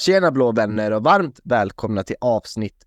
Tjena blå vänner och varmt välkomna till avsnitt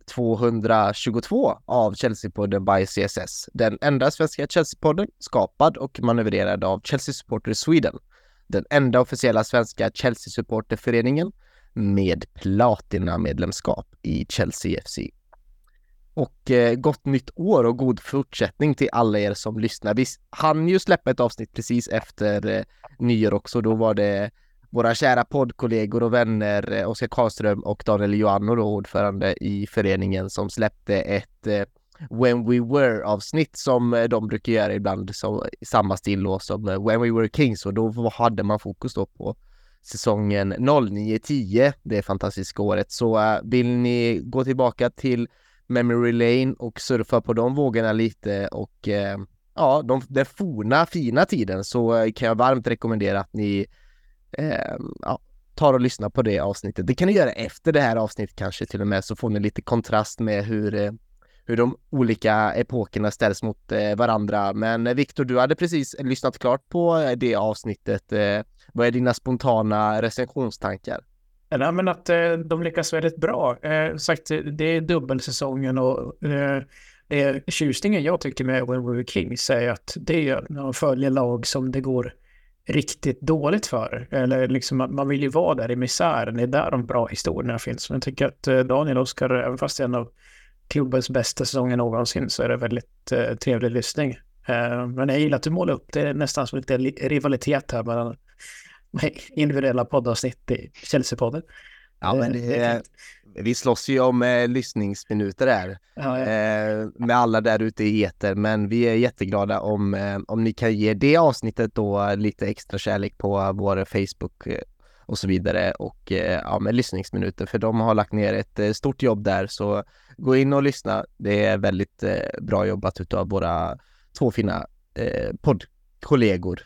222 av Chelsea-podden by CSS. Den enda svenska Chelsea-podden skapad och manövrerad av Chelsea Supporters Sweden. Den enda officiella svenska Chelsea-supporterföreningen med platina-medlemskap i Chelsea FC. Och gott nytt år och god fortsättning till alla er som lyssnar. Vi hann ju släppa ett avsnitt precis efter nyår också. Då var det våra kära poddkollegor och vänner Oskar Karlström och Daniel Joanno, då ordförande i föreningen, som släppte ett When We Were-avsnitt som de brukar göra ibland, så samma stil då som When We Were Kings, och då hade man fokus då på säsongen 09-10, det fantastiska året. Så vill ni gå tillbaka till Memory Lane och surfa på de vågorna lite och den forna fina tiden, så kan jag varmt rekommendera att ni tar och lyssnar på det avsnittet. Det kan ni göra efter det här avsnittet kanske till och med, så får ni lite kontrast med hur de olika epokerna ställs mot varandra. Men Viktor, du hade precis lyssnat klart på det avsnittet. Vad är dina spontana recensionstankar? Nej, men att de lyckas väldigt bra. Sagt, det är dubbelsäsongen och det är tjusningen jag tycker med When We Were Kings är att det är när man följer lag som det går riktigt dåligt för. Eller liksom man vill ju vara där i misären. Det är där de bra historierna finns. Men jag tycker att Daniel och Oskar, även fast det är en av klubbens bästa säsonger någonsin, så är det väldigt trevlig lyssning. Men jag gillar att du målar upp det är nästan som lite rivalitet här mellan individuella poddavsnitt i Chelsea-podden. Ja, men vi slåss ju om lyssningsminuter där med alla där ute i eter, men vi är jätteglada om ni kan ge det avsnittet då lite extra kärlek på vår Facebook och så vidare, och med lyssningsminuter, för de har lagt ner ett stort jobb där, så gå in och lyssna. Det är väldigt bra jobbat utav våra två fina poddkollegor.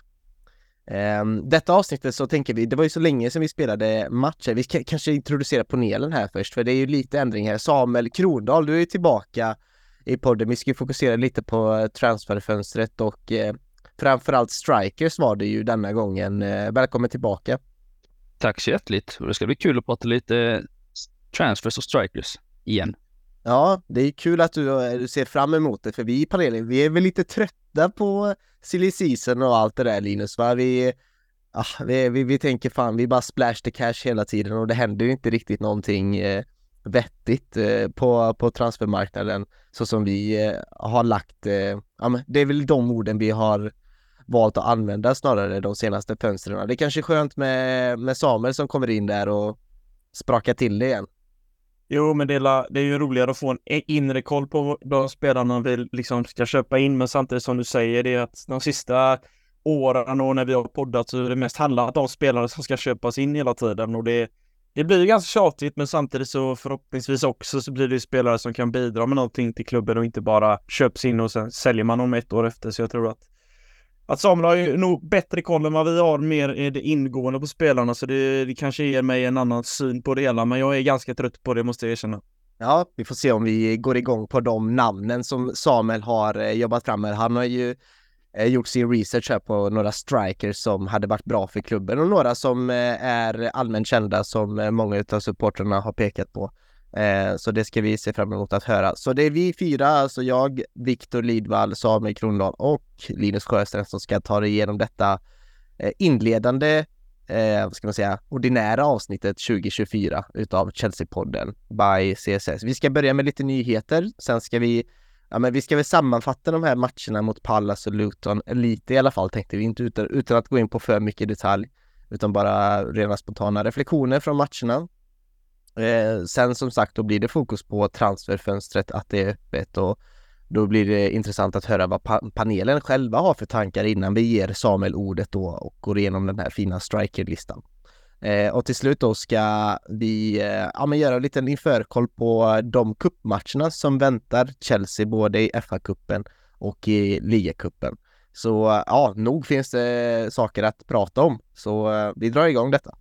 Detta avsnittet så tänker vi, det var ju så länge sedan vi spelade matcher. Vi ska kanske introducera panelen här först, för det är ju lite ändring här. Samuel Krondahl, du är tillbaka i podden. Vi ska fokusera lite på transferfönstret och framförallt strikers var det ju denna gången. Välkommen tillbaka. Tack så hjärtligt. Det ska bli kul att prata lite transfers och strikers igen. Ja, det är kul att du ser fram emot det, för vi i panelen, vi är väl lite trötta på silly season och allt det där, Linus, va? Vi tänker fan, vi bara splash the cash hela tiden och det händer ju inte riktigt någonting vettigt på transfermarknaden så som vi har lagt. Det är väl de orden vi har valt att använda snarare de senaste fönstren. Det är kanske skönt med Samuel som kommer in där och sprakar till det igen. Jo, men det är ju roligare att få en inre koll på de spelarna vi liksom ska köpa in, men samtidigt som du säger, det är att de sista åren och när vi har poddat så är det mest handlat om spelare som ska köpas in hela tiden, och det blir ju ganska tjatigt, men samtidigt så förhoppningsvis också så blir det ju spelare som kan bidra med någonting till klubben och inte bara köps in och sen säljer man om ett år efter. Så jag tror att Samuel har ju nog bättre koll än vad vi har, mer är det ingående på spelarna, så det kanske ger mig en annan syn på det hela, men jag är ganska trött på det, måste jag erkänna. Ja, vi får se om vi går igång på de namnen som Samuel har jobbat fram med. Han har ju gjort sin research här på några strikers som hade varit bra för klubben och några som är allmänt kända som många av supporterna har pekat på. Så det ska vi se fram emot att höra. Så det är vi fyra, alltså jag, Viktor Lidvall, Samuel Krondahl och Linus Sjöström som ska ta igenom detta inledande, ordinära avsnittet 2024 utav Chelsea-podden by CSS. Vi ska börja med lite nyheter, sen ska vi ska väl sammanfatta de här matcherna mot Palace och Luton lite i alla fall, tänkte vi, inte utan att gå in på för mycket detalj, utan bara rena spontana reflektioner från matcherna. Sen som sagt, då blir det fokus på transferfönstret, att det är öppet, och då blir det intressant att höra vad panelen själva har för tankar innan vi ger Samuel ordet då och går igenom den här fina strikerlistan. Och till slut då ska vi göra en liten införkoll på de cupmatcherna som väntar Chelsea både i FA-cupen och i ligacupen. Så nog finns det saker att prata om, så vi drar igång detta.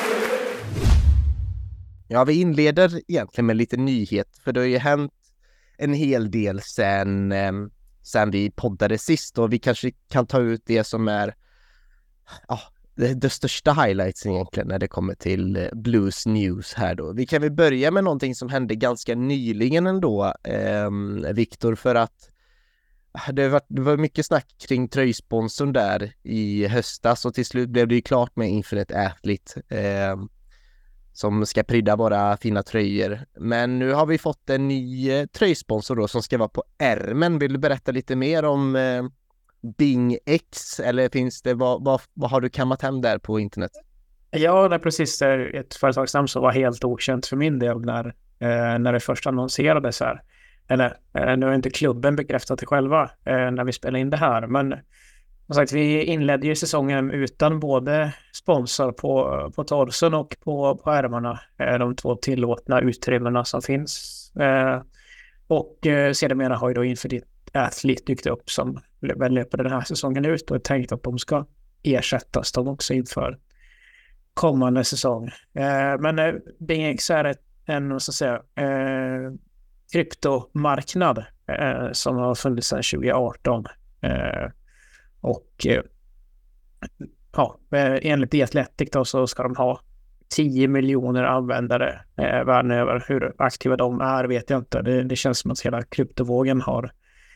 Ja, vi inleder egentligen med lite nyhet, för det har ju hänt en hel del sen vi poddade sist, och vi kanske kan ta ut det som är det största highlights egentligen när det kommer till Blues News här då. Vi kan väl börja med någonting som hände ganska nyligen ändå, Viktor, för att det var mycket snack kring tröjsponsorn där i höstas, och till slut blev det ju klart med Infinite Athlete som ska prydda våra fina tröjor. Men nu har vi fått en ny tröjsponsor då som ska vara på ärmen. Vill du berätta lite mer om Bing X, eller finns det, vad har du kammat hem där på internet? Ja, det är precis ett företagsnamn som var helt okänt för min del när det först annonserades här. Eller nu har inte klubben bekräftat det själva när vi spelar in det här, men som sagt, vi inledde ju säsongen utan både sponsor på torsen och på ärmarna, de 2 tillåtna utrymmena som finns. Och sedermera har ju då Infinite Athlete dykt upp som väljer på den här säsongen ut, och är tänkt att de ska ersättas de också inför kommande säsong. Men BingX är en så att säga kryptomarknad som har funnits sedan 2018. Enligt The Athletic då, så ska de ha 10 miljoner användare världen över. Hur aktiva de är vet jag inte. Det känns som att hela kryptovågen har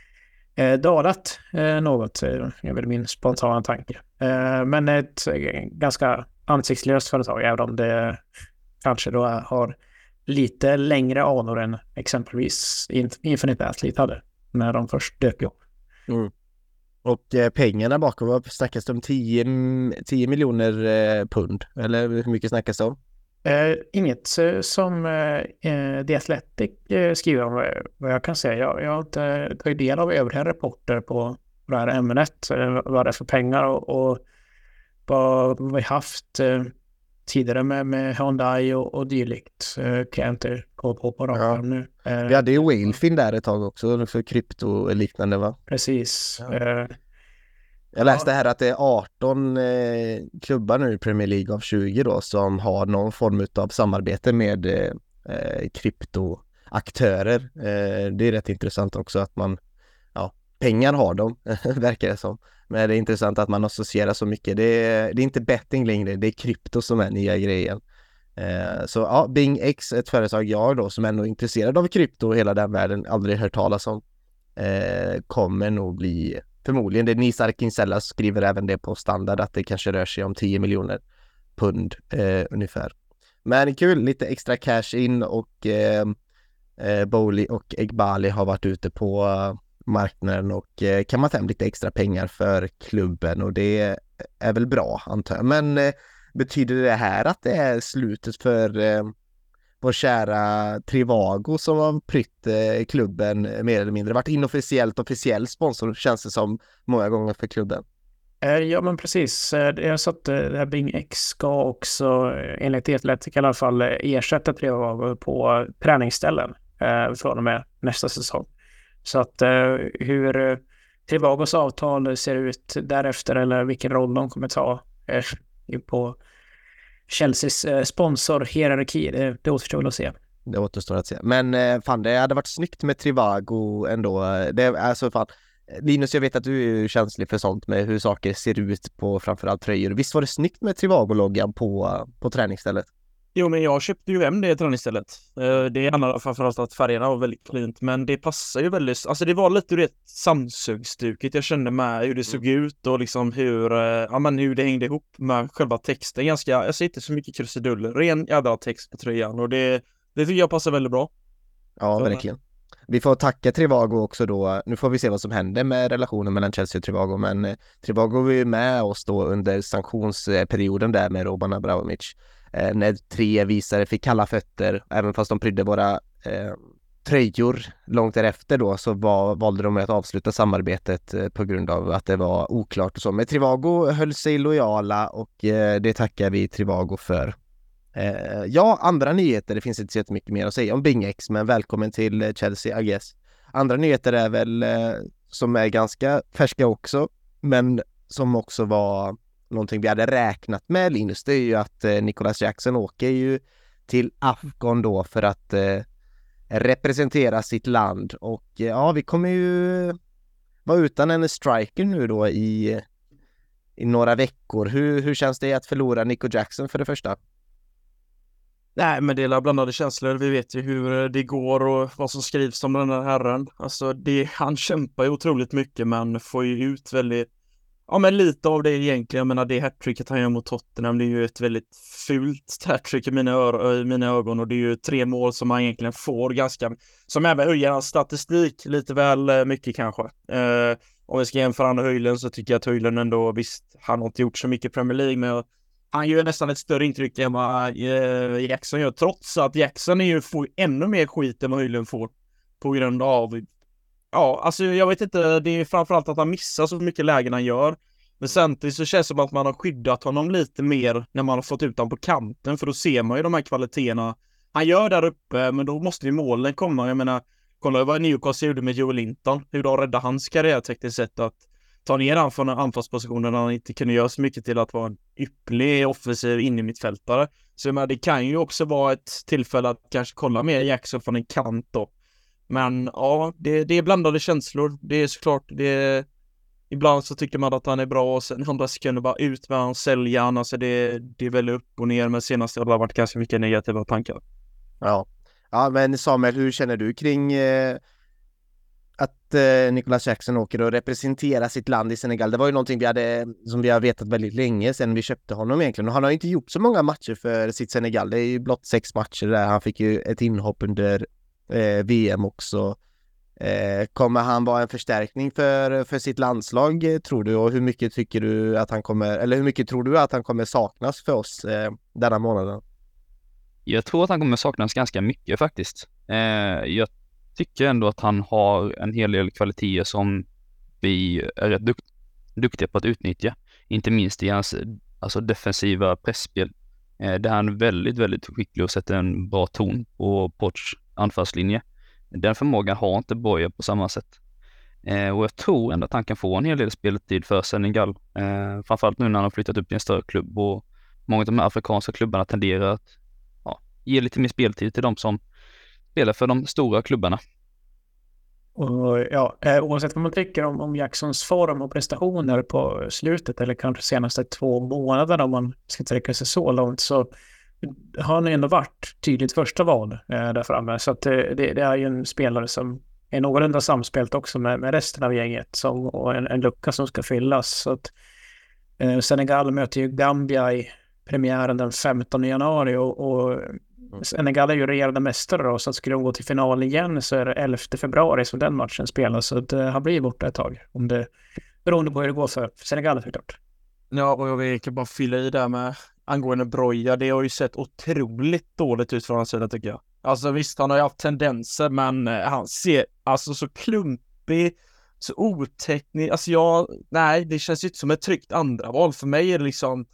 dalat något. är väl min spontana tanke. Men ett ganska ansiktslöst företag, även om det kanske då har lite längre anor än exempelvis Infinite Athlete hade när de först dök upp. Mm. Och pengarna bakom, vad snackas det om? 10 miljoner pund? Eller hur mycket snackas det om? Inget som The Athletic skriver om, vad jag kan säga. Jag har inte tagit del av övriga rapporter på det här ämnet, vad det är för pengar och vad vi haft tidigare med Hyundai och dylikt. Kan jag inte gå på dem nu. Vi hade ju Whalefin där ett tag också för krypto och liknande, va? Precis. Ja. Jag läste här att det är 18 klubbar nu i Premier League av 20 då som har någon form av samarbete med kryptoaktörer. Det är rätt intressant också att pengar har de, verkar det som. Men det är intressant att man associerar så mycket. Det är inte betting längre, det är krypto som är nya grejen. Så Bing X, ett företag jag då som är ändå intresserad av krypto och hela den världen, aldrig hört talas om, kommer nog bli förmodligen. Det Nisar Kinsella skriver även det på standard, att det kanske rör sig om 10 miljoner pund ungefär. Men kul, lite extra cash in, och Bowley och Egbali har varit ute på marknaden och kammat hem lite extra pengar för klubben, och det är väl bra antar jag. Men betyder det här att det är slutet för vår kära Trivago som har prytt klubben mer eller mindre? Varit inofficiellt officiell sponsor, känns det som, många gånger för klubben. Ja, men precis. Jag sa att det här Bing X ska också enligt Athletic i alla fall ersätta Trivago på träningsställen från och med nästa säsong. Så att hur Trivagos avtal ser ut därefter, eller vilken roll de kommer ta på Chelseas sponsorhierarki, det återstår att se. Det återstår att se. Men fan, det hade varit snyggt med Trivago ändå. Linus, jag vet att du är känslig för sånt med hur saker ser ut på framförallt tröjor. Visst var det snyggt med Trivago-loggan på träningsstället? Jo, men jag köpte ju hem det träningsstället. Det handlar framförallt att färgerna var väldigt klint, men det passar ju väldigt, alltså det var lite rätt Samsung-stuket jag kände med hur det såg ut och liksom hur det hängde ihop med själva texten. Jag ser inte så mycket krusiduller, ren jävla text på tröjan, och det tycker jag passar väldigt bra. Ja, verkligen. Vi får tacka Trivago också då. Nu får vi se vad som händer med relationen mellan Chelsea och Trivago, men Trivago var ju med oss då under sanktionsperioden där med Roman Abramovich. När 3 visare fick kalla fötter, även fast de prydde våra tröjor långt därefter då, så valde de att avsluta samarbetet på grund av att det var oklart och så. Men Trivago höll sig lojala, och det tackar vi Trivago för. Andra nyheter, det finns inte så jättemycket mer att säga om Bing X, men välkommen till Chelsea, I guess. Andra nyheter är väl som är ganska färska också, men som också var någonting vi hade räknat med, Linus. Det är ju att Nicholas Jackson åker ju till Afghan då för att representera sitt land. Och ja, vi kommer ju vara utan en striker nu då i några veckor. Hur känns det att förlora Nico Jackson för det första? Nej, men det är blandade känslor. Vi vet ju hur det går och vad som skrivs om den här herren. Alltså, han kämpar ju otroligt mycket, men får ju ut väldigt... Ja, men lite av det egentligen. Jag menar, det hattricket han gör mot Tottenham, det är ju ett väldigt fult hattrick i mina ögon. Och det är ju 3 mål som han egentligen får ganska... Som även höjer hans statistik lite väl mycket kanske. Om vi ska jämföra med Højlund så tycker jag att Højlund ändå, visst, han har inte gjort så mycket i Premier League, men han gör nästan ett större intryck än vad Jackson gör. Trots att Jackson får ännu mer skit än vad Højlund får. På grund av... Ja, alltså jag vet inte, det är framförallt att han missar så mycket lägen han gör. Men samtidigt så känns det som att man har skyddat honom lite mer när man har fått ut honom på kanten. För då ser man ju de här kvaliteterna han gör där uppe, men då måste ju målen komma. Jag menar, kolla vad Newcastle gjorde med Joel Linton. Hur de räddade hans karriär tekniskt sett, att ta ner han från en anfallsposition där han inte kunde göra så mycket till att vara en ypperlig offensiv in i mittfältare. Så jag menar, det kan ju också vara ett tillfälle att kanske kolla mer Jackson från en kant då. Men ja, det är blandade känslor. Det är såklart, ibland så tycker man att han är bra och sen andra sekunder bara ut med han, sälja han. Alltså det är väl upp och ner, men senast har det varit ganska mycket negativa tankar. Ja, men Samuel, hur känner du kring att Nicolas Jackson åker och representerar sitt land i Senegal? Det var ju någonting som vi har vetat väldigt länge sedan vi köpte honom egentligen. Och han har inte gjort så många matcher för sitt Senegal. Det är ju blott 6 matcher där. Han fick ju ett inhopp under VM också. Kommer han vara en förstärkning för sitt landslag, tror du? Och hur mycket tycker du att han kommer, eller hur mycket tror du att han kommer saknas för oss denna månaden? Jag tror att han kommer saknas ganska mycket faktiskt. Jag tycker ändå att han har en hel del kvaliteter som vi är rätt duktiga på att utnyttja. Inte minst i hans defensiva pressspel. Där han är väldigt, väldigt skicklig och sätter en bra ton på Pochs anfallslinje. Den förmågan har inte Boye på samma sätt. Och jag tror ändå att han kan få en hel del speltid för Senegal. Framförallt nu när han har flyttat upp till en större klubb, och många av de här afrikanska klubbarna tenderar att ge lite mer speltid till de som spelar för de stora klubbarna. Och ja, oavsett vad man tycker om Jacksons form och prestationer på slutet eller kanske senaste 2 månaderna, om man ska sträcka sig så långt, så har han ändå varit tydligt första val där framme. Så att det är ju en spelare som är någorlunda samspelt också med resten av gänget, och en lucka som ska fyllas. Så att Senegal möter ju Gambia i premiären den 15 januari och Senegal är ju regerande mästare då, så att skulle de gå till final igen så är det 11 februari som den matchen spelas. Så att han blir borta ett tag, beroende på hur det går för Senegal såklart. Ja, och jag kan bara fylla i där med angående Broja. Det har ju sett otroligt dåligt ut från hans sida, tycker jag. Alltså visst, han har ju haft tendenser, men han ser alltså så klumpig, så oteknisk. Alltså nej, det känns ju inte som ett tryggt andra val. För mig är det liksom,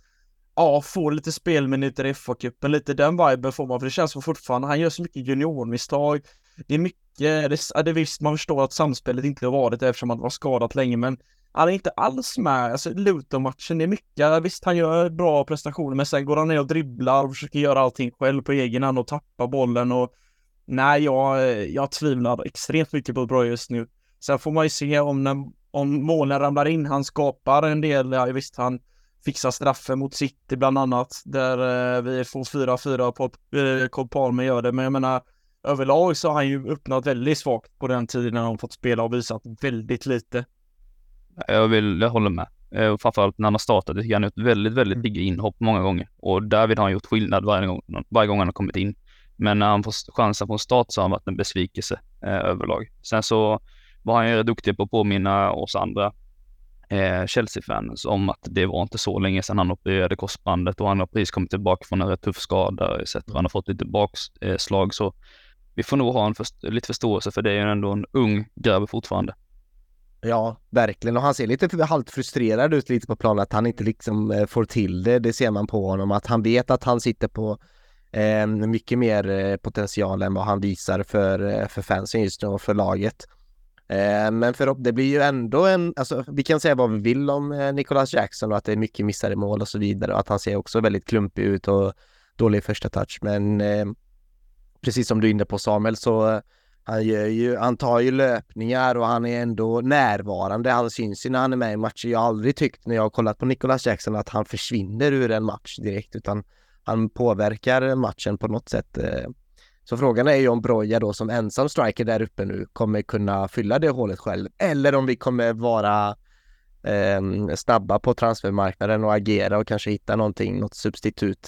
få lite spelminuter i FA-cupen, lite den viben får man, för det känns som fortfarande, han gör så mycket juniormisstag. Det är mycket, det visst, man förstår att samspelet inte har varit eftersom han var skadat länge, men han är inte alls med. Alltså Luton-matchen, det är mycket, visst han gör bra prestationer, men sen går han ner och dribblar och försöker göra allting själv på egen hand och tappa bollen. Och nej, jag tvivlar extremt mycket på Broja just nu. Sen får man ju se om målen ramlar in. Han skapar en del, visst han fixar straffen mot City bland annat, där vi får 4-4 på Cole Palmer gör det. Men jag menar, överlag så har han ju öppnat väldigt svagt på den tiden när han fått spela och visat väldigt lite. Jag håller med. Framförallt när han har startat, det han har gjort väldigt, väldigt big inhopp många gånger. Och därvid har han gjort skillnad varje gång han har kommit in. Men när han får chansen på start så har han varit en besvikelse överlag. Sen så var han ju duktig på att påminna oss andra Chelsea-fans om att det var inte så länge sedan han opererade korsbandet, och han har precis kommit tillbaka från en rätt tuff skada etc. Han har fått lite bakslag, så vi får nog ha lite förståelse för det. Är ju ändå en ung grabb fortfarande. Ja, verkligen. Och han ser lite halvt frustrerad ut lite på planen, att han inte liksom får till det. Det ser man på honom, att han vet att han sitter på mycket mer potential än vad han visar för fansen just nu och för laget. Men det blir ju ändå vi kan säga vad vi vill om Nicolas Jackson och att det är mycket missade mål och så vidare, och att han ser också väldigt klumpig ut och dålig första touch, men precis som du är inne på Samuel, så han tar ju löpningar och han är ändå närvarande. Han syns ju när han är med i matcher. Jag har aldrig tyckt när jag har kollat på Nicholas Jackson att han försvinner ur en match direkt, utan han påverkar matchen på något sätt. Så frågan är ju om Broja då som ensam striker där uppe nu kommer kunna fylla det hålet själv, eller om vi kommer vara snabba på transfermarknaden och agera och kanske hitta något substitut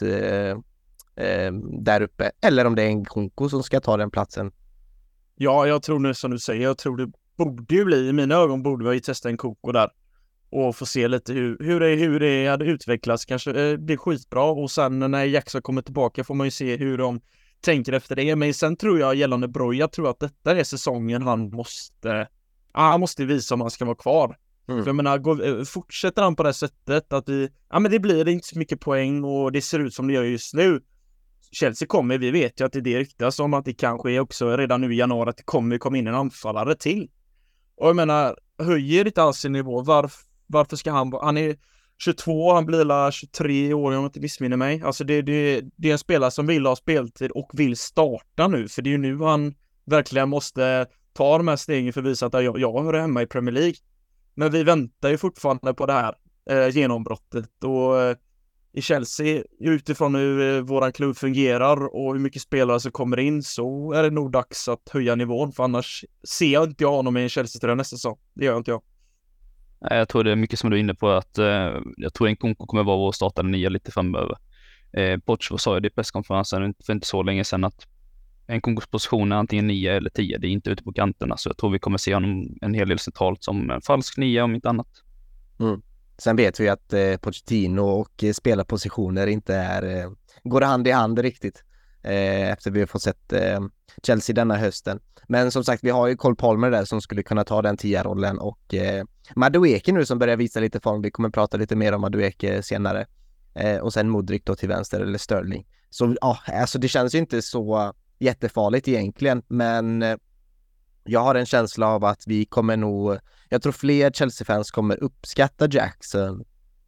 där uppe, eller om det är en Nkunku som ska ta den platsen. Ja, jag tror nu som du säger, jag tror det borde ju bli, i mina ögon borde vi ju testa en Nkunku där och få se lite hur det hade utvecklats. Kanske blir skitbra, och sen när Jackson kommer tillbaka får man ju se hur de tänker efter det. Men sen tror jag gällande Broja, tror att detta är säsongen han måste visa om han ska vara kvar. För jag menar, fortsätter han på det sättet att men det blir inte så mycket poäng och det ser ut som det gör just nu. Chelsea vi vet ju att det ryktas om att det kanske är också redan nu i januari att det kommer komma in en anfallare till. Och jag menar, höjer inte alls sin nivå. Varför ska han är 22, han blir 23 år om jag inte missminner mig. Alltså det är en spelare som vill ha speltid och vill starta nu. För det är ju nu han verkligen måste ta de här stegen för att visa att jag hör hemma i Premier League. Men vi väntar ju fortfarande på det här genombrottet. Och i Chelsea, utifrån hur våran klubb fungerar och hur mycket spelare som kommer in, så är det nog dags att höja nivån. För annars ser inte jag honom i en Chelsea-tröja nästa säsong. Det gör inte jag. Jag tror det är mycket som du är inne på, att jag tror Nkunku kommer vara vår startande nia lite framöver. Poch sa ju det i presskonferensen för inte så länge sedan att Nkunkus position är antingen 9 eller 10. Det är inte ute på kanterna, så jag tror vi kommer se honom en hel del centralt som en falsk 9 om inte annat. Sen vet vi att Pochettino och spelarpositioner inte går hand i hand riktigt efter vi har fått sett Chelsea denna hösten. Men som sagt, vi har ju Cole Palmer där som skulle kunna ta den 10-rollen, och Madueke nu som börjar visa lite form. Vi kommer prata lite mer om Madueke senare. Och sen Modric då till vänster, eller Sterling. Så alltså det känns ju inte så jättefarligt egentligen, men jag har en känsla av att vi kommer nog, jag tror fler Chelsea-fans kommer uppskatta Jackson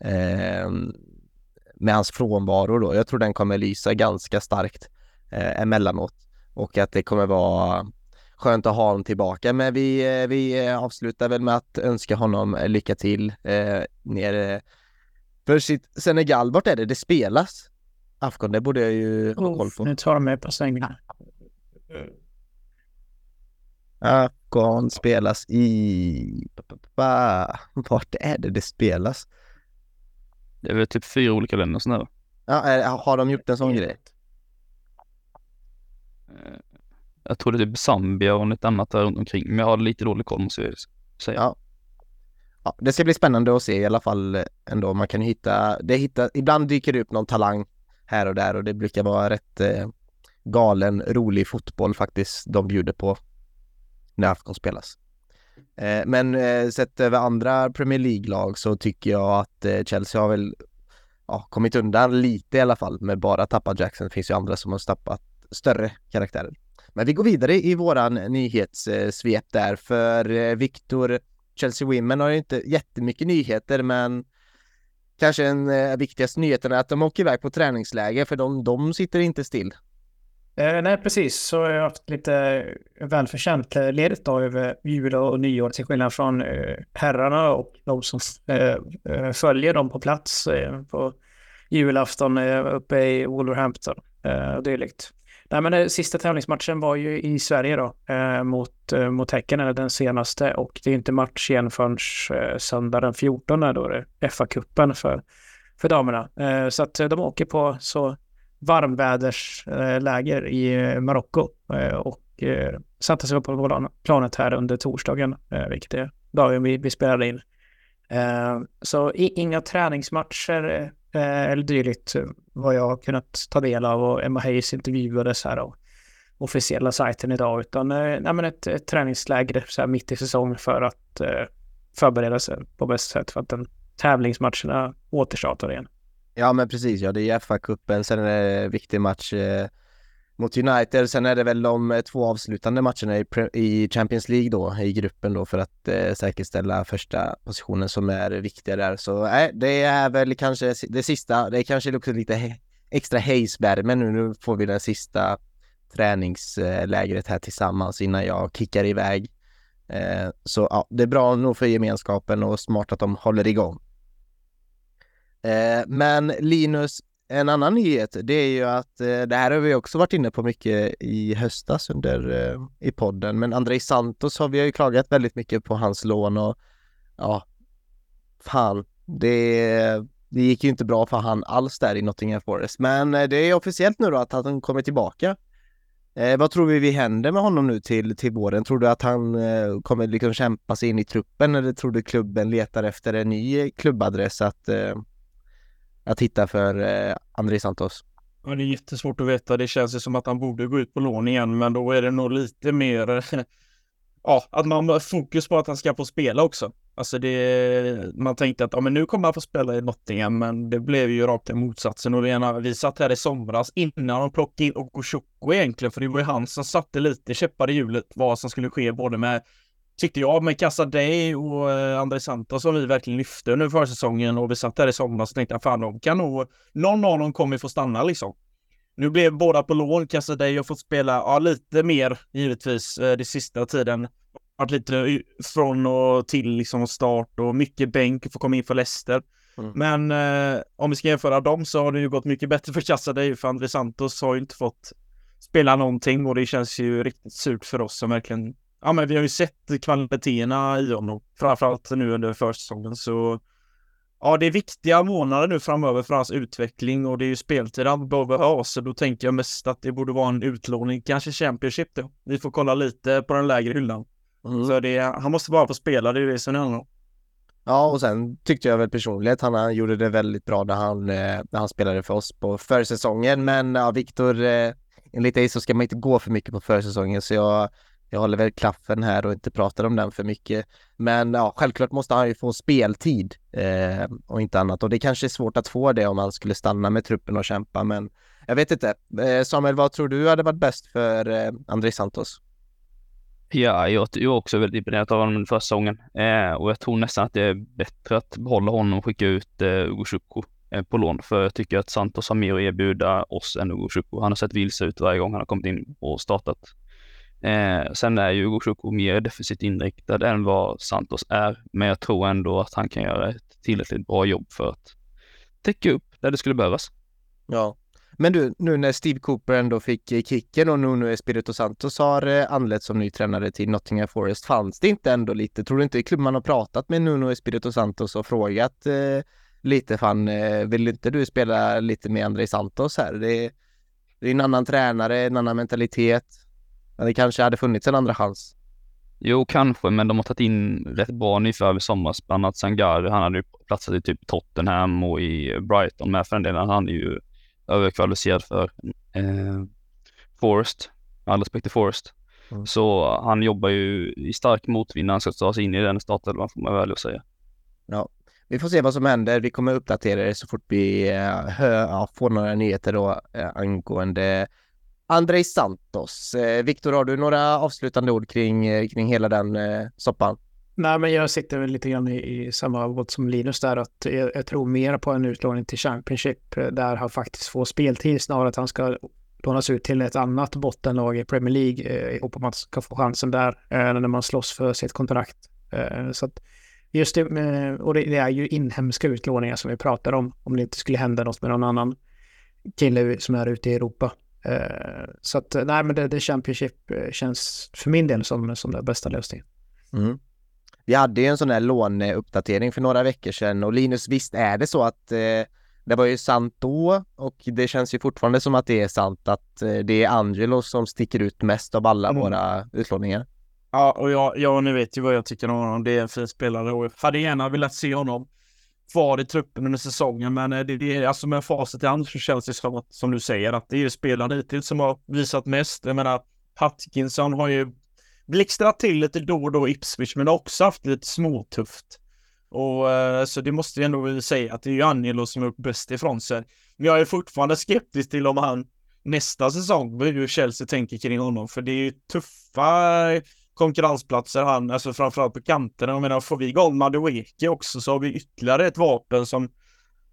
med hans frånvaro då. Jag tror den kommer lysa ganska starkt emellanåt, och att det kommer vara skönt att ha honom tillbaka. Men vi avslutar väl med att önska honom lycka till nere för sitt Senegal. Vart är det spelas? Afghan, det borde jag ju ha koll på. Nu tar de med på sängen. Afghan spelas i... Vart är det spelas? Det är väl typ 4 olika länder sådär, va? Ja, har de gjort en sån grej? Jag tror det är typ Zambia och något annat där runt omkring. Men jag har lite dålig koll, måste jag säga. Ja, det ska bli spännande att se i alla fall ändå. Man kan hitta... Ibland dyker det upp någon talang här och där, och det brukar vara rätt galen, rolig fotboll faktiskt de bjuder på när Afghan spelas. Men sett över andra Premier League-lag så tycker jag att Chelsea har väl kommit undan lite i alla fall med bara tappat Jackson. Det finns ju andra som har tappat större karaktärer. Men vi går vidare i våran nyhetssvep där, för Victor, Chelsea Women har ju inte jättemycket nyheter, men kanske den viktigaste nyheten är att de åker iväg på träningsläger, för de sitter inte still. Nej, precis. Så jag har haft lite välförtjänt ledigt då över jul och nyår, till skillnad från herrarna och de som följer dem på plats på julafton uppe i Wolverhampton och dylikt. Nej, men sista tävlingsmatchen var ju i Sverige då mot Häcken, eller den senaste, och det är inte match igen förrän söndag den 14, då är det FA-cupen för damerna. Så att de åker på så varmvädersläger i Marocko och satte sig på planet här under torsdagen, vilket är dagen vi spelade in. Så inga träningsmatcher eller dylikt vad jag har kunnat ta del av, och Emma Hayes intervjuades här av officiella sajten idag, utan ett träningsläger så här mitt i säsong för att förbereda sig på bästa sätt för att tävlingsmatcherna återstartar igen. Ja, men precis. Ja, det är FA-cupen, sen är det en viktig match mot United. Sen är det väl de 2 avslutande matcherna i Champions League då, i gruppen då, för att säkerställa första positionen som är viktiga där. Så det är väl kanske det sista. Det är kanske också lite extra hejsvärme nu får vi den sista träningslägret här tillsammans innan jag kickar iväg. Så ja, det är bra nog för gemenskapen och smart att de håller igång. Men Linus, en annan nyhet, det är ju att det här har vi också varit inne på mycket i höstas i podden, men Andrei Santos har vi ju klagat väldigt mycket på hans lån och ja, fan, det gick ju inte bra för han alls där i Nottingham Forest, men det är officiellt nu då att han kommer tillbaka. Vad tror vi händer med honom nu till våren? Tror du att han kommer liksom kämpa sig in i truppen, eller tror du klubben letar efter en ny klubbadress att hitta för Andrei Santos? Ja, det är jättesvårt att veta. Det känns ju som att han borde gå ut på lån igen, men då är det nog lite mer ja, att man har fokus på att han ska få spela också. Alltså man tänkte att men nu kommer han få spela i Nottingham, men det blev ju rakt motsatsen. Och vi satt här i somras innan de plockade in Ogochukwu egentligen, för det var ju han som satte lite käppar i hjulet vad som skulle ske både med, tyckte jag, med Casadei och Andrei Santos som vi verkligen lyfte nu för säsongen. Och vi satt här i somras och tänkte att fan, de kan nog, någon av dem kommer få stanna liksom. Nu blev båda på lån. Casadei har fått spela lite mer givetvis det sista tiden. Varit lite från och till liksom start och mycket bänk för att komma in för Leicester. Men om vi ska jämföra dem så har det ju gått mycket bättre för Casadei, för Andrei Santos har ju inte fått spela någonting, och det känns ju riktigt surt för oss som verkligen, ja, men vi har ju sett kvaliteterna i honom framförallt nu under försäsongen. Så ja, det är viktiga månader nu framöver för hans utveckling, och det är ju speltid han behöver ha, så då tänker jag mest att det borde vara en utlåning, kanske Championship då. Vi får kolla lite på den lägre hyllan. Så han måste bara få spela, det är det som är. Ja, och sen tyckte jag väl personligt han gjorde det väldigt bra när han spelade för oss på försäsongen, men ja, Viktor, enligt dig så ska man inte gå för mycket på försäsongen, så jag håller väl klaffen här och inte pratar om den för mycket. Men ja, självklart måste han ju få speltid och inte annat. Och det kanske är svårt att få det om han skulle stanna med truppen och kämpa. Men jag vet inte. Samuel, vad tror du hade varit bäst för Andrei Santos? Ja, jag är också väldigt imponerad av honom den första säsongen. Och jag tror nästan att det är bättre att behålla honom och skicka ut Ogochukwu på lån. För jag tycker att Santos har mer att erbjuda oss än Ogochukwu. Han har sett vilse ut varje gång han har kommit in och startat. Sen är ju Ogochukwu mer defensivt inriktad än vad Santos är. Men jag tror ändå att han kan göra ett tillräckligt bra jobb för att täcka upp där det skulle behövas. Ja, men du, nu när Steve Cooper ändå fick kicken och nu Espirito Santos har anlett som ny tränare till Nottingham Forest, fanns det inte ändå lite, tror du inte klubben har pratat med Nuno Espirito Santos och frågat lite, fan, vill inte du spela lite med Andrei Santos här? Det är en annan tränare, en annan mentalitet. Men det kanske hade funnits en andra chans. Jo, kanske, men de har tagit in rätt bra nyförvärv i sommar. Bland annat Sangare, han hade ju platsat i typ Tottenham och i Brighton med för en del. Han är ju överkvalificerad för Forest, all respekt till Forest. Så han jobbar ju i stark motvind när han ska ta sig in i den startelvan, får man väl att säga. Ja, vi får se vad som händer. Vi kommer uppdatera det så fort vi får några nyheter då angående Andrei Santos. Viktor, har du några avslutande ord kring hela den soppan? Nej, men jag sitter väl lite grann i samma båt som Linus där, att jag tror mer på en utlåning till Championship där han faktiskt får speltid snarare att han ska lånas ut till ett annat bottenlag i Premier League och man ska få chansen där när man slåss för sitt kontrakt. Så att just det, och det är ju inhemska utlåningar som vi pratar om det inte skulle hända något med någon annan kille som är ute i Europa. Så att nej, men det Championship känns för min del som den bästa lösningen. Vi hade ju en sån här låneuppdatering för några veckor sedan, och Linus, visst är det så att det var ju sant då, och det känns ju fortfarande som att det är sant att det är Angelo som sticker ut mest av alla våra utlåningar. Ja, och ni vet ju vad jag tycker om honom. Det är en fin spelare och jag hade gärna velat se honom kvar i truppen under säsongen, men det är alltså med facit i hand så känns det som du säger att det är ju spelare hittills som har visat mest. Jag menar, Hutchinson har ju blixtrat till lite då och då Ipswich, men har också haft lite småtufft. Och så det måste ju ändå säga att det är ju Angelo som har gjort bäst ifrån sig. Men jag är fortfarande skeptisk till om han nästa säsong, hur Chelsea tänker kring honom, för det är ju tuffa konkurrensplatser han, alltså framförallt på kanterna. Jag menar, får vi igång Madueke också så har vi ytterligare ett vapen som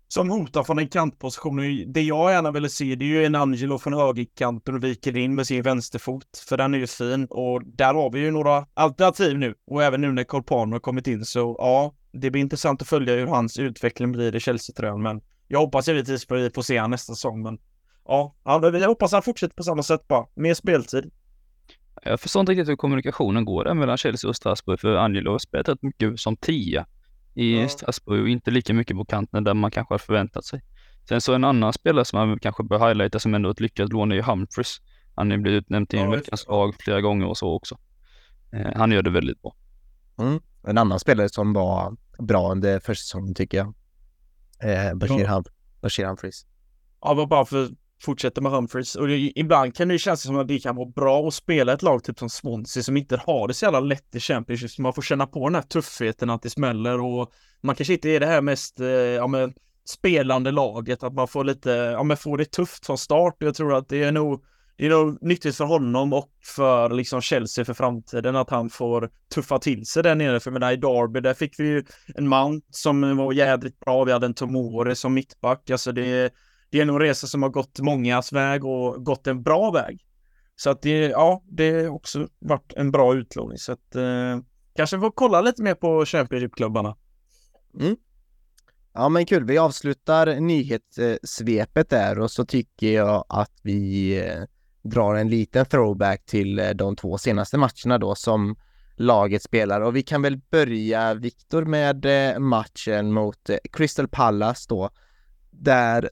som hotar från en kantposition. Det jag gärna vill se, det är ju en Angelo från högerkanten och viker in med sin vänsterfot, för den är ju fin, och där har vi ju några alternativ nu, och även nu när Cole Palmer har kommit in, så ja, det blir intressant att följa hur hans utveckling blir i Chelsea-tröjan, men jag hoppas givetvis på att vi får se han nästa säsong, men ja, jag hoppas han fortsätter på samma sätt, bara mer speltid. Jag förstår inte riktigt hur kommunikationen går där mellan Chelsea och Strasbourg, för Angelo har spelat rätt mycket som 10 i Strasbourg och inte lika mycket på kanten där man kanske har förväntat sig. Sen så en annan spelare som man kanske bör highlighta som ändå ett lyckat lån är ju Humphries. Han är blivit utnämnd till en veckans lag flera gånger och så också. Han gör det väldigt bra. En annan spelare som var bra under första säsongen tycker jag. Bashir Humphries. Ja, bara för fortsätta med Humphries. Och ibland kan det kännas som att det kan vara bra att spela ett lag typ som Swansea som inte har det så jävla lätt i Championship. Så man får känna på den här tuffheten att det smäller, och man kanske inte är det här mest spelande laget, att man får lite, får det tufft från start. Och jag tror att det är nog nyttigt för honom och för liksom Chelsea för framtiden att han får tuffa till sig där nere. För i Derby, där fick vi ju en Mount som var jävligt bra. Vi hade en Tomori som mittback. Alltså det är nog en resa som har gått mångas väg och gått en bra väg. Så att det har också varit en bra utlåning. Så att kanske får kolla lite mer på Championship-klubbarna. Ja, men kul. Vi avslutar nyhetssvepet där, och så tycker jag att vi drar en liten throwback till de 2 senaste matcherna då som laget spelar. Och vi kan väl börja, Viktor, med matchen mot Crystal Palace då, där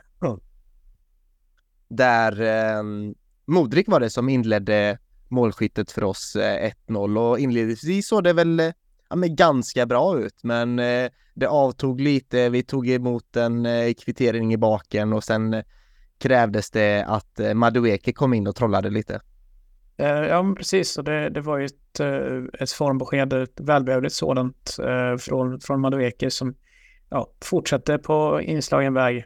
Modric var det som inledde målskyttet för oss 1-0, och inledningsvis såg det väl ganska bra ut, men det avtog lite. Vi tog emot en kvittering i baken, och sen krävdes det att Madueke kom in och trollade lite. Ja, precis. Och det var ju ett formbesked, ett välbehövligt sådant från Madueke som fortsatte på inslagen väg.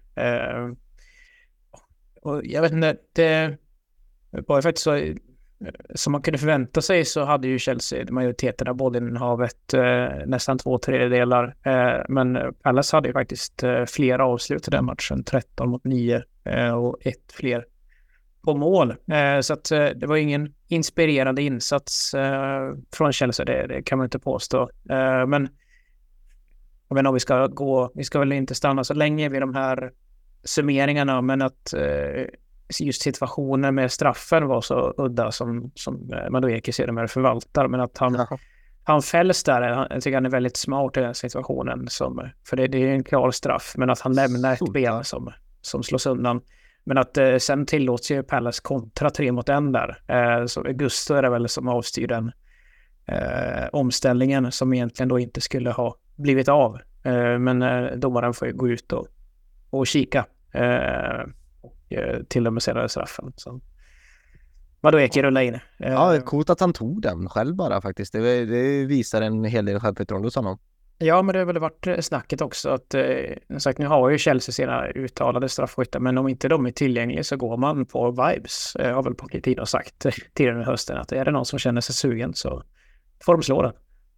Och jag vet inte, det var ju faktiskt så, som man kunde förvänta sig, så hade ju Chelsea majoriteten av bollinnehavet, nästan 2/3. Men Palace hade ju faktiskt flera avslut i den matchen, 13-9 och 1 fler på mål. Så att det var ingen inspirerande insats från Chelsea, det kan man inte påstå. Men jag vet inte om vi ska väl inte stanna så länge vid de här summeringarna, men att just situationen med straffen var så udda som Madueke ser det med förvaltar, men att han fälls där. Jag tycker han är väldigt smart i den situationen, för det är en klar straff, men att han lämnar ett ben som slås undan. Men att sen tillåts ju Palace kontra 3-1 där. Så Augusto är det väl som avstyr den omställningen som egentligen då inte skulle ha blivit av. Men domaren får ju gå ut och kika och till och med se straffen. Så Madueke rullar in. Ja, coolt att han tog den själv bara faktiskt. Det visar en hel del självförtroende hos honom. Ja, men det har väl varit snacket också att sagt, nu har ju Chelsea sina uttalade straffskyttar, men om inte de är tillgängliga så går man på vibes. Har väl Pochettino sagt till den hösten att är det någon som känner sig sugen så får de slå den.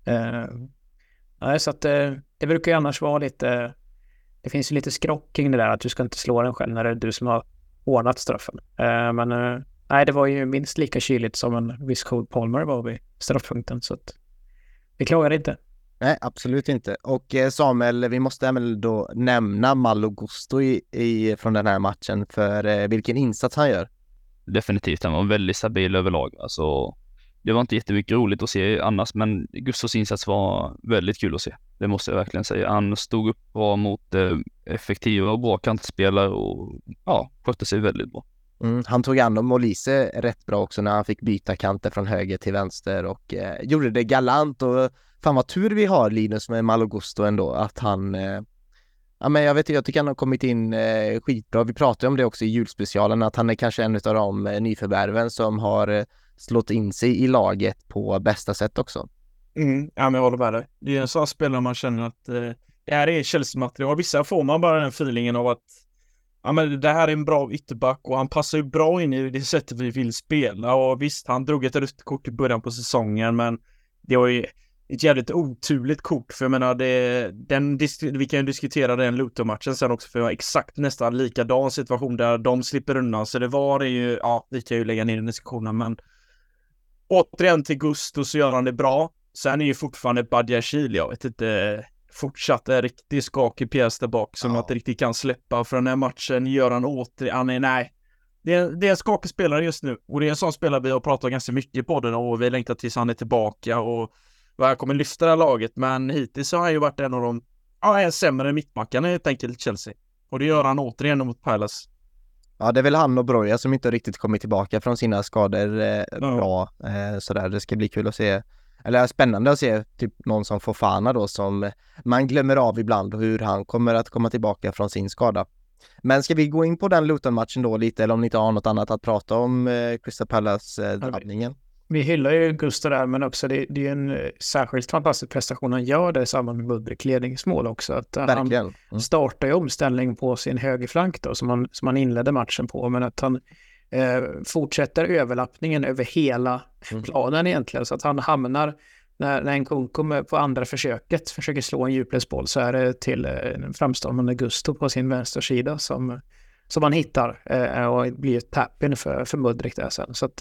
Så att det brukar ju annars vara lite, det finns ju lite skrock kring det där att du ska inte slå den själv när det är du som har ordnat straffen. Men det var ju minst lika kyligt som en viss Cole Palmer var vid straffpunkten, så att vi klagar inte. Nej, absolut inte. Och Samuel, vi måste även då nämna Malo Gusto från den här matchen för vilken insats han gör. Definitivt, han var väldigt stabil överlag. Alltså, det var inte jättemycket roligt att se annars, men Gustos insats var väldigt kul att se. Det måste jag verkligen säga. Han stod upp bra mot effektiva och bra kantspelare och skötte sig väldigt bra. Han tog an om Molise rätt bra också när han fick byta kanter från höger till vänster och gjorde det galant. Och fan vad tur vi har, Linus, med Malo Gusto ändå, att han men jag tycker han har kommit in skitbra. Vi pratade om det också i julspecialen, att han är kanske en av de nyförvärven som har slått in sig i laget på bästa sätt också. Ja, men jag håller med dig. Det är en sån spelare man känner att det här är Chelsea-material. Vissa får man bara den feelingen av att men det här är en bra ytterback och han passar ju bra in i det sättet vi vill spela. Och visst, han drog ett rött kort i början på säsongen, men det ett jävligt oturligt kort, för jag menar vi kan ju diskutera den Luton-matchen sen också, för det var exakt nästan likadan situation där de slipper undan, så det är ju, ja, vi kan ju lägga ner den diskussionen, men återigen till Gusto så gör han det bra. Sen är ju fortfarande Badiashile, jag vet inte, fortsatt är riktigt skakig pjäs där bak som jag inte riktigt kan släppa, för den här matchen gör han nej. Det är en skakig spelare just nu, och det är en sån spelare vi har pratat ganska mycket på den, och vi längtar tills han är tillbaka och vad jag kommer lyfta det här laget, men hittills har han ju varit en av de en sämre mittbackarna helt enkelt, Chelsea, och det gör han återigen mot Palace. Ja, det är väl han och Broja som inte riktigt kommit tillbaka från sina skador bra, sådär. Det ska bli kul att se, eller spännande att se typ någon som Fofana då, som man glömmer av ibland, hur han kommer att komma tillbaka från sin skada. Men ska vi gå in på den Luton-matchen då lite, eller om ni inte har något annat att prata om Crystal Palace-drabbningen? Vi hyllar ju Gustav där, men också det är en särskilt fantastisk prestation han gör det i samband med Mudryk ledningsmål också. Att han startar ju omställning på sin högerflank då, som han inledde matchen på, men att han fortsätter överlappningen över hela planen egentligen, så att han hamnar när en Kunko på andra försöket försöker slå en djupledsboll, så är det till en framstående Gusto på sin vänstersida som han hittar och blir ett tap-in för Mudryk där sen. Så att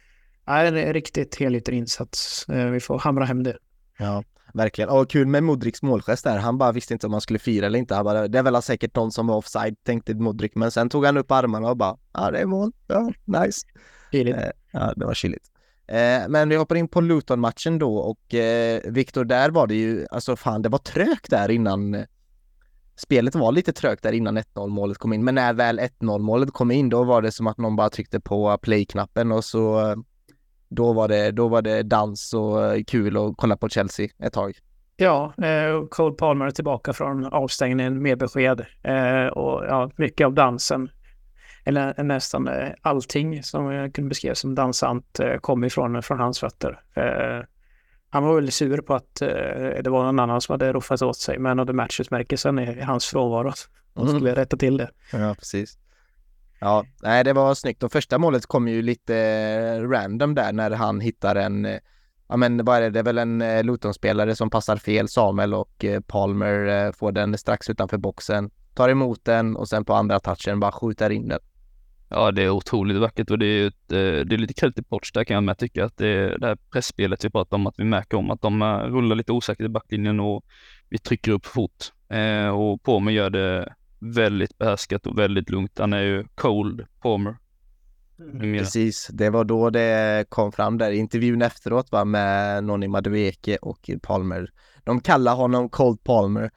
en riktigt helytter insats. Vi får hamra hem det. Ja, verkligen. Och kul med Mudryks målgest där. Han bara visste inte om han skulle fira eller inte. Han bara, det är väl säkert någon som var offside, tänkte Mudryk. Men sen tog han upp armarna och bara, det är mål. Ja, nice. Ja, det var chilligt. Men vi hoppar in på Luton-matchen då. Och Victor, där var det ju, alltså fan, det var trögt där innan. Spelet var lite trögt där innan 1-0 målet kom in. Men när väl 1-0 målet kom in, då var det som att någon bara tryckte på play-knappen, och så då var det dans och kul att kolla på Chelsea ett tag. Ja, Cole Palmer är tillbaka från avstängningen med besked, och mycket av dansen, eller nästan allting som jag kunde beskriva som dansant, kom ifrån hans fötter. Han var väldigt sur på att det var någon annan som hade roffat åt sig, men av matchutmärkelsen i hans frånvaro. Och skulle rätta till det. Ja, precis. Ja, nej, det var snyggt. Och första målet kom ju lite random där när han hittar det är väl en Luton-spelare som passar fel, Samuel, och Palmer får den strax utanför boxen, tar emot den och sen på andra touchen bara skjuter in den. Ja, det är otroligt vackert, och det är lite kul till Poch där, kan jag med tycka, att det här pressspelet vi pratar om, att vi märker om att de rullar lite osäkert i backlinjen och vi trycker upp fot, och Palmer gör det väldigt behärskat och väldigt lugnt. Han är ju cold Palmer. Precis, det var då det kom fram där i intervjun efteråt med Noni Madueke och Palmer. De kallar honom Cold Palmer,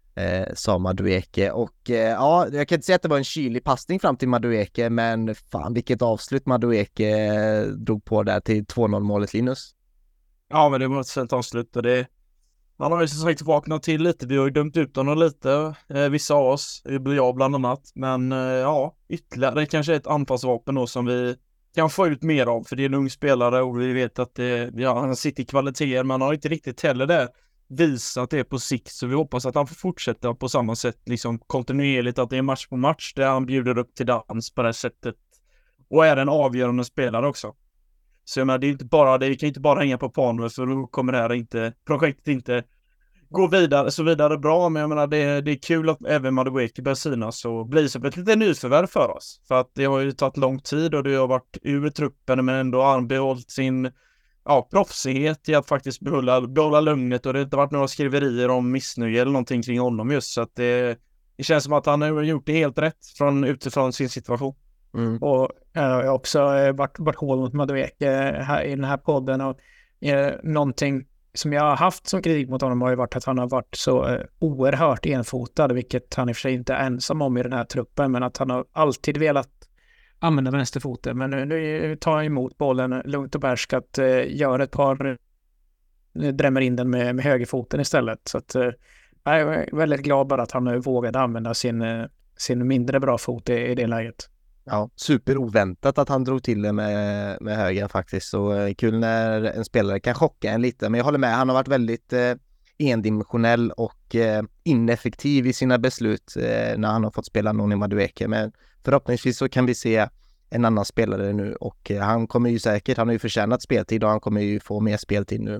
sa Madueke, och jag kan inte säga att det var en kylig passning fram till Madueke, men fan vilket avslut Madueke drog på där till 2-0 målet, Linus. Ja, men det var ett sent avslut, och han har ju som sagt vaknat till lite. Vi har ju dömt ut honom lite, vissa av oss, det blir jag bland annat, men ytterligare kanske ett anfallsvapen då som vi kan få ut mer av, för det är en ung spelare och vi vet att han sitter i kvaliteter, men han har inte riktigt heller det visat det på sikt, så vi hoppas att han får fortsätta på samma sätt, liksom kontinuerligt, att det är match på match där han bjuder upp till dans på det sättet och är en avgörande spelare också. Så jag menar, vi kan inte bara hänga på Palmer, för då kommer det här projektet inte gå vidare bra, men jag menar det är kul att även Madueke börjar synas och bli som ett litet nyförvärv för oss, för att det har ju tagit lång tid och det har varit ur truppen, men ändå har han behållit sin proffsighet i att faktiskt behålla lugnet, och det har inte varit några skriverier om missnöje eller någonting kring honom just, så att det känns som att han har gjort det helt rätt utifrån sin situation. Och jag har också varit hård mot Madueke här i den här podden, och någonting som jag har haft som kritik mot honom har ju varit att han har varit så oerhört enfotad, vilket han i och för sig inte är ensam om i den här truppen, men att han har alltid velat använda vänsterfoten, men nu tar han emot bollen lugnt och bärskat, gör ett par, drämmer in den med högerfoten istället, så att jag är väldigt glad bara att han vågade använda sin mindre bra fot i det läget. Ja, superoväntat att han drog till det med höger faktiskt, så kul när en spelare kan chocka en lite, men jag håller med, han har varit väldigt endimensionell och ineffektiv i sina beslut när han har fått spela Noni Madueke, men förhoppningsvis så kan vi se en annan spelare nu, och han kommer ju säkert, han har ju förtjänat speltid och han kommer ju få mer speltid nu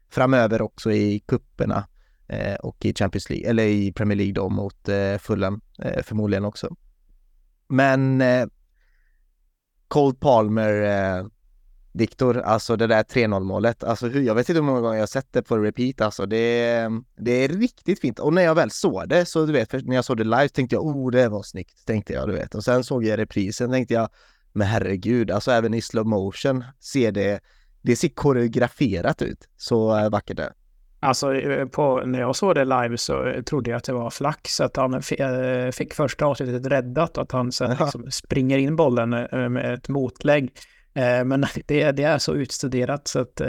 framöver också i kupperna och i Champions League, eller i Premier League då mot Fulham förmodligen också. Men Cole Palmer, Victor, alltså det där 3-0 målet, alltså jag vet inte hur många gånger jag har sett det på repeat, alltså det är riktigt fint. Och när jag väl såg det, så du vet, när jag såg det live tänkte jag, det var snyggt, tänkte jag, du vet. Och sen såg jag reprisen, tänkte jag, men herregud, alltså även i slow motion ser det ser koreograferat ut, så vackert det. Alltså när jag såg det live så trodde jag att det var flax att han fick första avsnittet räddat och att han sen liksom springer in bollen med ett motlägg. Men det är så utstuderat så att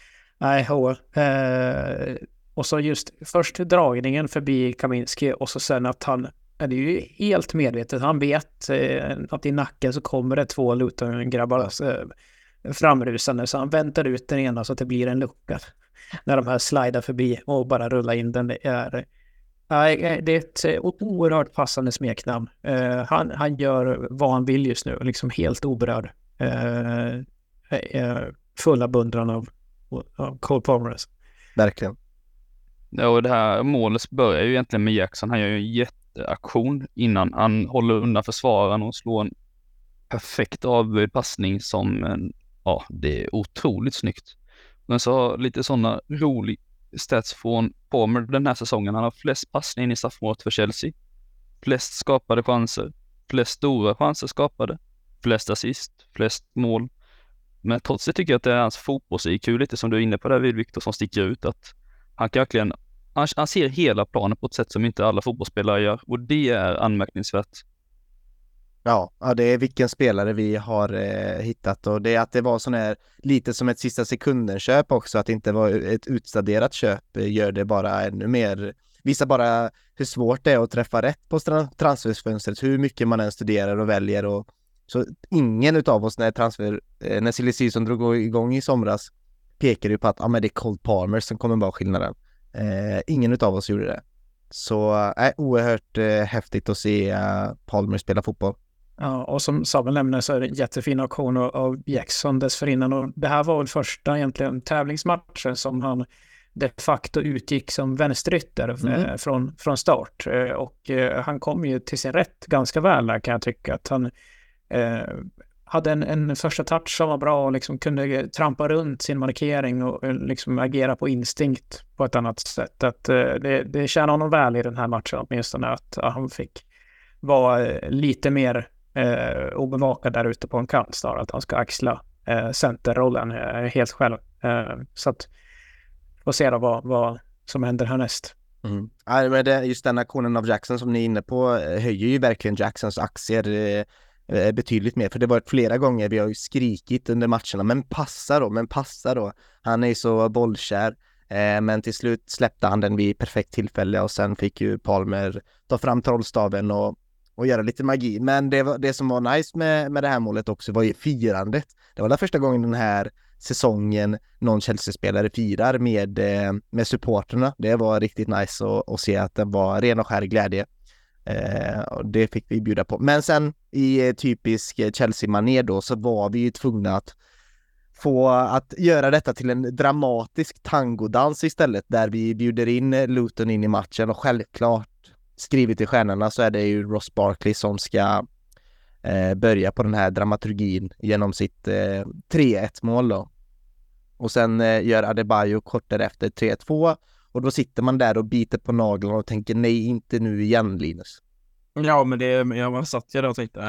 och så just först dragningen förbi Kaminski och så sen att han är det ju helt medvetet. Han vet att i nacken så kommer det 2 Luton-grabbar framrusande, så han väntar ut den ena så att det blir en lucka när de här slidar förbi och bara rullar in den. Det är ett oerhört passande smeknamn. Han gör vad han vill just nu, liksom helt oberörd. Fulla bundran av Cole Palmer. Verkligen. Ja, och det här målet börjar ju egentligen med Jackson. Han gör ju en jätteaktion innan. Han håller undan försvararen och slår en perfekt avpassning som det är otroligt snyggt. Men så lite sådana roliga stats från Palmer den här säsongen. Han har flest passningar in i straffområdet för Chelsea. Flest skapade chanser. Flest stora chanser skapade. Flest assist. Flest mål. Men trots det tycker jag att det är hans fotbolls-IQ, lite som du är inne på där vid Victor, som sticker ut. Att han kan verkligen, han ser hela planen på ett sätt som inte alla fotbollsspelare gör. Och det är anmärkningsvärt. Ja, det är vilken spelare vi har hittat, och det är att det var sån här lite som ett sista sekunden-köp också, att det inte var ett utstaderat köp gör det bara ännu mer, visar bara hur svårt det är att träffa rätt på transferfönstret, hur mycket man än studerar och väljer. Och så ingen utav oss när silly season drog igång i somras pekade ju på att men det är Cole Palmer som kommer vara skillnaden. Ingen utav oss gjorde det. Så oerhört häftigt att se Palmer spela fotboll. Ja, och som Samuel nämnde så är det en jättefin aktion av Jackson dessförinnan. Och det här var väl första egentligen tävlingsmatchen som han de facto utgick som vänsterytter från start. Och han kom ju till sin rätt ganska väl där, kan jag tycka. Att han hade en första touch som var bra och liksom kunde trampa runt sin markering och liksom agera på instinkt på ett annat sätt. Att det tjänar honom väl i den här matchen åtminstone, att han fick vara lite mer obevakad där ute på en kant snarare, att han ska axla centerrollen helt själv. Så att får se då vad som händer härnäst. Ja, men just den aktionen av Jackson som ni är inne på höjer ju verkligen Jacksons aktier betydligt mer, för det var flera gånger vi har ju skrikit under matcherna, men passa då. Han är ju så bollkär, men till slut släppte han den vid perfekt tillfälle och sen fick ju Palmer ta fram trollstaven och göra lite magi. Men det som var nice med det här målet också var ju firandet. Det var den första gången den här säsongen någon Chelsea-spelare firar med supporterna. Det var riktigt nice att se att det var ren och skär glädje. Och det fick vi bjuda på. Men sen i typisk Chelsea-manér då så var vi ju tvungna att få att göra detta till en dramatisk tangodans istället, där vi bjuder in Luton in i matchen, och självklart skrivit i stjärnorna så är det ju Ross Barkley som ska börja på den här dramaturgin genom sitt 3-1 mål då. Och sen gör Adebayo kort därefter 3-2, och då sitter man där och biter på naglarna och tänker nej, inte nu igen, Linus. Ja, men jag satt där och tänkte,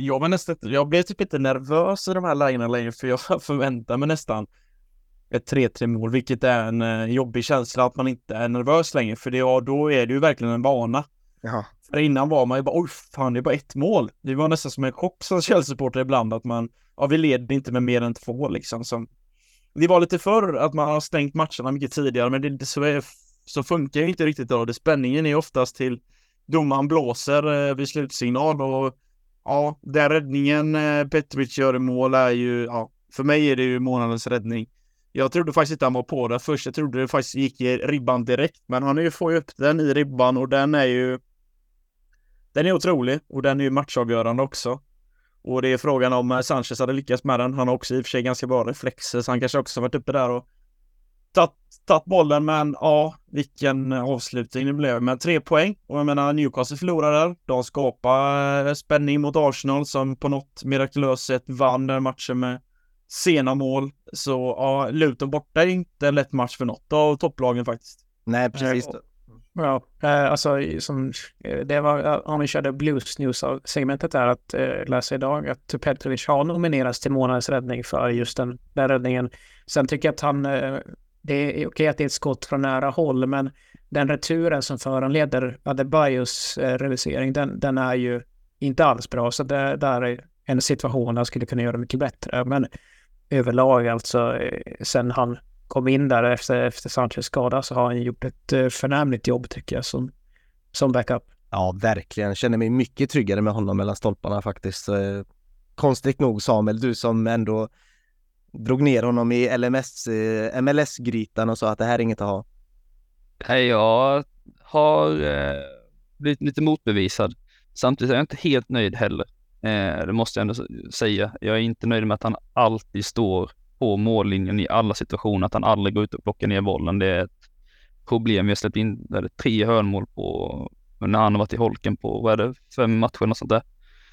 jag blev typ inte nervös i de här lägena längre, för jag förväntar mig nästan ett 3-3 mål, vilket är en jobbig känsla att man inte är nervös längre, för då är det ju verkligen en vana. Ja. För innan var man ju bara, oj fan, det är bara 1 mål. Det var nästan som en chock som Chelsea-supporter ibland, att vi leder inte med mer än 2 liksom. Det var lite förr att man har stängt matcherna mycket tidigare, men så funkar ju inte riktigt då. Spänningen är oftast till domaren blåser vid slutsignal, och ja, den räddningen Petrovic gör i mål är ju, för mig är det ju månadens räddning. Jag trodde faktiskt inte han var på det först. Jag trodde det faktiskt gick i ribban direkt, men han får ju upp den i ribban, och den är otrolig, och den är ju matchavgörande också. Och det är frågan om Sanchez hade lyckats med den. Han har också i och för sig ganska bra reflexer, så han kanske också varit uppe där och tagit bollen, men ja, vilken avslutning det blev. Men 3 poäng, och jag menar Newcastle förlorade. De skapade spänning mot Arsenal som på något mirakulöst sätt vann den matchen med sena mål. Så ja, Luton borta är inte en lätt match för något av topplagen faktiskt. Nej, precis. Ja, alltså som det var, om vi körde Blues News-segmentet där, att läsa idag att Petrovic har nominerats till månadens räddning för just den räddningen. Sen tycker jag att han, det är okej att det är ett skott från nära håll, men den returen som föranleder Adebayos realisering, den är ju inte alls bra. Så det där är en situation där skulle kunna göra mycket bättre. Men överlag alltså, sen han kom in där efter Sanchez skada, så har han gjort ett förnämligt jobb tycker jag som backup. Ja, verkligen. Jag känner mig mycket tryggare med honom mellan stolparna faktiskt. Konstigt nog, Samuel, du som ändå drog ner honom i MLS-grytan och sa att det här är inget att ha. Nej, jag har blivit lite motbevisad. Samtidigt är jag inte helt nöjd heller. Det måste jag ändå säga. Jag är inte nöjd med att han alltid står på mållinjen i alla situationer, att han aldrig går ut och plockar ner bollen. Det är ett problem. Vi har släppt in 3 hörnmål på när han har varit i holken på 5 matcher och sånt där.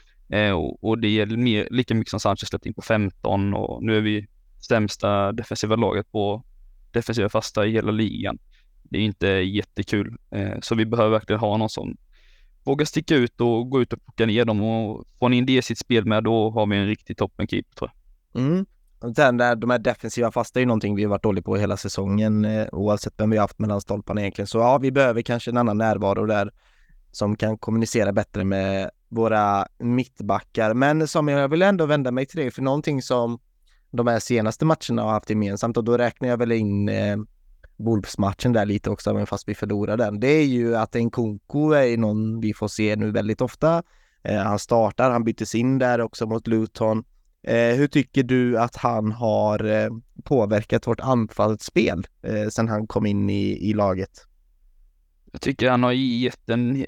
Och det är lika mycket som Sanchez släppt in på 15, och nu är vi sämsta defensiva laget på defensiva fasta i hela ligan. Det är inte jättekul. Så vi behöver verkligen ha någon som vågar sticka ut och gå ut och plocka ner dem, och får ni in det i sitt spel med, då har vi en riktig toppenkeeper, tror jag. Sen där, de här defensiva fasta är ju någonting vi har varit dåliga på hela säsongen, oavsett vem vi har haft mellan stolparna egentligen. Så ja, vi behöver kanske en annan närvaro där som kan kommunicera bättre med våra mittbackar. Men som jag vill ändå vända mig till det, för någonting som de här senaste matcherna har haft gemensamt, och då räknar jag väl in Wolves-matchen där lite också, även fast vi förlorade den. Det är ju att Nkunku är någon vi får se nu väldigt ofta. Han startar, han byttes in där också mot Luton. Hur tycker du att han har påverkat vårt anfallsspel sen han kom in i laget? Jag tycker han har gett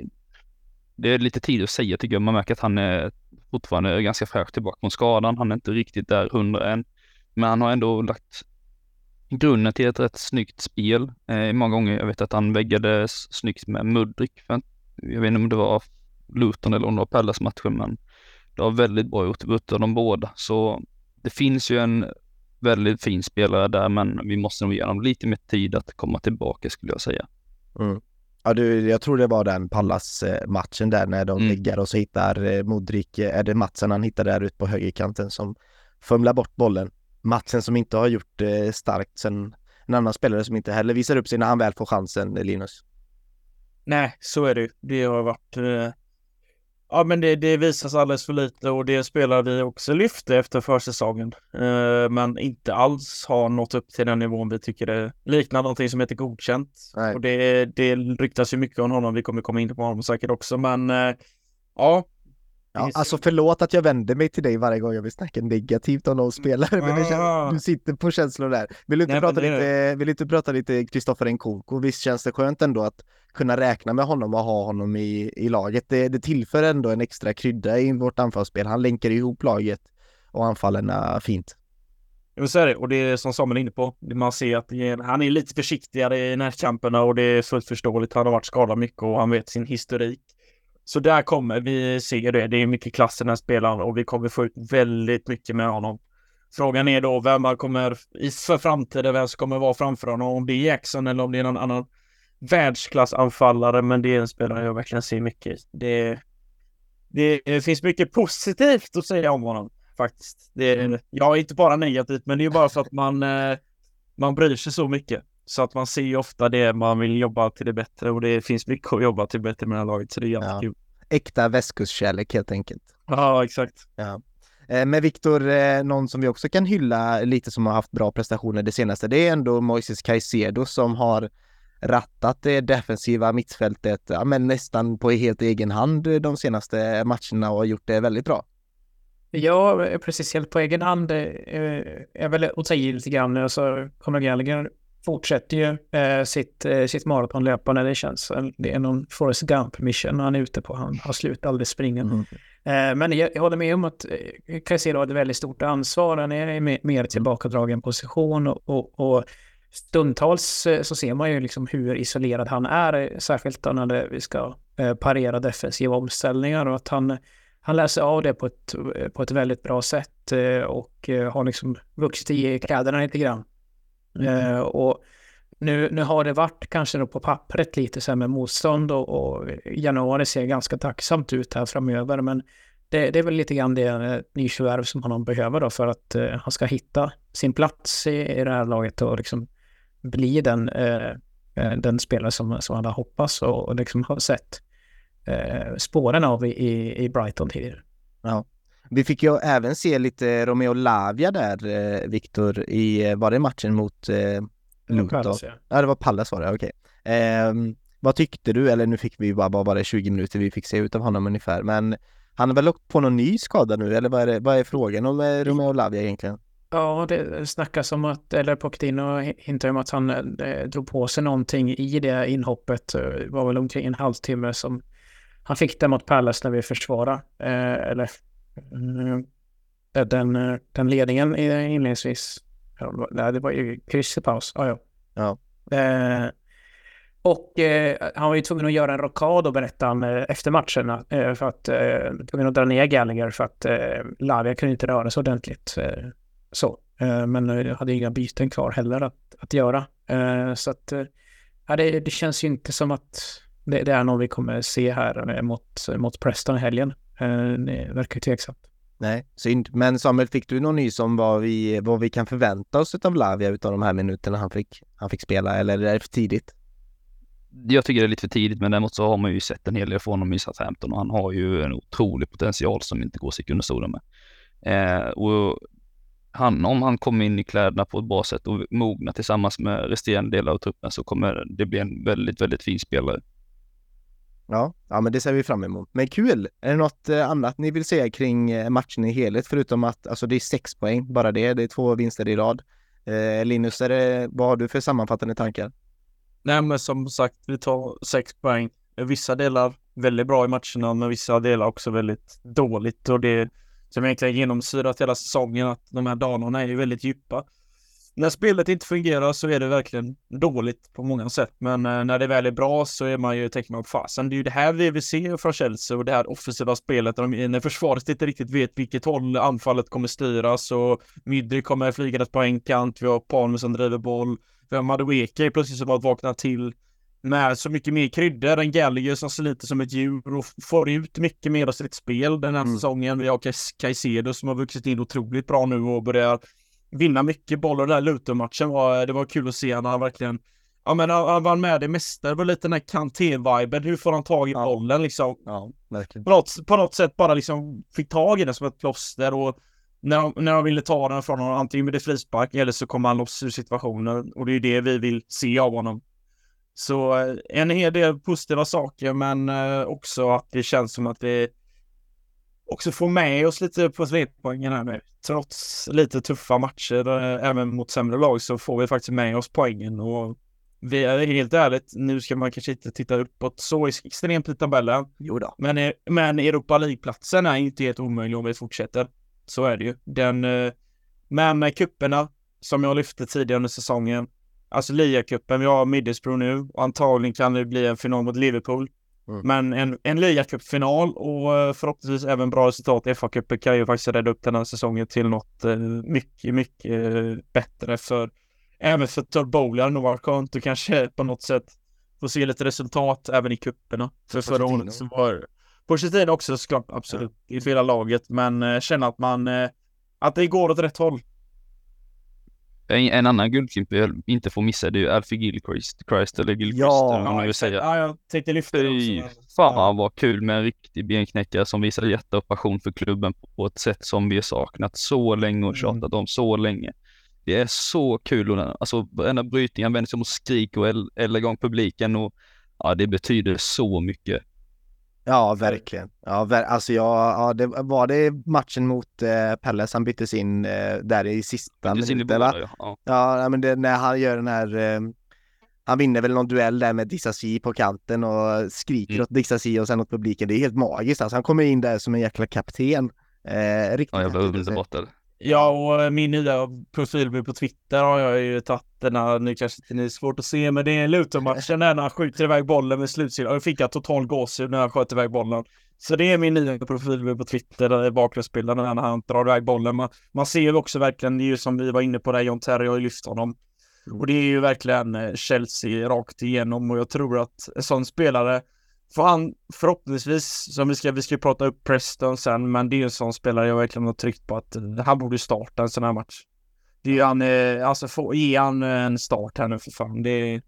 det är lite tid att säga, tycker jag. Man märker att han är fortfarande ganska fräsch tillbaka från skadan. Han är inte riktigt där 100 än. Men han har ändå lagt grunden till ett rätt snyggt spel. Många gånger, jag vet att han väggade snyggt med Mudryk. Jag vet inte om det var Luton eller om det var Palace-matchen, men det var väldigt bra gjort av de båda. Så det finns ju en väldigt fin spelare där, men vi måste nog ge dem lite mer tid att komma tillbaka, skulle jag säga. Ja, jag tror det var den Pallas-matchen där när de ligger och så hittar Mudryk, är det Matsen han hittar där ut på högerkanten som fumlar bort bollen. Matsen som inte har gjort starkt sen en annan spelare som inte heller visar upp sig när han väl får chansen, Linus. Nej, så är det. Det har varit ja, men det visas alldeles för lite, och det spelar vi också lyfte efter försäsongen. Men inte alls har nått upp till den nivån vi tycker det liknar någonting som heter godkänt. Nej. Och det ryktas ju mycket om honom. Vi kommer komma in på honom säkert också, men ja. Ja, alltså förlåt att jag vänder mig till dig varje gång jag vill snacka negativt om någon spelare, men du sitter på känslor där. Vill du inte prata lite Kristoffer Nkunku? Visst känns det skönt ändå att kunna räkna med honom och ha honom i laget. Det tillför ändå en extra krydda i vårt anfallsspel. Han länkar ihop laget och anfallen fint. Jag vill säga det, och det är som Samuel är inne på. Man ser att han är lite försiktigare i närkamperna, och det är fullt förståeligt. Han har varit skadad mycket och han vet sin historik. Så där kommer vi se det. Det är mycket klass i den här spelaren, och vi kommer få ut väldigt mycket med honom. Frågan är då vem man kommer för framtiden, vem som kommer vara framför honom. Om det är Jackson eller om det är någon annan världsklassanfallare, men det är en spelare jag verkligen ser mycket. Det finns mycket positivt att säga om honom faktiskt. Ja, inte bara negativt, men det är bara så att man bryr sig så mycket. Så att man ser ju ofta det man vill jobba till det bättre, och det finns mycket att jobba till bättre med det här laget, så det är jättekul. Äkta västkustkärlek helt enkelt. Ja, exakt. Ja. Men Victor, någon som vi också kan hylla lite som har haft bra prestationer det senaste, det är ändå Moises Caicedo som har rattat det defensiva mittfältet men nästan på helt egen hand de senaste matcherna och har gjort det väldigt bra. Ja, precis, helt på egen hand är väl att ta i lite grann. Alltså, Conor Gallagher fortsätter ju sitt maratonlöpande. Det känns, det är någon Forrest Gump-mission han är ute på. Han har slutat aldrig springa. Men jag håller med om att Caicedo har ett väldigt stort ansvar. Han är mer tillbakadragen position och stundtals så ser man ju liksom hur isolerad han är, särskilt då när vi ska parera defensiva omställningar, och att han läser av det på ett väldigt bra sätt och har liksom vuxit i kläderna lite grann. Och nu har det varit kanske då på pappret lite så här med motstånd, och januari ser ganska tacksamt ut här framöver, men det är väl lite grann det nyförvärv som han behöver då för att han ska hitta sin plats i det här laget och liksom bli den spelare som alla hoppas och liksom har sett spåren av i Brighton tidigare. Ja. Vi fick ju även se lite Romeo Lavia där, Viktor, var det matchen mot Luton? Palace, ja. Ja, det var Pallas var det, okej. Vad tyckte du? Eller nu fick vi bara det 20 minuter vi fick se ut av honom ungefär, men han har väl åkt på någon ny skada nu, eller vad är frågan om Romeo Lavia egentligen? Ja, det snackas om att, eller Pochettino hintar om att han drog på sig någonting i det inhoppet. Det var väl omkring en halvtimme som han fick det mot Palace när vi försvarade. Den ledningen inledningsvis. Ja, det var ju kryss i paus. Ja. Och han var ju tvungen att göra en rockad och berätta han efter matchen för att tvungen att dra ner Gallagher för att Lavia kunde inte röra sig ordentligt. Men jag hade inga byten kvar heller att göra. Så att det känns ju inte som att det är någon vi kommer se här mot Preston i helgen. Det verkar ju tveksamt. Nej, synd. Men Samuel, fick du någon ny som vad vi kan förvänta oss av Lavia utav de här minuterna han fick spela, eller är det för tidigt? Jag tycker det är lite för tidigt, men däremot så har man ju sett en hel del från honom i Southampton och han har ju en otrolig potential som inte går sig under stolen med. Och om han kommer in i kläderna på ett bra sätt och mogna tillsammans med resterande delar av truppen, så kommer det bli en väldigt, väldigt fin spelare. Ja, men det ser vi fram emot. Men kul! Är det något annat ni vill säga kring matchen i helhet, förutom att alltså, det är 6 poäng, bara det är 2 vinster i rad. Linus, vad har du för sammanfattande tankar? Nej, men som sagt, vi tar 6 poäng. Vissa delar väldigt bra i matcherna, men vissa delar också väldigt dåligt. Och det som egentligen genomsyrat hela säsongen, att de här dalarna är ju väldigt djupa. När spelet inte fungerar så är det verkligen dåligt på många sätt. Men när det väl är bra så är man ju tänker man fasen. Det är ju det här vi vill se från Chelsea, och det här offensiva spelet när försvaret inte riktigt vet vilket håll anfallet kommer styras, och Mydri kommer flyga på en kant, vi har Palmer som driver boll, vi har Madueke plötsligt som har vaknat till med så mycket mer kryddor, en Gallagher som sliter som ett djur och får ut mycket mer av sitt spel den här säsongen. Vi har Caicedo som har vuxit in otroligt bra nu och börjar vinna mycket boll, och den där Luton-matchen det var kul att se. Han verkligen, han var med det mesta. Det var lite den här Kanté-viben. Hur får han tag i bollen liksom? Ja, verkligen. På något sätt bara liksom fick tag i den som ett plåster, och när han ville ta den från honom, antingen med det frispark eller så kommer han loss ur situationen, och det är ju det vi vill se av honom. Så en hel del positiva saker, men också att det känns som att vi också får med oss lite på poängen här nu. Trots lite tuffa matcher, även mot sämre lag, så får vi faktiskt med oss poängen. Och vi är helt ärligt, nu ska man kanske inte titta uppåt så extremt i tabellen. Jo då. Men Europa League-platsen är inte helt omöjlig om vi fortsätter. Så är det ju. Men med kupperna, som jag lyfte tidigare under säsongen, alltså Liga-cupen, vi har Middlesbrough nu, och antagligen kan det bli en final mot Liverpool. Men en Liga-cupfinal och förhoppningsvis även bra resultat i FA-cupen kan ju faktiskt rädda upp den här säsongen till något mycket, mycket bättre även för Todd Bowley och Noah Kant, och kanske på något sätt få se lite resultat även i kupperna. För förra året så var Pochettino också såklart absolut i hela laget, men känna att det går åt rätt håll. En annan guldklimp jag inte får missa, det är ju Alfie Gilchrist, jag tänkte lyfta det också. Fan vad kul med en riktig benknäckare som visar hjärta och passion för klubben på ett sätt som vi har saknat så länge och tjatat om så länge. Det är så kul, och alltså varenda brytning han vänder sig om och skriker och eldar igång publiken, och det betyder så mycket. Ja, verkligen. Det var det matchen mot Palace, han byttes in där i sista minuten, va? Men när han gör den här han vinner väl någon duell där med Disasi på kanten och skriker åt Disasi och sen åt publiken. Det är helt magiskt. Alltså, han kommer in där som en jäkla kapten. Riktigt jag blev underbart där. Ja, och min nya profilbild på Twitter har jag ju tagit den här, nu kanske inte ni är svårt att se, men det är Luton-matchen när han skjuter iväg bollen med slutsidan. Jag fick total gåshud när han sköt iväg bollen. Så det är min nya profilbild på Twitter, där är bakgrundsbilden när han drar iväg bollen. Man ser ju också verkligen, det är ju som vi var inne på där, John Terry har ju lyft honom. Och det är ju verkligen Chelsea rakt igenom, och jag tror att en sån spelare, för han förhoppningsvis, som vi ska prata upp Preston sen, men det är ju en sån spelare jag verkligen har tryckt på att han borde starta en sån här match. Det är ju han, alltså ge han en start här nu för fan. Det är,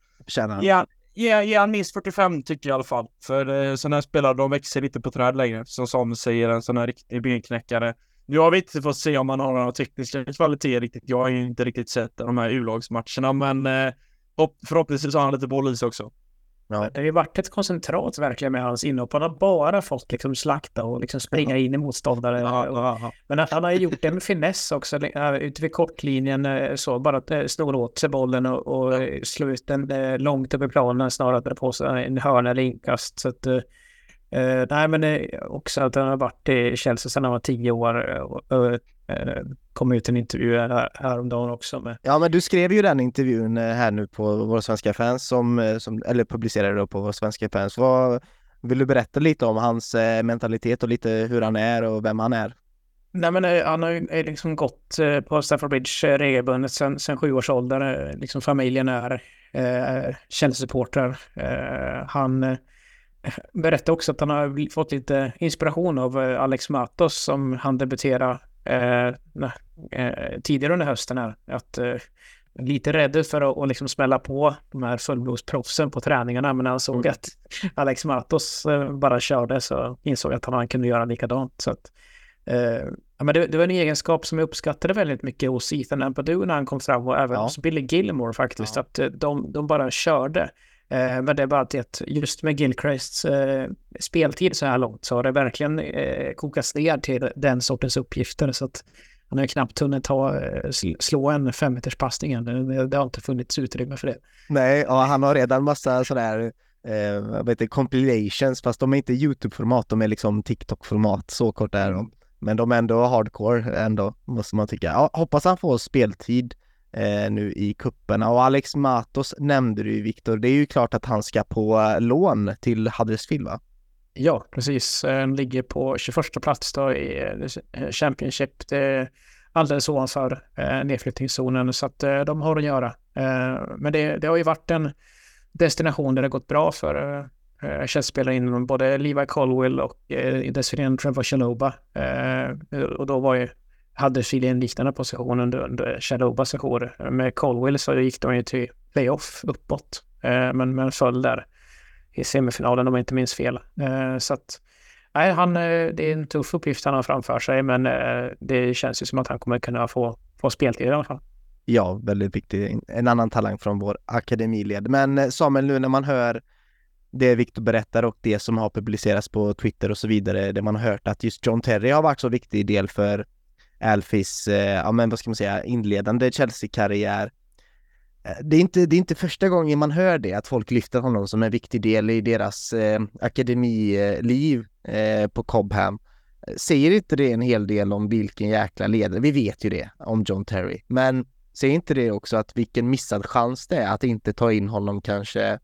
ge han minst 45 tycker jag i alla fall. För sådana här spelare, de växer lite på träd längre. Som Samuel säger, en sån här riktig benknäckare. Nu har vi inte fått se om man har några tekniska kvaliteter riktigt. Jag har ju inte riktigt sett de här U-lagsmatcherna, men förhoppningsvis har han lite boll i sig också. Ja. Det har ju varit ett koncentrat verkligen med hans inhopp. Han har bara fått liksom slakta och liksom springa in i motståndare. Men att han har gjort det med finess också. Ute vid kortlinjen så bara att snor åt sig bollen och slå ut den långt över planen snarare på sig en hörna eller inkast. Så att, nej, men också att han har varit i Chelsea sedan han var 10 år och kom ut en intervju häromdagen också. Ja, men du skrev ju den intervjun här nu på Våra Svenska Fans eller publicerade då på Våra Svenska Fans. Vill du berätta lite om hans mentalitet och lite hur han är och vem han är? Nej, men han har ju liksom gått på Stamford Bridge regelbundet sen 7 års ålder. Liksom familjen är Chelsea-supportrar. Han berättade också att han har fått lite inspiration av Alex Matos som han debuterade tidigare under hösten här. Att lite rädd för att liksom smälla på de här fullblodsproffsen på träningarna, men han såg att Alex Matos bara körde, så insåg att han kunde göra likadant. Så att, ja, men det var en egenskap som jag uppskattade väldigt mycket hos Ethan Ampadu när han kom fram, och även hos Billy Gilmore faktiskt, att de bara körde. Men det är bara att just med Gilchrists speltid så här långt så har det verkligen kokats ner till den sortens uppgifter, så att han har ju knappt hunnit slå en 5-meters passning än. Det har inte funnits utrymme för det. Nej, och han har redan massa sådär compilations, fast de är inte YouTube-format, de är liksom TikTok-format, så kort är de. Men de är ändå hardcore ändå, måste man tycka. Ja, hoppas han får speltid nu i kupperna. Och Alex Matos nämnde du ju, Viktor. Det är ju klart att han ska på lån till Huddersfield, va? Ja, precis. Han ligger på 21 plats då i Championship. Det är alldeles ovanför nedflyttningszonen, så att de har att göra. Men det har ju varit en destination där det gått bra för Chelsea-spelare inom både Levi Colwill och dessförinnan Trevor Chalobah. Och då var ju Huddersfield i en liknande position under Chalobahs år. Med Colwill så gick de ju till playoff uppåt, men föll där i semifinalen om jag inte minns fel. Så att nej, det är en tuff uppgift han har framför sig, men det känns ju som att han kommer kunna få speltid i alla fall. Ja, väldigt viktig. En annan talang från vår akademiled. Men Samuel, nu när man hör det Viktor berättar och det som har publicerats på Twitter och så vidare, det man har hört att just John Terry har varit så viktig del för Alfies, vad ska man säga, inledande Chelsea-karriär. Det är inte första gången man hör det, att folk lyfter honom som en viktig del i deras akademiliv på Cobham. Säger inte det en hel del om vilken jäkla ledare? Vi vet ju det om John Terry, men säger inte det också att vilken missad chans det är att inte ta in honom kanske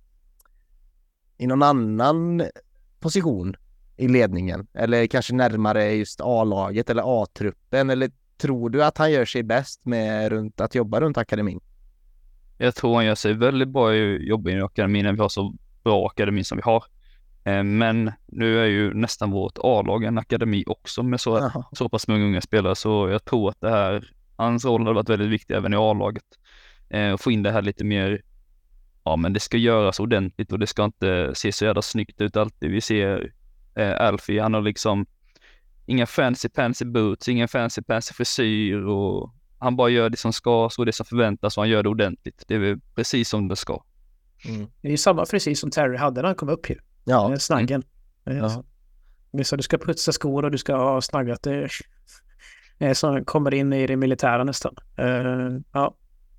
i någon annan position i ledningen, eller kanske närmare just A-laget eller A-truppen, eller tror du att han gör sig bäst med att jobba runt akademin? Jag tror han gör sig väldigt bra i jobb i akademin när vi har så bra akademi som vi har. Men nu är ju nästan vårt A-lag en akademi också med så pass många unga spelare, så jag tror att hans roll har varit väldigt viktig även i A-laget. Och få in det här lite mer, men det ska göras ordentligt och det ska inte se så jävla snyggt ut alltid. Vi ser Alfie, han har liksom inga fancy boots, ingen fancy frisyr, och han bara gör det som ska, så det som förväntas, och han gör det ordentligt. Det är väl precis som det ska. Det är ju samma frisyr som Terry hade när han kom upp här. Ja. Snaggen. Så du ska putsa skor och du ska ha snaggat. Det är som kommer in i det militära nästan. Ja.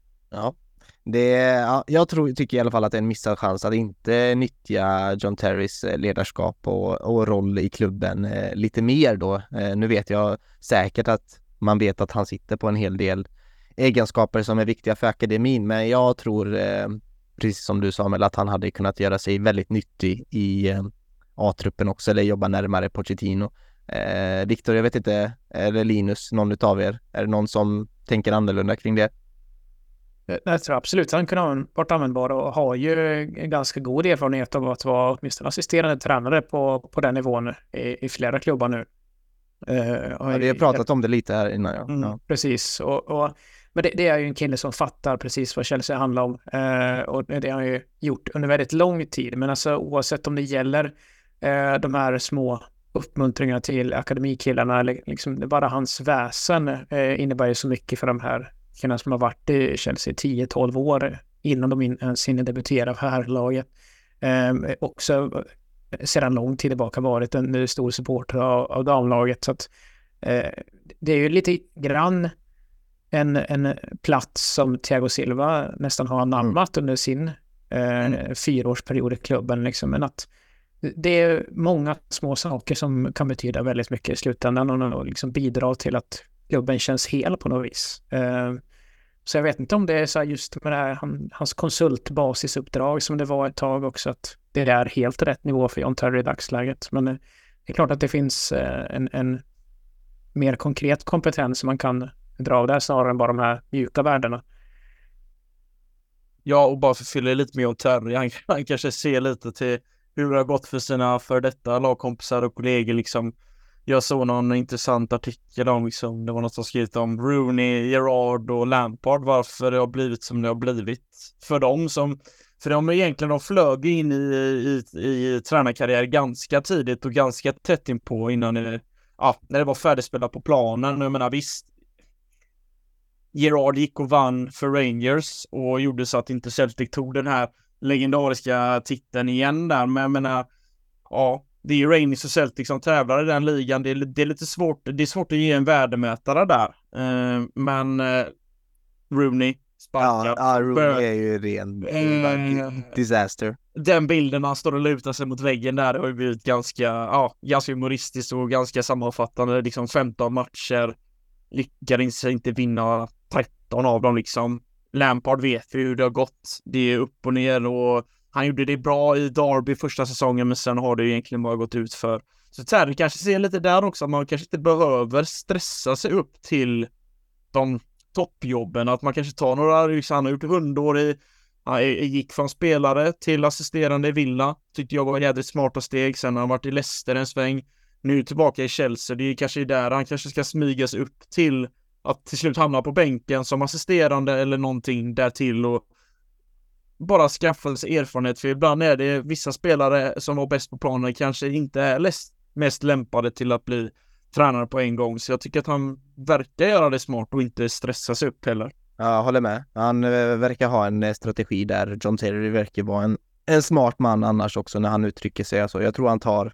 Jag tycker i alla fall att det är en missad chans att inte nyttja John Terrys ledarskap och roll i klubben lite mer då. Nu vet jag säkert att man vet att han sitter på en hel del egenskaper som är viktiga för akademin. Men jag tror, precis som du Samuel, att han hade kunnat göra sig väldigt nyttig i A-truppen också, eller jobba närmare Pochettino. Viktor, jag vet inte, eller Linus, någon utav er, är det någon som tänker annorlunda kring det? Jag tror absolut han kunde ha varit användbar och har ju en ganska god erfarenhet av att vara åtminstone assisterande tränare på den nivån i flera klubbar nu. Vi har pratat om det lite här innan. Ja. Precis, men det är ju en kille som fattar precis vad Chelsea handlar om, och det har han ju gjort under väldigt lång tid. Men alltså oavsett om det gäller de här små uppmuntringarna till akademikillarna, eller liksom bara hans väsen innebär ju så mycket för de här killarna som har varit i Chelsea 10-12 år innan de ens hinner debutera för här laget. Också sedan lång tid tillbaka varit en stor supporter av damlaget, så att det är ju lite grann en plats som Thiago Silva nästan har anammat under sin 4-årsperiod i klubben liksom. Men att det är många små saker som kan betyda väldigt mycket i slutändan och liksom bidra till att klubben känns hel på något vis. Så jag vet inte om det är så här just med det här, hans konsultbasisuppdrag som det var ett tag också, att det är helt rätt nivå för John Terry i dagsläget. Men det är klart att det finns en mer konkret kompetens som man kan dra av där snarare än bara de här mjuka värdena. Ja, och bara för att fylla lite med John Terry, han kanske ser lite till hur det har gått för sina för detta lagkompisar och kollegor liksom. Jag såg någon intressant artikel om liksom, det var något som skrivit om Rooney, Gerrard och Lampard, varför det har blivit som det har blivit för dem för de egentligen, de flög in i tränarkarriär ganska tidigt och ganska tätt in på innan när det var färdigspelat på planen. Jag menar visst, Gerrard gick och vann för Rangers och gjorde så att inte Celtic tog den här legendariska titeln igen där, men jag menar, det är ju Rangers och Celtic som tävlar i den ligan. Det är lite svårt. Det är svårt att ge en värdemätare där. Men Rooney sparkar. Ja, Rooney är ju ren disaster. Den bilden han står och lutar sig mot väggen där, det har ju blivit ganska humoristiskt och ganska sammanfattande. Liksom 15 matcher, lyckades inte vinna 13 av dem liksom. Lampard vet vi hur det har gått. Det är upp och ner, och han gjorde det bra i Derby första säsongen, men sen har det egentligen bara gått ut för. Så Terry kanske ser lite där också, att man kanske inte behöver stressa sig upp till de toppjobben, att man kanske tar några, liksom, han har gjort 100 år gick från spelare till assisterande i Villa, tyckte jag var ett jävligt smarta steg. Sen har han varit i Leicester en sväng, nu tillbaka i Chelsea. Det är kanske där han kanske ska smygas upp till att till slut hamna på bänken som assisterande eller någonting därtill, och bara skaffa sig erfarenhet. För ibland är det vissa spelare som var bäst på planen kanske inte är mest lämpade till att bli tränare på en gång. Så jag tycker att han verkar göra det smart och inte stressa sig upp heller. Ja, jag håller med. Han verkar ha en strategi där. John Terry verkar vara en smart man annars också när han uttrycker sig. Alltså, jag tror han tar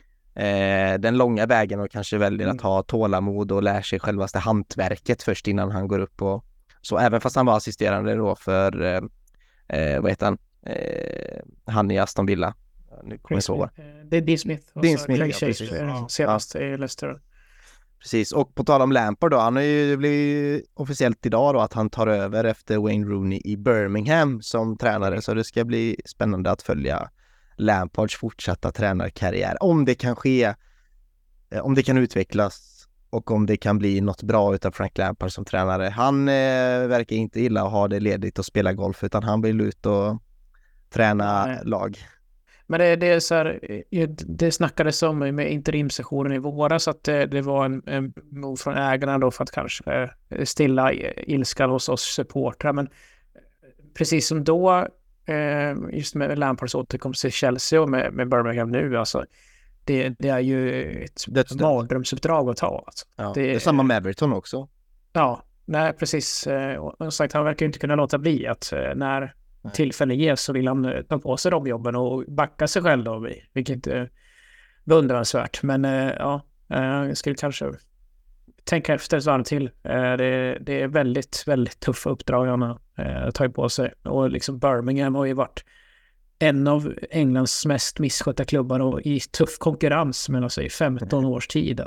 den långa vägen och kanske väljer att ha tålamod och lär sig självaste hantverket först innan han går upp. Och så även fast han var assisterande då för vad heter han? Han i Aston Villa. Nu kommer jag ihåg. Det är Dean Smith. Dean Smith, ja, precis. Senast i Leicester. Precis, och på tal om Lampard då, han har ju blivit officiellt idag då att han tar över efter Wayne Rooney i Birmingham som tränare, så det ska bli spännande att följa Lampards fortsatta tränarkarriär, om det kan ske, om det kan utvecklas och om det kan bli något bra utav Frank Lampard som tränare. Han verkar inte gilla att ha det ledigt och spela golf, utan han vill ut och träna lag. Men det är så här, det snackades om med interimsessionen i våras att det var en move från ägarna då för att kanske stilla ilskan hos oss supportrar. Men precis som då, just med Lampards återkomst till Chelsea och med Birmingham nu, alltså det är ju ett mardrömsuppdrag att ta. Alltså. Ja, det är samma med Everton också. Ja, nej precis. Och sagt, han verkar inte kunna låta bli att när tillfälle ges så vill han ta på sig de jobben och backa sig själv då, vilket är beundransvärt. Men jag skulle kanske tänka efter ett varv till. Det är väldigt, väldigt tuffa uppdrag han har tagit på sig. Och liksom Birmingham har ju varit en av Englands mest misskötta klubbar och i tuff konkurrens mellan sig 15 års tid. Alltså.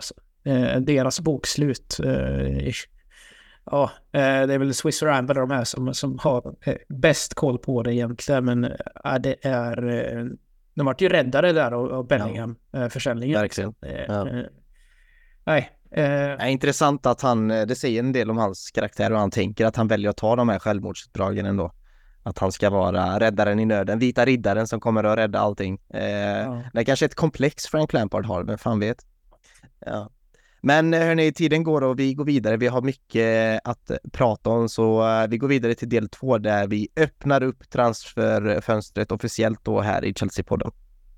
deras bokslut. Ja, det är väl Swiss Ramble de här som har bäst koll på det egentligen. Men det är... de var ju räddare där av Bellingham-försäljningen. Verkligen. Nej. Intressant att det säger en del om hans karaktär och han tänker att han väljer att ta de här självmordsuppdragen ändå. Att han ska vara räddaren i nöden, vita riddaren som kommer att rädda allting. Det är kanske ett komplex Frank Lampard har, men fan vet. Ja. Men hörni, tiden går och vi går vidare. Vi har mycket att prata om, så vi går vidare till del 2 där vi öppnar upp transferfönstret officiellt då här i Chelsea-podden.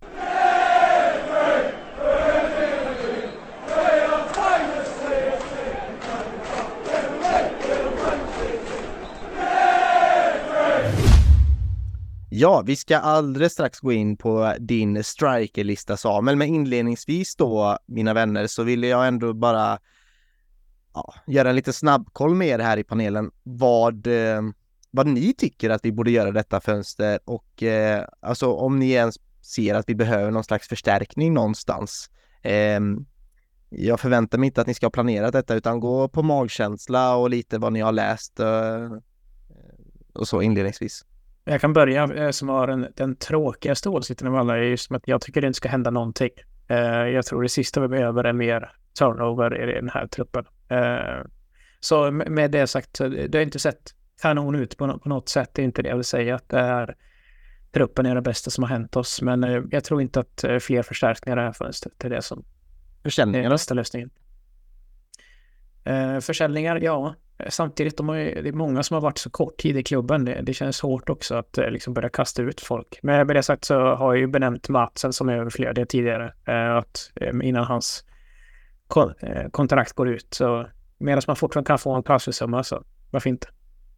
Ja, vi ska alldeles strax gå in på din strikerlista, Samuel, men inledningsvis då, mina vänner, så vill jag ändå bara göra en lite snabbkoll med er här i panelen. Vad ni tycker att vi borde göra detta fönster och alltså om ni ens ser att vi behöver någon slags förstärkning någonstans. Jag förväntar mig inte att ni ska ha planerat detta utan gå på magkänsla och lite vad ni har läst och så inledningsvis. Jag kan börja som har den tråkigaste åsikten av alla är just att jag tycker det inte ska hända någonting. Jag tror det sista vi behöver är mer turnover i den här truppen. Så med det sagt, det har inte sett kanon ut på något sätt. Det är inte det jag vill säga att truppen är det bästa som har hänt oss. Men jag tror inte att fler förstärkningar i det här fönstret är det som är nästa lösningen. Försäljningar, ja. Samtidigt, det är många som har varit så kort tid i klubben. Det känns hårt också att liksom börja kasta ut folk. Men med det sagt så har jag ju benämnt Matsen som jag överflödade tidigare. Att innan hans kontrakt går ut. Så medan man fortfarande kan få en paussumma så varför inte?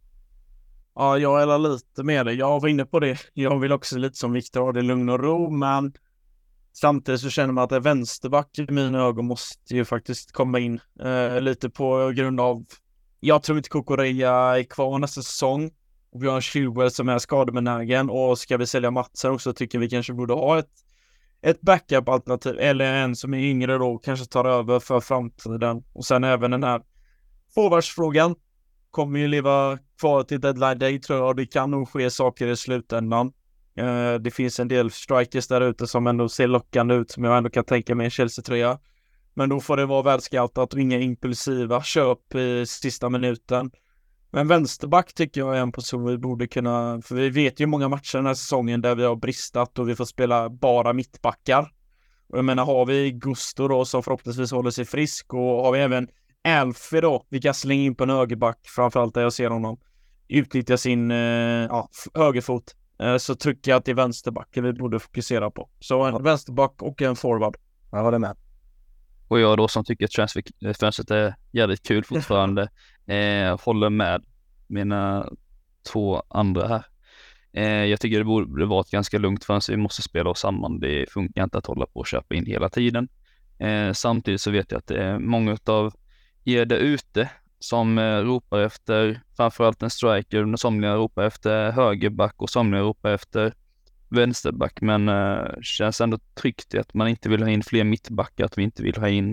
Ja, jag är lite med det. Jag var inne på det. Jag vill också lite som Victor ha det lugn och ro, men samtidigt så känner man att en vänsterback i mina ögon måste ju faktiskt komma in lite på grund av jag tror inte Kukureya är kvar nästa säsong. Och vi har en Chilwell som är skadebenägen. Och ska vi sälja Matsen också tycker vi kanske borde ha ett backup-alternativ. Eller en som är yngre då kanske tar över för framtiden. Och sen även den här forwardsfrågan kommer ju leva kvar till deadline day tror jag. Det kan nog ske saker i slutändan. Det finns en del strikers där ute som ändå ser lockande ut. Som jag ändå kan tänka mig en Chelsea-tröja. Men då får det vara välscoutat och inga impulsiva köp i sista minuten. Men vänsterback tycker jag är en position vi borde kunna... För vi vet ju många matcher den här säsongen där vi har bristat och vi får spela bara mittbackar. Och jag menar, har vi Gusto då som förhoppningsvis håller sig frisk och har vi även Alfie då, vi kan slänga in på en högerback, framförallt där jag ser honom utnyttja sin högerfot. Så tycker jag att det är vänsterbacken vi borde fokusera på. Så en vänsterback och en forward. Jag håller med. Och jag då som tycker att transferfönstret är jävligt kul fortfarande håller med mina två andra här. Jag tycker det borde vara ett ganska lugnt fönster. Vi måste spela oss samman. Det funkar inte att hålla på och köpa in hela tiden. Samtidigt så vet jag att det är många av er där ute som ropar efter framförallt en striker. Somliga ropar efter högerback och somliga ropar efter vänsterback, men känns ändå tryggt att man inte vill ha in fler mittbackar, att vi inte vill ha in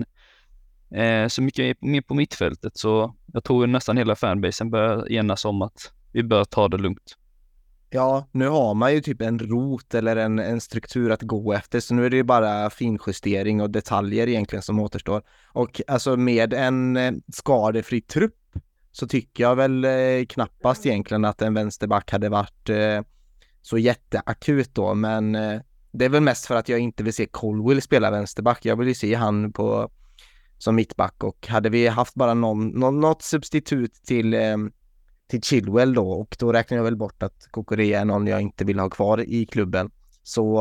så mycket mer på mittfältet. Så jag tror nästan hela fanbasen börjar enas om att vi bör ta det lugnt. Ja, nu har man ju typ en rot eller en struktur att gå efter, så nu är det ju bara finjustering och detaljer egentligen som återstår. Och alltså med en skadefri trupp så tycker jag väl knappast egentligen att en vänsterback hade varit så jätteakut då, men det är väl mest för att jag inte vill se Colwill spela vänsterback. Jag vill ju se han som mittback, och hade vi haft bara något substitut till Chilwell då, och då räknar jag väl bort att Kukureya är någon jag inte vill ha kvar i klubben, så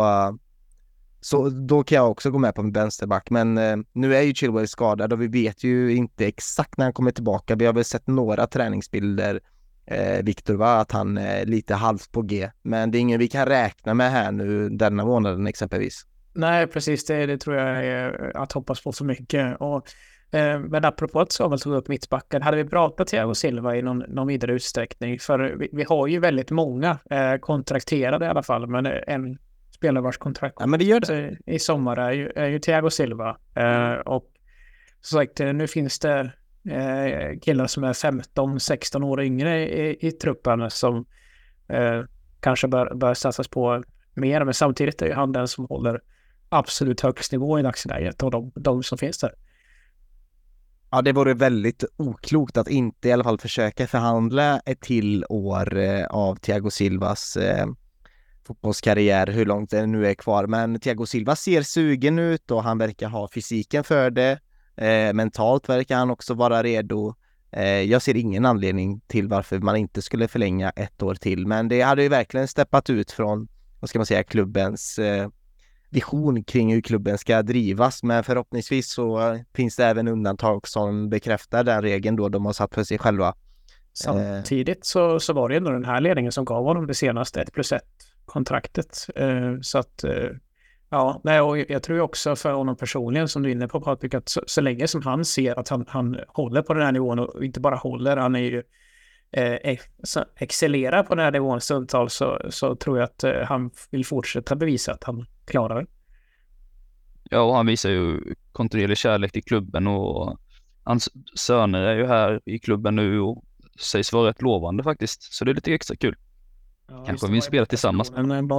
då kan jag också gå med på en vänsterback. Men nu är ju Chilwell skadad och vi vet ju inte exakt när han kommer tillbaka. Vi har väl sett några träningsbilder, Victor, va? Att han är lite halvt på G. Men det är ingen vi kan räkna med här nu denna månaden exempelvis. Nej, precis. Det tror jag är att hoppas på för mycket. Men apropå att Samuel tog upp mittbacken, hade vi pratat Thiago Silva i någon vidare utsträckning? För vi har ju väldigt många kontrakterade i alla fall, men en spelare vars kontrakt men det gör det. I sommar är ju Thiago Silva. Och Så sagt, nu finns det killar som är 15-16 år yngre i truppen som kanske bör satsas på mer, men samtidigt är han den som håller absolut högst nivå i dagsläget och de som finns där. Ja, det vore väldigt oklokt att inte i alla fall försöka förhandla ett till år av Thiago Silvas fotbollskarriär, hur långt det nu är kvar. Men Thiago Silva ser sugen ut och han verkar ha fysiken för det. Mentalt verkar han också vara redo. Jag ser ingen anledning till varför man inte skulle förlänga ett år till. Men det hade ju verkligen steppat ut från, vad ska man säga, klubbens vision kring hur klubben ska drivas. Men förhoppningsvis så finns det även undantag som bekräftar den regeln då de har satt för sig själva. Samtidigt så var det ändå den här ledningen som gav honom det senaste 1+1-kontraktet. Så att ja, nej, och jag tror också för honom personligen, som du är inne på Patrik, att så länge som han ser att han håller på den här nivån, och inte bara håller, han är ju excellerar på den här nivån stundtals, så tror jag att han vill fortsätta bevisa att han klarar det. Ja, och han visar ju kontinuerlig kärlek till klubben, och hans söner är ju här i klubben nu och sägs vara rätt lovande faktiskt. Så det är lite extra kul. Ja, kanske vi spelar tillsammans.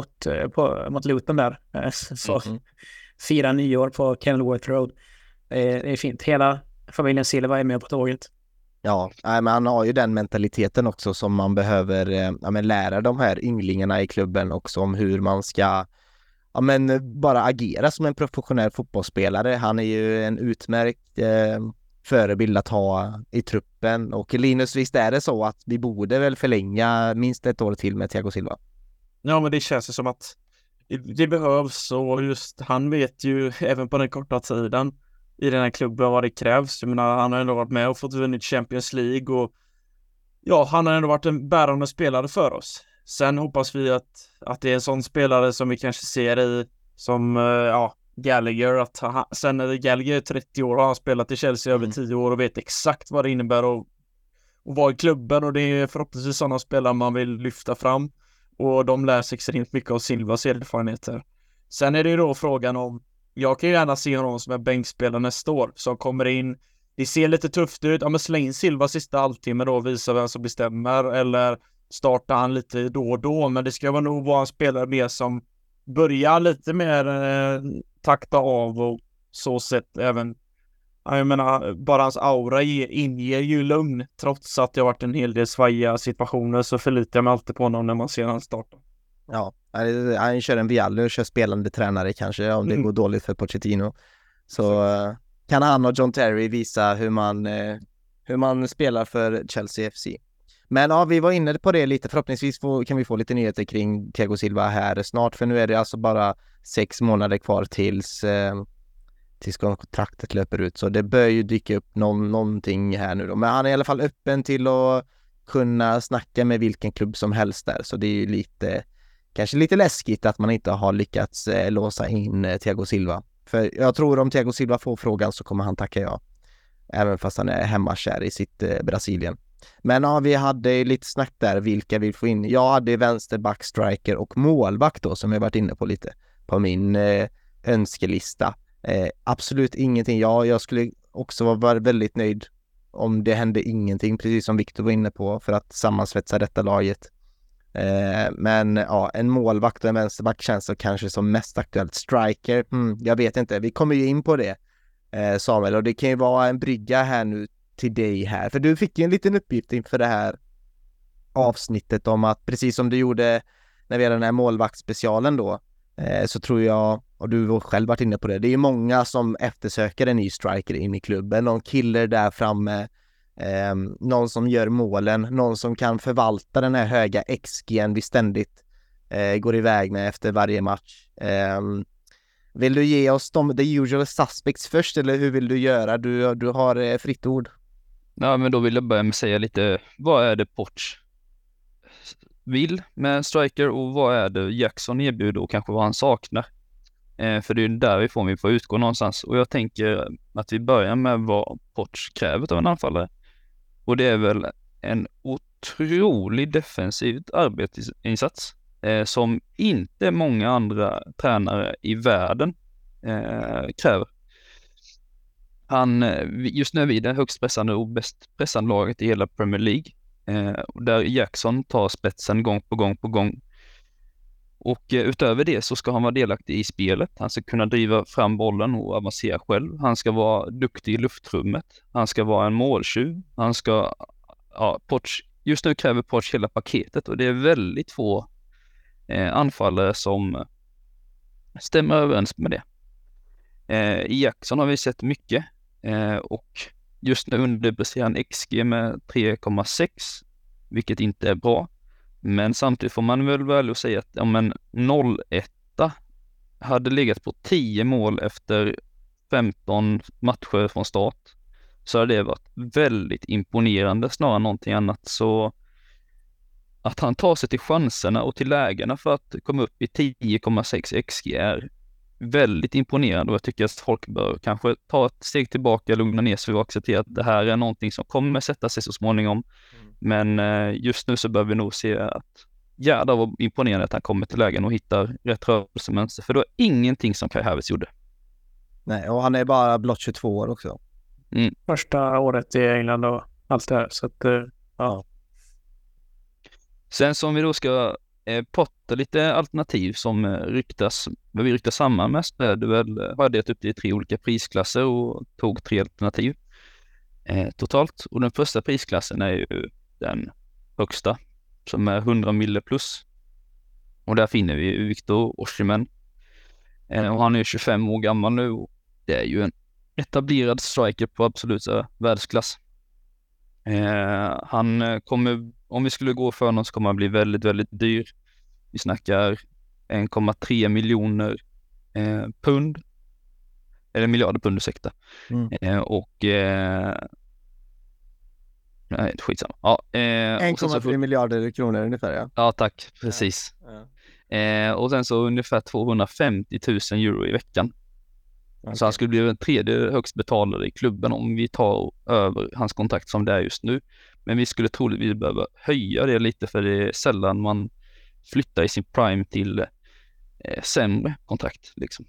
Mot Luton där. Så fira nyår på Kenilworth Road. Det är fint. Hela familjen Silva är med på tåget. Ja, men han har ju den mentaliteten också som man behöver lära de här ynglingarna i klubben också om hur man ska bara agera som en professionell fotbollsspelare. Han är ju en utmärkt förebild att ha i truppen. Och Linus, visst är det så att vi borde väl förlänga minst ett år till med Thiago Silva? Ja, men det känns som att det behövs, och just han vet ju även på den korta tiden i den här klubben vad det krävs. Jag menar, han har ändå varit med och fått vunnit Champions League, och ja, han har ändå varit en bärande spelare för oss. Sen hoppas vi att det är en sån spelare som vi kanske ser i som Gallagher, att sen när Gallagher är 30 år och han spelat i Chelsea över 10 år och vet exakt vad det innebär att vara i klubben, och det är förhoppningsvis sådana spelare man vill lyfta fram, och de lär sig extremt mycket av Silvas erfarenheter. Sen är det ju då frågan om, jag kan ju gärna se honom som en bänkspelare nästa år som kommer in, det ser lite tufft ut, men släng in Silva sista halvtimme då och visa vem som bestämmer, eller startar han lite då och då, men det ska nog vara en spelare mer som börjar lite mer takta av, och så sett även, jag menar, bara hans aura inger ju lugn, trots att det har varit en hel del svajiga situationer, så förlitar jag mig alltid på honom när man ser han starta. Ja, han kör en Vialli och kör spelande tränare kanske om det går dåligt för Pochettino. Så kan han och John Terry visa hur man spelar för Chelsea FC. Men ja, vi var inne på det lite. Förhoppningsvis kan vi få lite nyheter kring Thiago Silva här snart. För nu är det alltså bara 6 månader kvar tills kontraktet löper ut. Så det bör ju dyka upp någonting här nu då. Men han är i alla fall öppen till att kunna snacka med vilken klubb som helst där. Så det är ju kanske lite läskigt att man inte har lyckats låsa in Thiago Silva. För jag tror om Thiago Silva får frågan så kommer han tacka ja. Även fast han är hemmakär i sitt Brasilien. Men ja, vi hade lite snack där vilka vill få in. Jag hade vänsterback, striker och målvakt då, som jag varit inne på lite på min önskelista. Absolut ingenting. Jag skulle också vara väldigt nöjd om det hände ingenting, precis som Victor var inne på, för att sammansvetsa detta laget. Men ja, en målvakt och en vänsterback känns så kanske som mest aktuellt. Striker, jag vet inte. Vi kommer ju in på det, Samuel, och det kan ju vara en brygga här nu till dig här, för du fick ju en liten uppgift inför det här avsnittet om att, precis som du gjorde när vi hade den här målvaktsspecialen då, så tror jag, och du har själv varit inne på det, det är ju många som eftersöker en ny striker in i klubben, någon killer där framme, någon som gör målen, någon som kan förvalta den här höga XG:n vi ständigt går iväg med efter varje match. Vill du ge oss the usual suspects först, eller hur vill du göra? Du har fritt ord. Ja, men då vill jag börja med att säga lite, vad är det Poch vill med striker, och vad är det Jackson erbjuder och kanske vad han saknar. För det är därifrån vi får utgå någonstans. Och jag tänker att vi börjar med vad Poch kräver av en anfallare. Och det är väl en otrolig defensivt arbetsinsats som inte många andra tränare i världen kräver. Just nu är vi det högst pressande och bäst pressande laget i hela Premier League. Där Jackson tar spetsen gång på gång på gång. Och utöver det så ska han vara delaktig i spelet. Han ska kunna driva fram bollen och avancera själv. Han ska vara duktig i luftrummet. Han ska vara en måltjuv. Han ska... Ja, just nu kräver Poch hela paketet och det är väldigt få anfallare som stämmer överens med det. I Jackson har vi sett mycket och just nu underpresterar han XG med 3,6, vilket inte är bra. Men samtidigt får man väl säga att om en 0-1 hade legat på 10 mål efter 15 matcher från start, så hade det varit väldigt imponerande snarare än någonting annat. Så att han tar sig till chanserna och till lägena för att komma upp i 10,6 XG är väldigt imponerande, och jag tycker att folk bör kanske ta ett steg tillbaka, lugna ner sig och acceptera att det här är någonting som kommer sätta sig så småningom. Men just nu så bör vi nog se att jävlar vad imponerande att han kommer till lägen och hittar rätt rörelsemönster, för det var ingenting som Kai Havertz gjorde. Nej, och han är bara blott 22 år också. Första året i England och allt det här, så att ja. Sen som vi då ska potta lite alternativ som vi ryktas samman med, så är det väl, har jag delat upp det i 3 olika prisklasser och tog 3 alternativ totalt. Och den första prisklassen är ju den högsta, som är 100 mille plus. Och där finner vi Victor Osimhen. Och han är 25 år gammal nu, och det är ju en etablerad striker på absolut världsklass. Han kommer, om vi skulle gå för honom, så kommer han bli väldigt, väldigt dyr. Vi snackar 1,3 miljoner pund. Eller miljarder pund, ursäkta. Nej, skitsamma. Ja, 1,3 miljarder kronor ungefär, ja. Ja, tack. Precis. Ja. Och sen så ungefär 250 000 euro i veckan. Okay. Så han skulle bli den 3:e högst betalade i klubben om vi tar över hans kontrakt som det är just nu. Men vi skulle troligtvis behöva höja det lite, för det är sällan man flyttar i sin prime till sämre kontrakt liksom.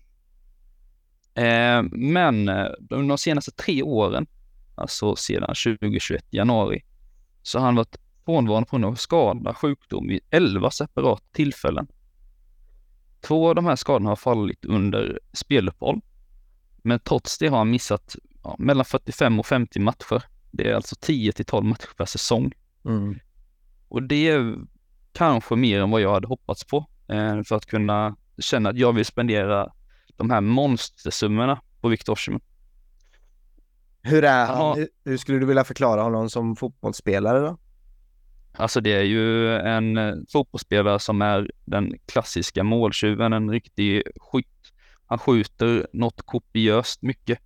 Men de senaste 3 åren, alltså sedan 2021 januari, så har han varit frånvarande på grund av skada, sjukdom vid 11 separata tillfällen. 2 av de här skadorna har fallit under speluppehåll, men trots det har han missat mellan 45 och 50 matcher. Det är alltså 10-12 matcher per säsong. Och det är kanske mer än vad jag hade hoppats på, för att kunna känna att jag vill spendera de här monstersummorna på Victor Osimhen. Hur är han? Hur skulle du vilja förklara honom som fotbollsspelare då? Alltså det är ju en fotbollsspelare som är den klassiska måltjuven, en riktig skytt. Han skjuter något kopiöst mycket,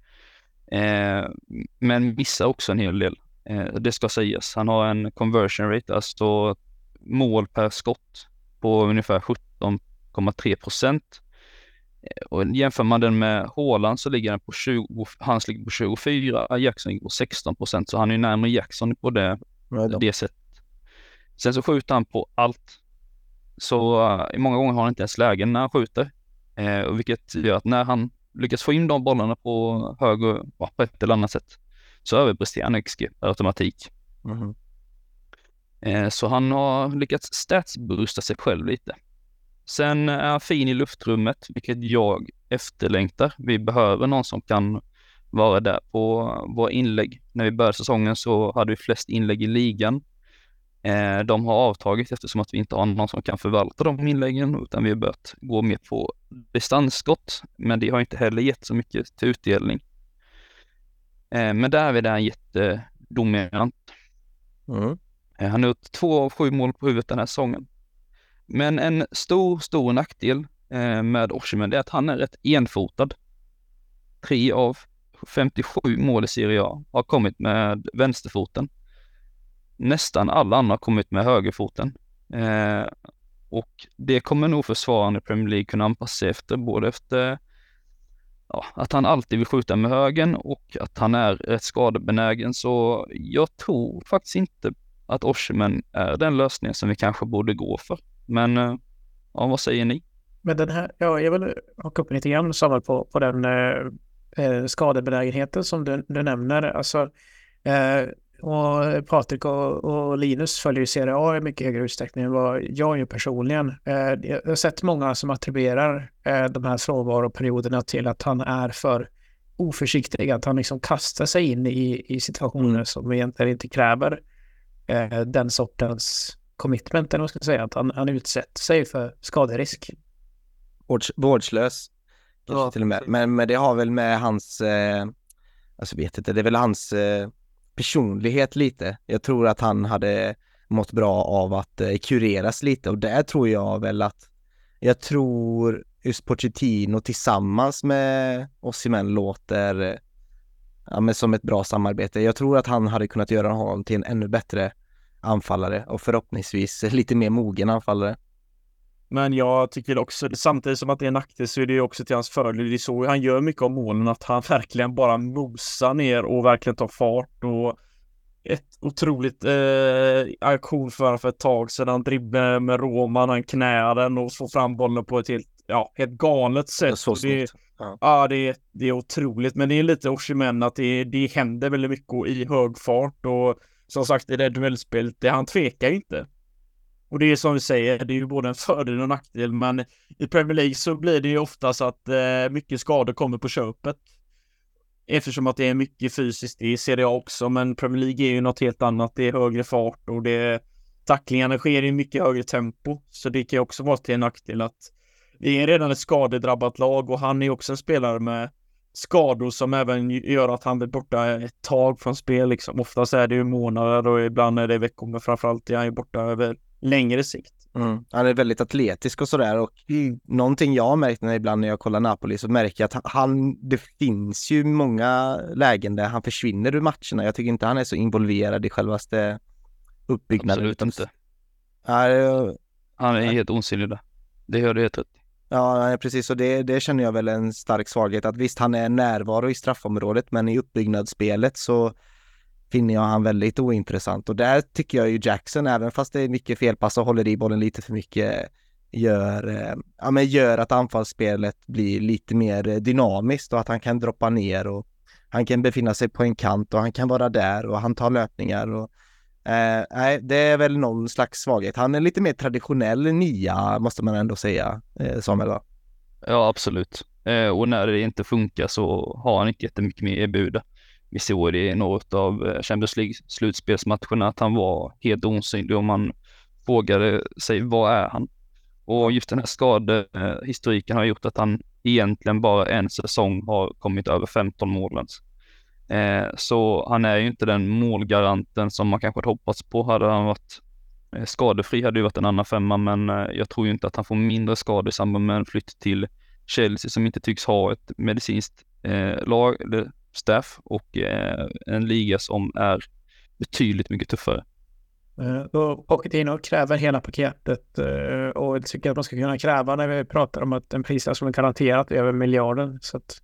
men missar också en hel del. Det ska sägas. Han har en conversion rate, alltså mål per skott, på ungefär 17,3%. Och jämför man den med Haaland så ligger den på 20, hans ligger på 24, Jackson ligger på 16%, så han är ju närmare Jackson på det sättet. Sen så skjuter han på allt. Så många gånger har han inte ens lägen när han skjuter. Och vilket gör att när han lyckas få in de bollarna på höger, på ett eller annat sätt, så överpresterar han XG per automatik. Så han har lyckats statsboosta sig själv lite. Sen är han fin i luftrummet, vilket jag efterlängtar. Vi behöver någon som kan vara där på våra inlägg. När vi började säsongen så hade vi flest inlägg i ligan. De har avtagit eftersom att vi inte har någon som kan förvalta de inläggen, utan vi har börjat gå mer på distansskott, men det har inte heller gett så mycket till utdelning. Men där är det en jättedominant. Han har gjort 2 av 7 mål på huvudet den här säsongen. Men en stor nackdel med Osimhen är att han är rätt enfotad. 3 av 57 mål i Serie A har kommit med vänsterfoten. Nästan alla andra har kommit med högerfoten. Och det kommer nog försvararen i Premier League kunna anpassa sig efter, både efter att han alltid vill skjuta med högen och att han är rätt skadebenägen. Så jag tror faktiskt inte att Osimhen är den lösningen som vi kanske borde gå för. Men vad säger ni? Men den här, jag vill haka upp lite grann Samuel på den skadebenägenheten som du nämner. Alltså, och Patrik och Linus följer ju Serie A i mycket högre utsträckning än vad jag gör personligen. Jag har sett många som attribuerar de här frånvaroperioderna till att han är för oförsiktig, att han liksom kastar sig in i situationer som egentligen inte kräver den sortens commitment, eller vad ska jag säga, att han utsätter sig för skaderisk. Vårdslös. Kanske Ja, till och med. Men det har väl med hans, alltså vet inte, det är väl hans personlighet lite. Jag tror att han hade mått bra av att kureras lite, och där tror jag väl att jag tror just Pochettino tillsammans med Osimhen låter men som ett bra samarbete. Jag tror att han hade kunnat göra honom till en ännu bättre anfallare och förhoppningsvis lite mer mogen anfallare. Men jag tycker också, samtidigt som att det är en nackdel, så är det ju också till hans fördel. Det är så han gör mycket av målen, att han verkligen bara mosar ner och verkligen tar fart. Och ett otroligt aktion för ett tag sedan, han dribblar med Roman, han knär den och får fram bollen på ett helt galet sätt. Så det, det är otroligt, men det är lite Osimhen att det händer väldigt mycket i hög fart, och som sagt i det duellspelet, han tvekar inte. Och det är som vi säger, det är ju både en fördel och en nackdel, men i Premier League så blir det ju oftast att mycket skador kommer på köpet. Eftersom att det är mycket fysiskt i Serie A också, men Premier League är ju något helt annat. Det är högre fart och tacklingarna sker i mycket högre tempo. Så det kan ju också vara till en nackdel att det är redan ett skadedrabbat lag, och han är också en spelare med skador som även gör att han blir borta ett tag från spel. Liksom. Oftast är det ju månader och ibland är det veckor, men framförallt är han ju borta över längre sikt. Han är väldigt atletisk och sådär, och någonting jag har märkt ibland när jag kollar Napoli, så märker jag att det finns ju många lägen där han försvinner ur matcherna. Jag tycker inte han är så involverad i självaste uppbyggnaden. Absolut inte. Ja, Han är helt osynlig där. Det gör det helt rätt. Ja, precis, och det känner jag väl en stark svaghet, att visst, han är närvaro i straffområdet, men i uppbyggnadsspelet så finner jag han väldigt ointressant. Och där tycker jag ju Jackson, även fast det är mycket felpass och håller i bollen lite för mycket, gör att anfallsspelet blir lite mer dynamiskt, och att han kan droppa ner och han kan befinna sig på en kant och han kan vara där och han tar löpningar. Och det är väl någon slags svaghet. Han är lite mer traditionell nia, måste man ändå säga, Samuel, va? Ja, absolut. Och när det inte funkar så har han inte jättemycket mer erbjuda. Vi såg det i något av Champions League-slutspelsmatcherna att han var helt osynlig, och man frågade sig, vad är han? Och just den här skadehistoriken har gjort att han egentligen bara en säsong har kommit över 15 mål. Så han är ju inte den målgaranten som man kanske hade hoppats på. Hade han varit skadefri hade ju varit en annan femma, men jag tror ju inte att han får mindre skador i samband med en flytt till Chelsea, som inte tycks ha ett medicinskt lag eller staff, och en liga som är betydligt mycket tuffare. Och Pochettino kräver hela paketet, och det tycker jag att man ska kunna kräva när vi pratar om att en prislapp som är garanterat över miljarden. Så att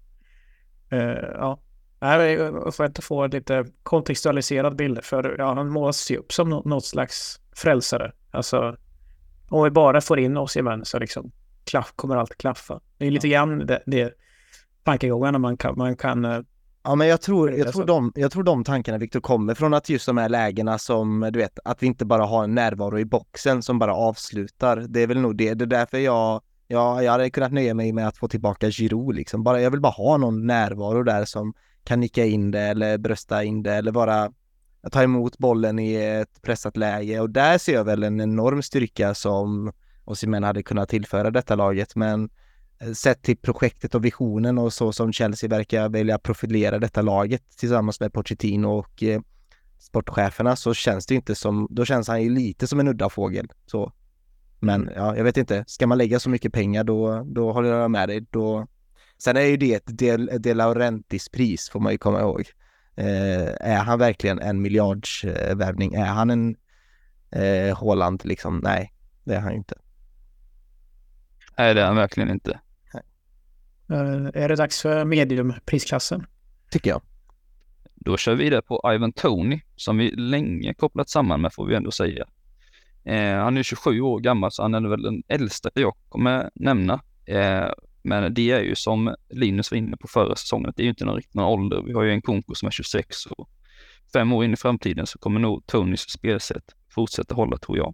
jag får inte få lite kontextualiserad bild, för han målas ju upp som något slags frälsare. Alltså, om vi bara får in oss i män så liksom kommer allt klaffa. Det är lite grann det tankegångarna man kan. Ja, men jag tror de tankarna, Victor, kommer från att just de här lägena som, du vet, att vi inte bara har en närvaro i boxen som bara avslutar. Det är väl nog det. Det är därför jag hade kunnat nöja mig med att få tillbaka Giroud liksom. Jag vill bara ha någon närvaro där som kan nicka in det eller brösta in det eller bara ta emot bollen i ett pressat läge. Och där ser jag väl en enorm styrka som Osimhen hade kunnat tillföra detta laget. Men sett till projektet och visionen och så som Chelsea verkar vilja profilera detta laget tillsammans med Pochettino och sportcheferna, så känns det inte som, då känns han ju lite som en udda fågel. Så. Men ja, jag vet inte, ska man lägga så mycket pengar då håller jag med dig. Sen är ju det ett De Laurentiis pris, får man ju komma ihåg. Är han verkligen en miljardsvärvning? Är han en Haaland liksom? Nej, det är han inte. Nej, det är han verkligen inte. Är det dags för mediumprisklassen? Tycker jag. Då kör vi vidare på Ivan Toney, som vi länge kopplat samman med, får vi ändå säga. Han är 27 år gammal, så han är väl den äldsta jag kommer nämna. Men det är ju som Linus var inne på förra säsongen, det är ju inte någon riktig ålder. Vi har ju en Nkunku som är 26 och 5 år in i framtiden så kommer nog Tonys spelsätt fortsätta hålla, tror jag.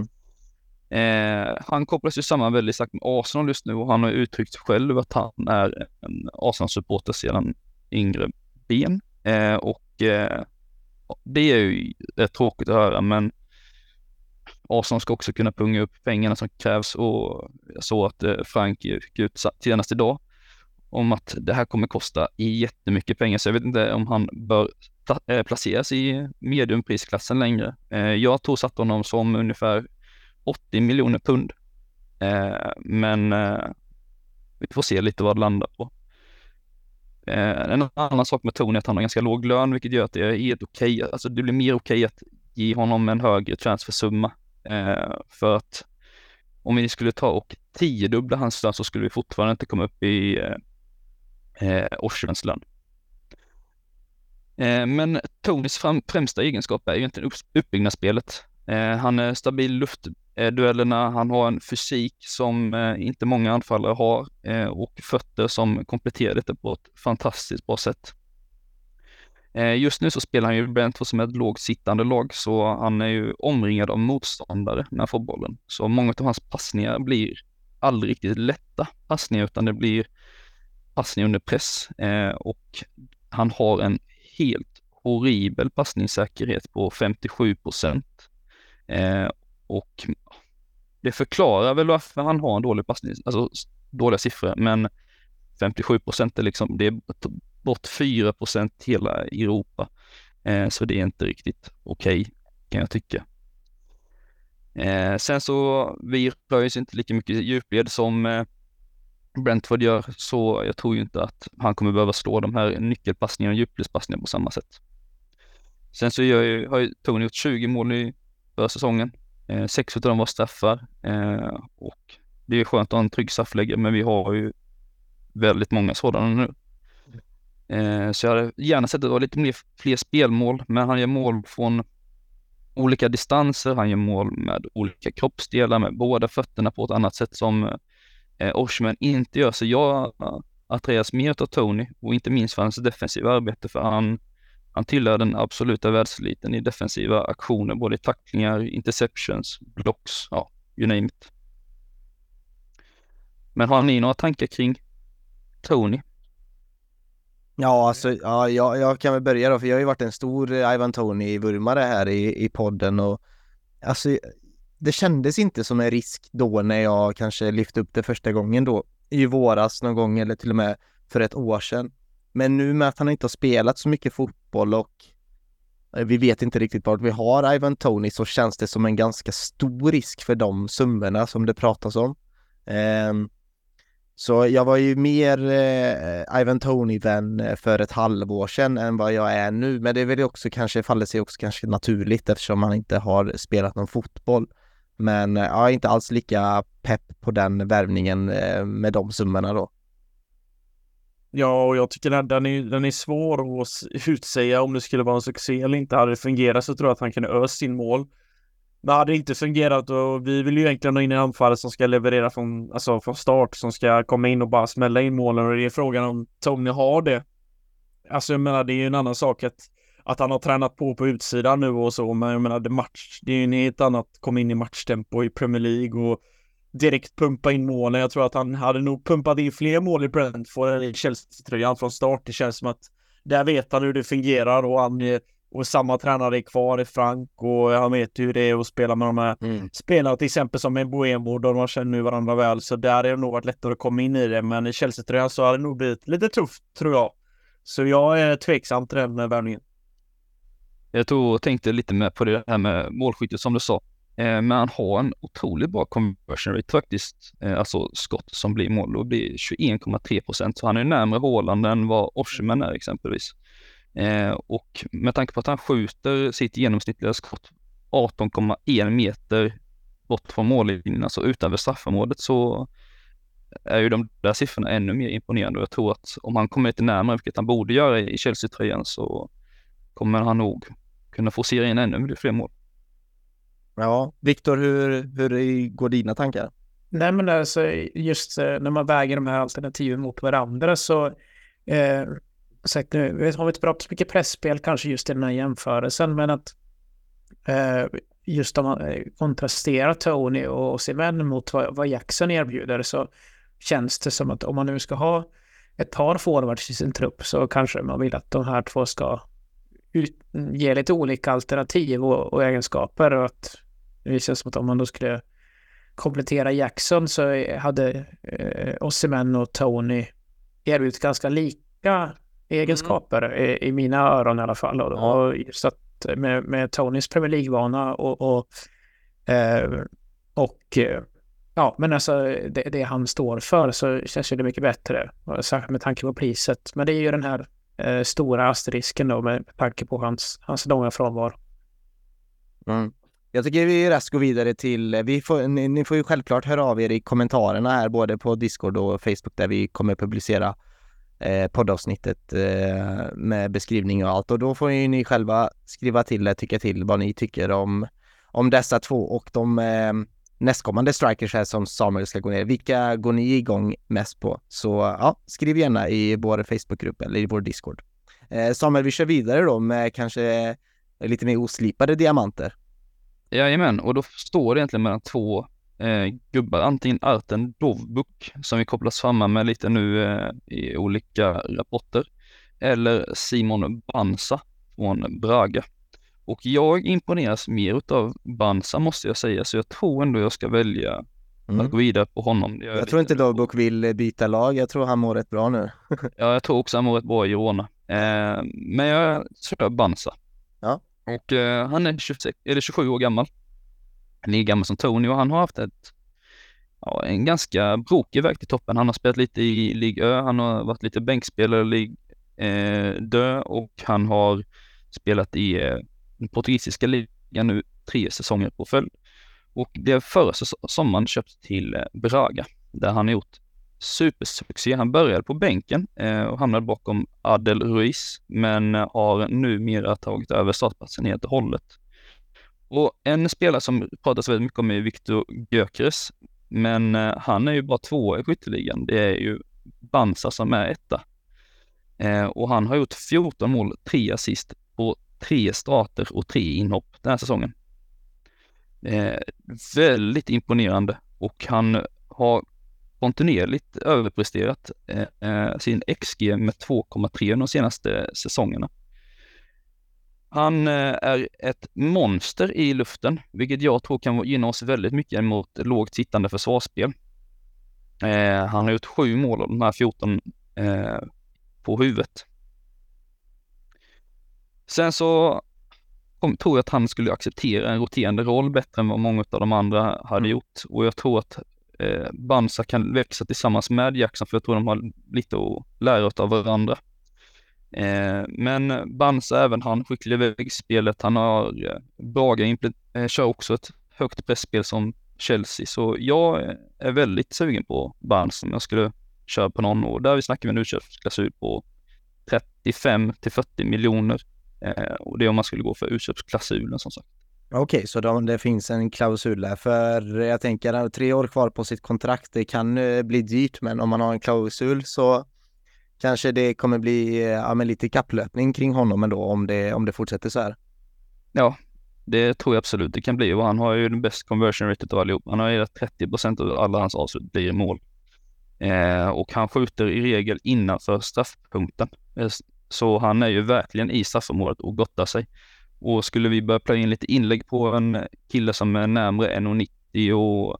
Han kopplas ju samman väldigt starkt med Arsenal just nu och han har uttryckt själv att han är en Arsenal-supporter sedan yngre ben. Det är ju tråkigt att höra, men Arsenal ska också kunna punga upp pengarna som krävs och jag såg att Frank gick ut senast idag om att det här kommer kosta jättemycket pengar, så jag vet inte om han bör placeras i mediumprisklassen längre. Jag tror satt honom som ungefär 80 miljoner pund, men vi får se lite vad det landar på. En annan sak med Tony är att han har ganska låg lön, vilket gör att det är helt okej. Alltså det blir mer okej att ge honom en högre transfersumma. För att om vi skulle ta och 10-dubbla hans lön så skulle vi fortfarande inte komma upp i Osimhens lön. Men Tonys främsta egenskap är ju inte uppbyggnadsspelet. Han är stabil i luftduellerna, han har en fysik som inte många anfallare har och fötter som kompletterar det på ett fantastiskt bra sätt. Just nu så spelar han ju Brentford som ett lågt sittande lag, så han är ju omringad av motståndare när han får bollen. Så många av hans passningar blir aldrig riktigt lätta passningar, utan det blir passningar under press. Och han har en helt horribel passningssäkerhet på 57%. Och det förklarar väl varför han har en dålig passning, alltså dåliga siffror, men 57% är liksom, det är bort 4% hela Europa. Så det är inte riktigt okej, kan jag tycka. Sen så vi rör ju inte lika mycket djupled som Brentford gör, så jag tror ju inte att han kommer behöva slå de här nyckelpassningarna och djupledspassningarna på samma sätt. Sen så har ju Tony gjort 20 mål i förra säsongen. 6 av dem var straffar. Och det är skönt att ha en trygg straffläggare, men vi har ju väldigt många sådana nu. Så jag hade gärna sett att det var lite fler spelmål, men han gör mål från olika distanser, han gör mål med olika kroppsdelar, med båda fötterna på ett annat sätt som Osimhen inte gör. Så jag attraheras mer av Tony, och inte minst för hans defensiva arbete, för han tillhör den absoluta världseliten i defensiva aktioner, både i tacklingar, interceptions, blocks, ja, you name it. Men har ni några tankar kring Tony? Ja, alltså, ja, jag kan väl börja då, för jag har ju varit en stor Ivan Toney-vurmare här i podden, och alltså det kändes inte som en risk då när jag kanske lyfte upp det första gången då i våras någon gång, eller till och med för ett år sedan. Men nu med att han inte har spelat så mycket fotboll och vi vet inte riktigt vart vi har Ivan Toney, så känns det som en ganska stor risk för de summorna som det pratas om. Så jag var ju mer Ivan Toney-vän för ett halvår sedan än vad jag är nu. Men det är väl också faller sig också kanske naturligt eftersom han inte har spelat någon fotboll. Men jag är inte alls lika pepp på den värvningen med de summorna då. Ja, och jag tycker att den är svår att utsäga om det skulle vara en succé eller inte. Hade det fungerat så tror jag att han kunde ösa sin mål. Men hade det inte fungerat, och vi vill ju egentligen ha in en anfallare som ska leverera från start, som ska komma in och bara smälla in målen, och det är frågan om Tony har det. Alltså jag menar, det är ju en annan sak att han har tränat på utsidan nu och så, men jag menar det är ju en helt annat komma in i matchtempo i Premier League och direkt pumpa in målen. Jag tror att han hade nog pumpat in fler mål i Brentford än i Chelsea-tröjan från start. Det känns som att där vet han hur det fungerar, och samma tränare är kvar i Frank, och han vet hur det är att spela med de här spelarna, till exempel som en Boemo, då de känner nu varandra väl, så där är det nog varit lättare att komma in i det, men i Chelsea-tröjan så har det nog blivit lite tufft, tror jag. Så jag är tveksam till den värvningen. Jag tänkte lite med på det här med målskyttet som du sa, men han har en otroligt bra conversion rate faktiskt, alltså skott som blir mål, och blir 21,3%, så han är närmare Haaland än vad Osimhen är exempelvis. Och med tanke på att han skjuter sitt genomsnittliga skott 18,1 meter bort från mållinjen, alltså utanför straffområdet, så är ju de där siffrorna ännu mer imponerande, och jag tror att om han kommer lite närmare, vilket han borde göra i Chelsea-tröjan, så kommer han nog kunna forcera in ännu fler mål. Ja, Viktor, hur går dina tankar? Nej, men alltså, just när man väger de här alternativen mot varandra så sagt, nu har vi inte pratat så mycket pressspel kanske just i den här jämförelsen, men att just om man kontrasterar Tony och Osimhen mot vad Jackson erbjuder, så känns det som att om man nu ska ha ett par forwards i sin trupp så kanske man vill att de här två ska ge lite olika alternativ och egenskaper, och att det känns som att om man då skulle komplettera Jackson så hade Osimhen och Tony erbjudit ganska lika egenskaper i mina öron i alla fall. Och just att med Tonys Premier League-vana ja, men alltså det han står för, så känns det mycket bättre, särskilt med tanke på priset. Men det är ju den här stora asterisken då med tanke på hans långa frånvaro. Jag tycker vi raskt går vidare till, ni får ju självklart höra av er i kommentarerna här, både på Discord och Facebook, där vi kommer publicera poddavsnittet med beskrivning och allt, och då får ju ni själva skriva till, tycka till vad ni tycker om dessa två och de nästkommande strikers här som Samuel ska gå ner. Vilka går ni igång mest på? Så ja, skriv gärna i vår Facebookgrupp eller i vår Discord. Samuel, vi kör vidare då med kanske lite mer oslipade diamanter. Jajamän, och då står det egentligen mellan två gubbar, antingen Artem Dovbuk som vi kopplas samman med lite nu i olika rapporter, eller Simon Banza från Braga. Och jag imponeras mer utav Banza, måste jag säga, så jag tror ändå jag ska välja att gå vidare på honom. Jag tror inte Dovbuk vill byta lag, jag tror han mår rätt bra nu. Ja, jag tror också han mår rätt bra i Girona. Men jag tror Banza. Ja. Och han är 27 år gammal. Han är gammal som Tony, och han har haft en ganska brokig väg till toppen. Han har spelat lite i Ligue Ö, han har varit lite bänkspelare i Ligue Dö, och han har spelat i den portugisiska ligan nu 3 säsonger på följd. Och det är förra sommaren köpt till Braga, där han har gjort supersuccé. Han började på bänken och hamnade bakom Adel Ruiz, men har numera tagit över startplatsen helt och hållet. Och en spelare som pratas väldigt mycket om är Victor Gyökeres, men han är ju bara 2 i skytteligan. Det är ju Banza som är 1. Och han har gjort 14 mål, 3 assist på 3 starter och 3 inhopp den här säsongen. Väldigt imponerande, och han har kontinuerligt överpresterat sin XG med 2,3 de senaste säsongerna. Han är ett monster i luften, vilket jag tror kan gynna oss väldigt mycket mot lågt sittande försvarsspel. Han har gjort 7 mål av de här 14 på huvudet. Sen så tror jag att han skulle acceptera en roterande roll bättre än vad många av de andra hade gjort. Och jag tror att Banza kan växa tillsammans med Jackson, för jag tror de har lite att lära av varandra. Men Banza, även han skicklig i vägspelet. Han har Braga kör också ett högt pressspel som Chelsea, så jag är väldigt sugen på Banza om jag skulle köra på någon, och där vi snackar med en utköpsklausul på 35 till 40 miljoner, och det är om man skulle gå för utköpsklausulen som sagt. Okej, så det finns en klausul där, för jag tänker att 3 år kvar på sitt kontrakt, det kan bli dyrt, men om man har en klausul så kanske det kommer bli lite kapplöpning kring honom ändå, om det fortsätter så här. Ja, det tror jag absolut det kan bli, och han har ju den bästa conversion rate av allihop. Han har ju 30% av alla hans avslut blir mål. Och han skjuter i regel innanför straffpunkten. Så han är ju verkligen i straffområdet och gottar sig. Och skulle vi börja plöja in lite inlägg på en kille som är närmare 1,90 och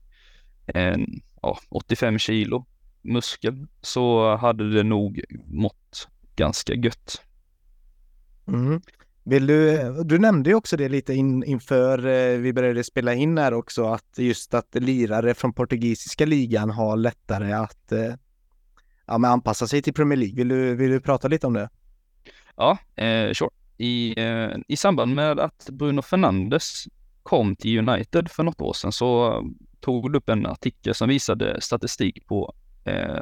85 kilo muskel, så hade det nog mått ganska gött. Du nämnde ju också det lite inför vi började spela in här också, att just att lirare från portugisiska ligan har lättare att anpassa sig till Premier League. Vill du prata lite om det? Ja, sure. I samband med att Bruno Fernandes kom till United för något år sedan, så tog du upp en artikel som visade statistik på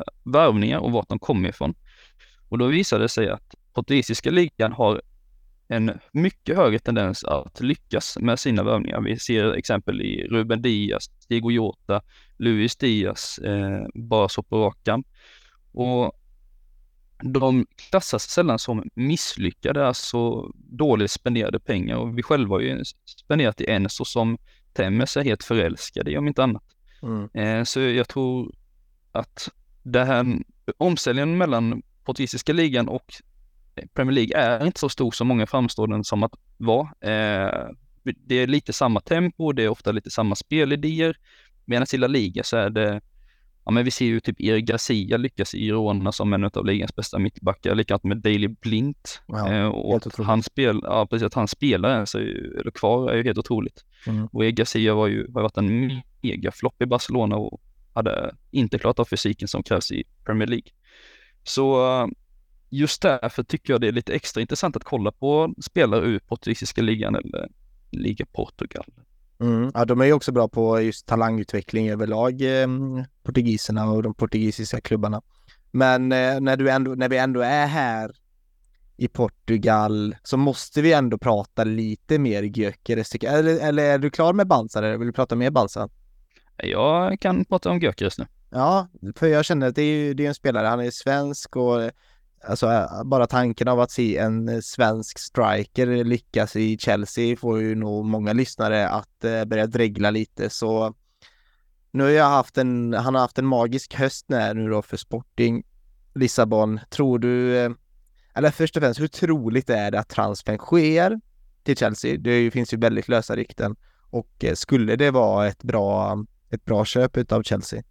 värvningar och vart de kommer ifrån. Och då visade det sig att portugisiska ligan har en mycket högre tendens att lyckas med sina värvningar. Vi ser exempel i Ruben Dias, Diego Jota, Luis Diaz, bara så på rakan. Och de klassas sällan som misslyckade, alltså dåligt spenderade pengar. Och vi själva har ju spenderat i Enzo som Temmes är helt förälskade i, om inte annat. Så jag tror att det här omställningen mellan portugisiska ligan och Premier League är inte så stor som många framstår den som att vara. Det är lite samma tempo, det är ofta lite samma spelidéer. Medan i La Liga så är det, ja men vi ser ju typ Eric Garcia lyckas i Girona som en av ligans bästa mittbackar, likadant med Daley Blind. Och att han spelar ens eller kvar är ju helt otroligt. Och Eric Garcia har varit en megaflopp i Barcelona och hade inte klarat av fysiken som krävs i Premier League. Så just därför tycker jag det är lite extra intressant att kolla på spelare ur portugisiska ligan eller Liga Portugal. Ja, de är ju också bra på just talangutveckling överlag, portugiserna och de portugisiska klubbarna. Men när vi ändå är här i Portugal så måste vi ändå prata lite mer Gyökeres. Eller är du klar med Banza eller vill du prata mer Banza? Jag kan prata om Gyökeres nu. Ja, för jag känner att det är en spelare, han är svensk och alltså bara tanken av att se en svensk striker lyckas i Chelsea får ju nog många lyssnare att börja dregla lite. Så nu har han har haft en magisk höst nu då för Sporting Lissabon. Tror du, eller först och främst, hur troligt är det att transfern sker till Chelsea? Det finns ju väldigt lösa rykten. Och skulle det vara ett bra köp utav Chelsea?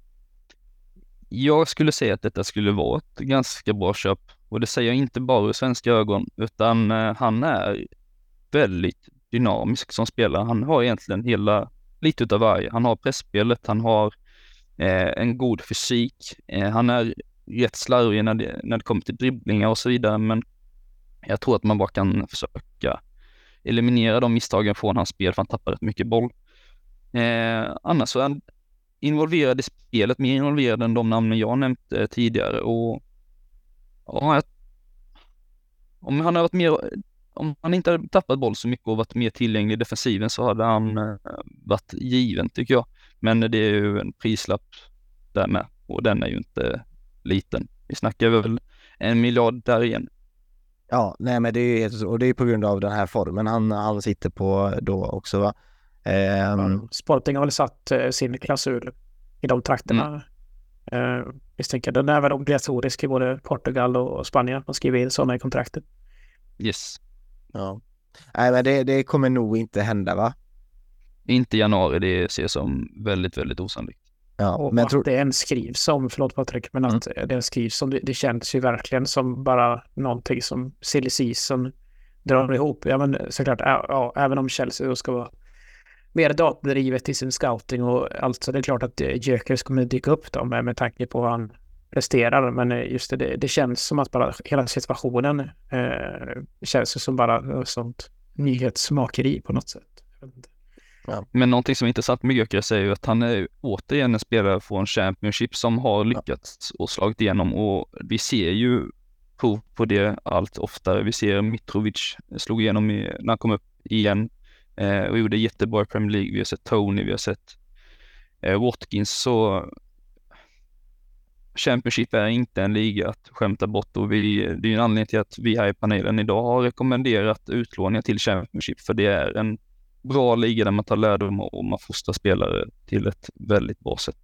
Jag skulle säga att detta skulle vara ett ganska bra köp. Och det säger jag inte bara ur svenska ögon, utan han är väldigt dynamisk som spelare. Han har egentligen lite utav varje. Han har pressspelet, han har en god fysik. Han är rätt slarvig när det kommer till dribblingar och så vidare. Men jag tror att man bara kan försöka eliminera de misstagen från hans spel, för han tappar rätt mycket boll. Annars så är han involverad i spelet, mer involverad än de namnen jag nämnt tidigare. Och ja, om han inte hade tappat boll så mycket och varit mer tillgänglig i defensiven så hade han varit given, tycker jag. Men det är ju en prislapp där med, och den är ju inte liten. Vi snackar väl 1 miljard där igen. Ja, nej men det är på grund av den här formen han sitter på då också, va? Sporting har väl satt sin klausul i de trakterna. Misstänker den är väl obligatorisk i både Portugal och Spanien. Man skriver in sådana i kontraktet. Yes. Ja. Nej men det kommer nog inte hända, va? Inte i januari, det ses som väldigt, väldigt osannolikt. Ja, och men att det är en skrivs om, förlåt Patrik, men att det är en skrivs som det känns ju verkligen som bara någonting som silly season drar ihop. Ja men såklart, även om Chelsea ska vara mer datadrivet i sin scouting och allt, så det är klart att Gyökeres kommer dyka upp då med tanke på vad han presterar, men just det känns som att bara hela situationen känns som bara sånt nyhetsmakeri på något sätt. Ja. Men någonting som är intressant med Gyökeres är ju att han är återigen en spelare från Championship som har lyckats och slagit igenom, och vi ser ju prov på det allt oftare. Vi ser Mitrovic slog igenom när han kom upp igen och gjorde jättebra i Premier League. Vi har sett Tony, vi har sett Watkins, så Championship är inte en liga att skämta bort, och det är en anledning till att vi här i panelen idag har rekommenderat utlåningar till Championship, för det är en bra liga där man tar lärdom och man fostrar spelare till ett väldigt bra sätt.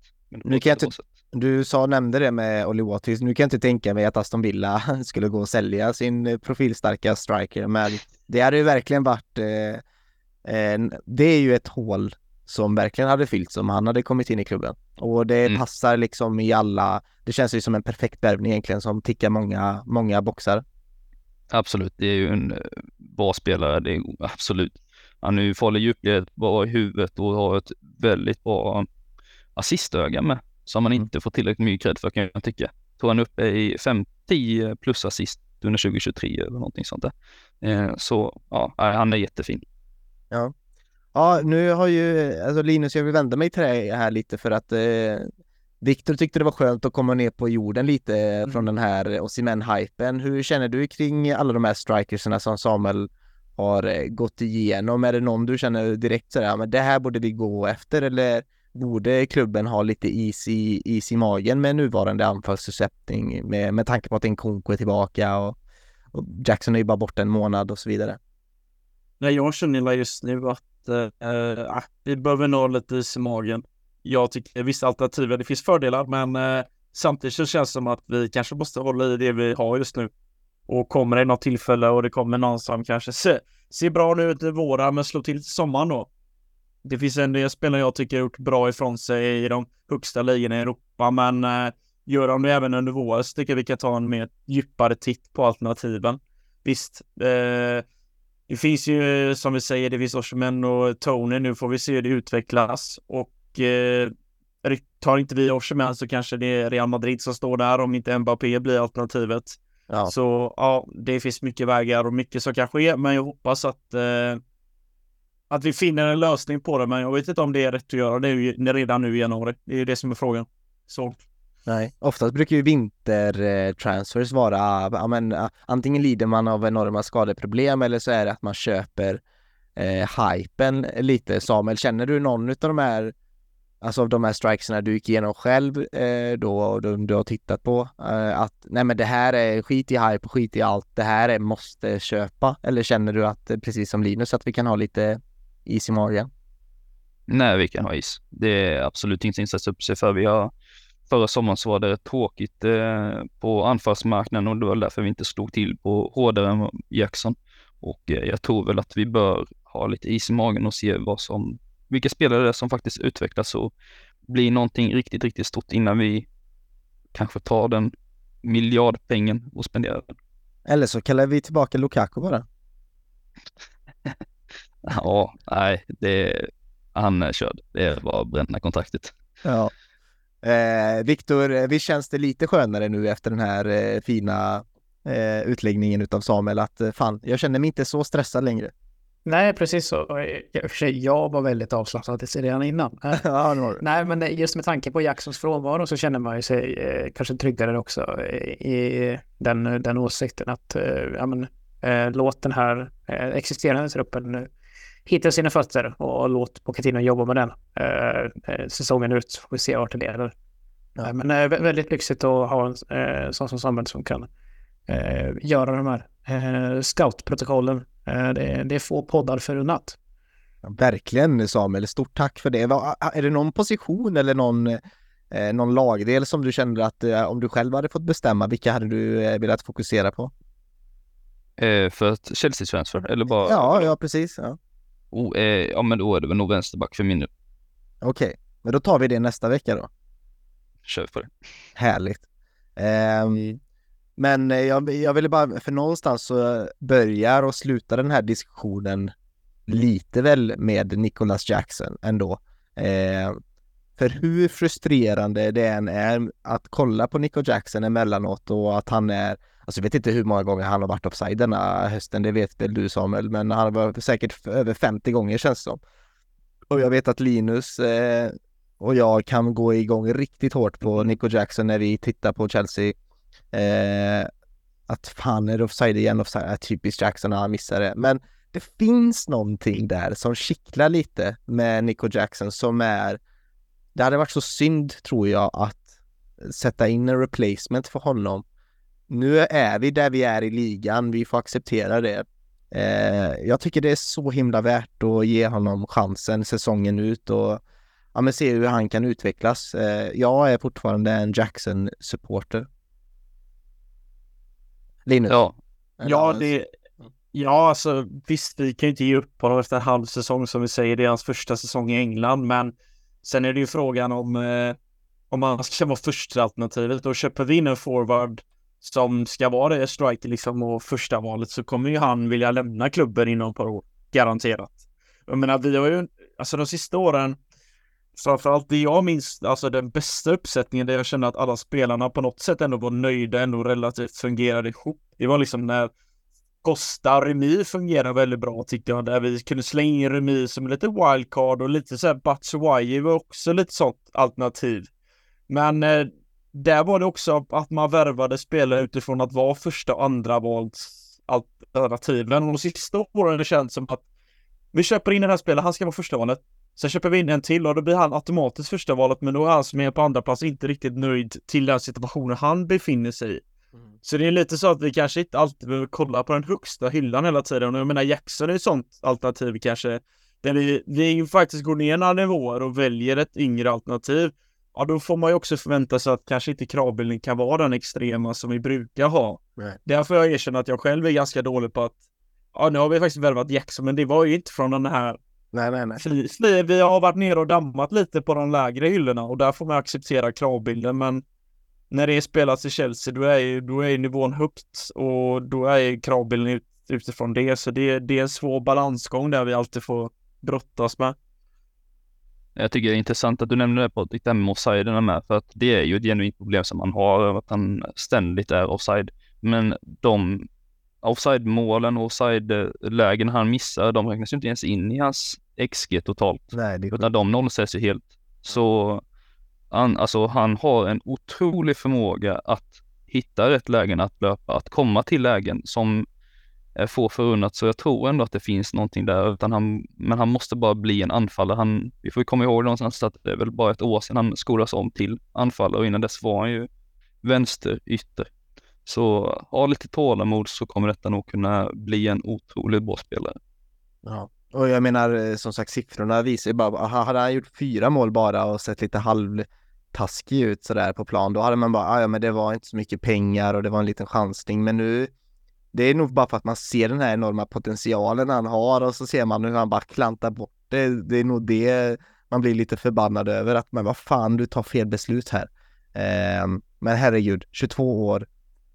Du nämnde det med Ollie Watkins. Nu kan jag inte tänka mig att Aston Villa skulle gå och sälja sin profilstarka striker, men det hade ju verkligen varit det är ju ett hål som verkligen hade fyllts om han hade kommit in i klubben. Och det passar liksom i alla, det känns ju som en perfekt värvning egentligen som tickar många boxar. Absolut, det är ju en bra spelare, det är absolut. Han är ju farlig djupled, bra i huvudet och har ett väldigt bra assistöga med, som man inte får tillräckligt mycket cred för, kan jag tycka. Tror han uppe i 5-10 plus assist under 2023 eller någonting sånt där. Så ja, han är jättefin. Ja, nu har ju, alltså Linus, jag vill vända mig till dig här lite för att Viktor tyckte det var skönt att komma ner på jorden lite från den här Osimhen-hypen. Hur känner du kring alla de här strikersarna som Samuel har gått igenom? Är det någon du känner direkt så där, men det här borde vi gå efter, eller borde klubben ha lite is i magen med nuvarande anfallsuppsättning med tanke på att Nkunku är tillbaka och Jackson är ju bara borta en månad och så vidare? Nej, jag känner just nu att vi behöver nå lite is i magen. Jag tycker vissa alternativ, det finns fördelar, men samtidigt så känns det som att vi kanske måste hålla i det vi har just nu. Och kommer det något tillfälle och det kommer någon som kanske ser bra nu ut i våren men slår till sommaren då. Det finns en del spelare jag tycker har gjort bra ifrån sig i de högsta ligorna i Europa, men gör de det även under våren så tycker jag vi kan ta en mer djupare titt på alternativen. Visst, det finns ju som vi säger, det finns Osimhen och Tony, nu får vi se hur det utvecklas och tar inte vi Osimhen så kanske det är Real Madrid som står där om inte Mbappé blir alternativet. Ja. Så ja, det finns mycket vägar och mycket som kan ske, men jag hoppas att vi finner en lösning på det, men jag vet inte om det är rätt att göra det redan nu i januari. Det är ju det som är frågan. Så. Nej, oftast brukar ju vintertransfers vara antingen lider man av enorma skadeproblem eller så är det att man köper hypen lite. Samuel, känner du någon av de här, alltså av de här strikeserna du gick igenom själv då du har tittat på att nej men det här är skit i hype, skit i allt, det här är måste köpa, eller känner du att precis som Linus att vi kan ha lite is i magen? Nej, vi kan ha is. Det är absolut ingenting som sätts upp sig för. Förra sommaren så var det tråkigt på anfallsmarknaden och det var därför vi inte slog till på hårdare än Jackson. Och jag tror väl att vi bör ha lite is i magen och se vilka spelare det är som faktiskt utvecklas och blir någonting riktigt, riktigt stort innan vi kanske tar den miljardpengen och spenderar den. Eller så kallar vi tillbaka Lukaku bara. Ja, nej, han är körd. Det är bara att bränna kontraktet. Ja. Viktor, vi känns det lite skönare nu efter den här fina utläggningen utav Samuel att fan, jag känner mig inte så stressad längre. Nej, precis så. Jag var väldigt avslappnad redan innan. Nej, men just med tanke på Jacksons frånvaro så känner man ju sig kanske tryggare också i den åsikten att låt den här existerande truppen hitta sina fötter och låt Pochettino jobba med den säsongen ut och se vart det leder. Ja. Men väldigt lyxigt att ha en sån som Samuel som kan göra de här scoutprotokollen. Det är få poddar förunnat. Ja, verkligen Samuel, stort tack för det. Är det någon position eller någon lagdel som du kände att om du själv hade fått bestämma, vilka hade du velat fokusera på? För ett Chelsea-transfer eller bara? Ja, precis. Ja. Men då är det väl nog vänsterback för min nu. Okej, men då tar vi det nästa vecka då. Kör för det. Härligt. Men jag ville bara, för någonstans så börjar och slutar den här diskussionen lite väl med Nicholas Jackson ändå. För hur frustrerande det än är att kolla på Nico Jackson emellanåt och att han är, alltså jag vet inte hur många gånger han har varit offside denna hösten, det vet väl du Samuel, men han var säkert över 50 gånger känns det som. Och jag vet att Linus och jag kan gå igång riktigt hårt på Nico Jackson när vi tittar på Chelsea. Att fan är det offside igen, offside, typiskt Jackson när han missar det. Men det finns någonting där som kittlar lite med Nico Jackson som är, det hade varit så synd tror jag att sätta in en replacement för honom. Nu är vi där vi är i ligan, vi får acceptera det. Jag tycker det är så himla värt att ge honom chansen säsongen ut och men se hur han kan utvecklas. Jag är fortfarande en Jackson-supporter. Linus? Alltså visst, vi kan ju inte ge upp honom efter en halv säsong som vi säger, det är hans första säsong i England, men sen är det ju frågan om han ska vara första alternativet och köper vi in en forward som ska vara det striker liksom och första valet så kommer ju han vilja lämna klubben inom ett par år, garanterat. Jag menar, vi har ju, alltså de sista åren, framförallt det jag minns, alltså den bästa uppsättningen där jag kände att alla spelarna på något sätt ändå var nöjda, ändå relativt fungerade ihop. Det var liksom när Costa Remy fungerade väldigt bra tyckte jag, där vi kunde slänga in Remy som lite wildcard och lite så här Batshuayi var också lite sånt alternativ. Men där var det också att man värvade spelare utifrån att vara första och andra valsalternativen. Och de sista åren har det känts som att vi köper in den här spelaren, han ska vara första valet. Sen köper vi in en till och då blir han automatiskt första valet, men då är han som är på andra plats inte riktigt nöjd till den situationen han befinner sig i. Så det är lite så att vi kanske inte alltid behöver kolla på den högsta hyllan hela tiden. Och jag menar, Jackson är ett sånt alternativ kanske. Där vi faktiskt går ner några nivåer och väljer ett yngre alternativ. Ja, då får man ju också förvänta sig att kanske inte kravbilden kan vara den extrema som vi brukar ha. Nej. Därför jag erkänner att jag själv är ganska dålig på att ja, nu har vi faktiskt värvat Jackson, men det var ju inte från den här. Nej. Vi har varit ner och dammat lite på de lägre hyllorna och där får man acceptera kravbilden, men när det är spelat i Chelsea då är nivån högt och då är kravbilden utifrån det, så det är en svår balansgång där vi alltid får brottas med. Jag tycker det är intressant att du nämner det på det här med offsiderna med, för att det är ju ett genuint problem som man har, att han ständigt är offside. Men de offside-målen och offside-lägen han missar, de räknas ju inte ens in i hans XG totalt. Nej, det är utan de nollsätts ju helt. Så han har en otrolig förmåga att hitta rätt lägen att löpa, att komma till lägen som är få förunnat. Så jag tror ändå att det finns någonting där, men han måste bara bli en anfallare. Vi får komma ihåg någonstans att det är väl bara ett år sedan han skolades om till anfallare, och innan dess var han ju vänsterytter. Så ha lite tålamod så kommer detta nog kunna bli en otroligt bra spelare. Ja, och jag menar som sagt, siffrorna visar ju bara, hade han gjort 4 mål bara och sett lite halvtaskig ut sådär på plan, då hade man bara, ja men det var inte så mycket pengar och det var en liten chansning, men nu det är nog bara för att man ser den här enorma potentialen han har, och så ser man hur han bara klantar bort det. Det är nog det man blir lite förbannad över, att man, vad fan, du tar fel beslut här. Men herregud, 22 år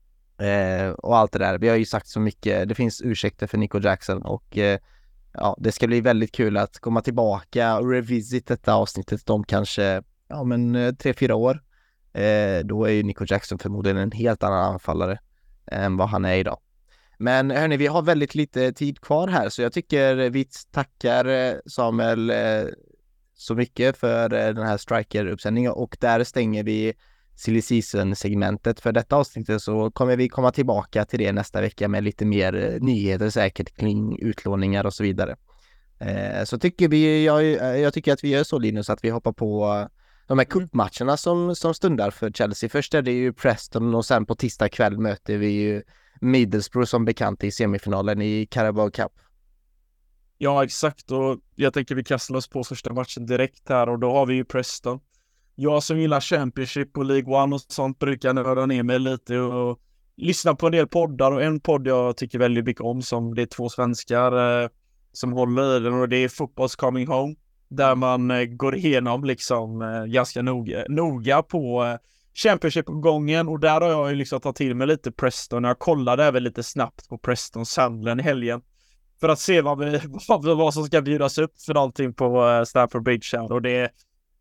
och allt det där. Vi har ju sagt så mycket, det finns ursäkter för Nico Jackson, och ja, det ska bli väldigt kul att komma tillbaka och revisit detta avsnittet om kanske 3-4 år. Då är ju Nico Jackson förmodligen en helt annan anfallare än vad han är idag. Men hörni, vi har väldigt lite tid kvar här, så jag tycker vi tackar Samuel så mycket för den här striker-uppsändningen, och där stänger vi Silly Season-segmentet för detta avsnittet. Så kommer vi komma tillbaka till det nästa vecka med lite mer nyheter säkert kring utlåningar och så vidare. Så tycker jag tycker att vi gör så, Linus, att vi hoppar på de här cupmatcherna som stundar för Chelsea. Först är det ju Preston, och sen på tisdag kväll möter vi ju Middlesbrough som bekant i semifinalen i Carabao Cup. Ja, exakt, och jag tänker vi kastar oss på första matchen direkt här, och då har vi ju Preston. Jag som gillar Championship och League One och sånt brukar nörda ner mig lite och lyssna på en del poddar, och en podd jag tycker väldigt mycket om, som det är 2 svenskar som håller i den, och det är Football's Coming Home, där man går igenom liksom ganska noga på Championship-gången, och där har jag ju liksom tagit till mig lite Preston. Jag kollade även lite snabbt på Prestons Sunderland i helgen för att se vad som ska bjudas upp för någonting på Stamford Bridge här, och det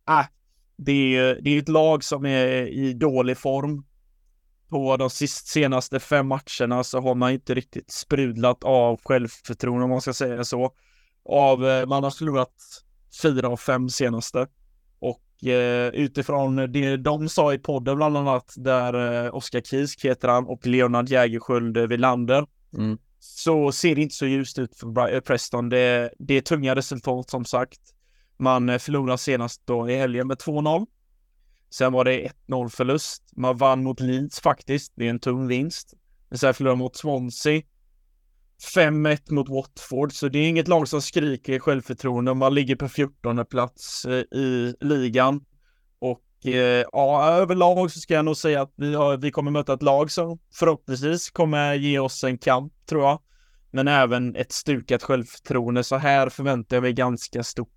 är ett lag som är i dålig form. På de senaste 5 matcherna så har man inte riktigt sprudlat av självförtroende, om man ska säga så. Man har förlorat 4 av 5 senaste. Och utifrån det de sa i podden bland annat, där Oskar Kisk heter han och Leonard Jägerskiöld Wilander, så ser det inte så ljust ut för Preston. Det är tunga resultat som sagt. Man förlorade senast då i helgen med 2-0. Sen var det 1-0 förlust. Man vann mot Leeds faktiskt. Det är en tung vinst. Men sen förlorade mot Swansea. 5-1 mot Watford. Så det är inget lag som skriker självförtroende. Man ligger på 14:e plats i ligan. Och överlag så ska jag nog säga att vi kommer möta ett lag som förhoppningsvis kommer ge oss en kamp, tror jag. Men även ett stukat självförtroende. Så här förväntar jag mig ganska stort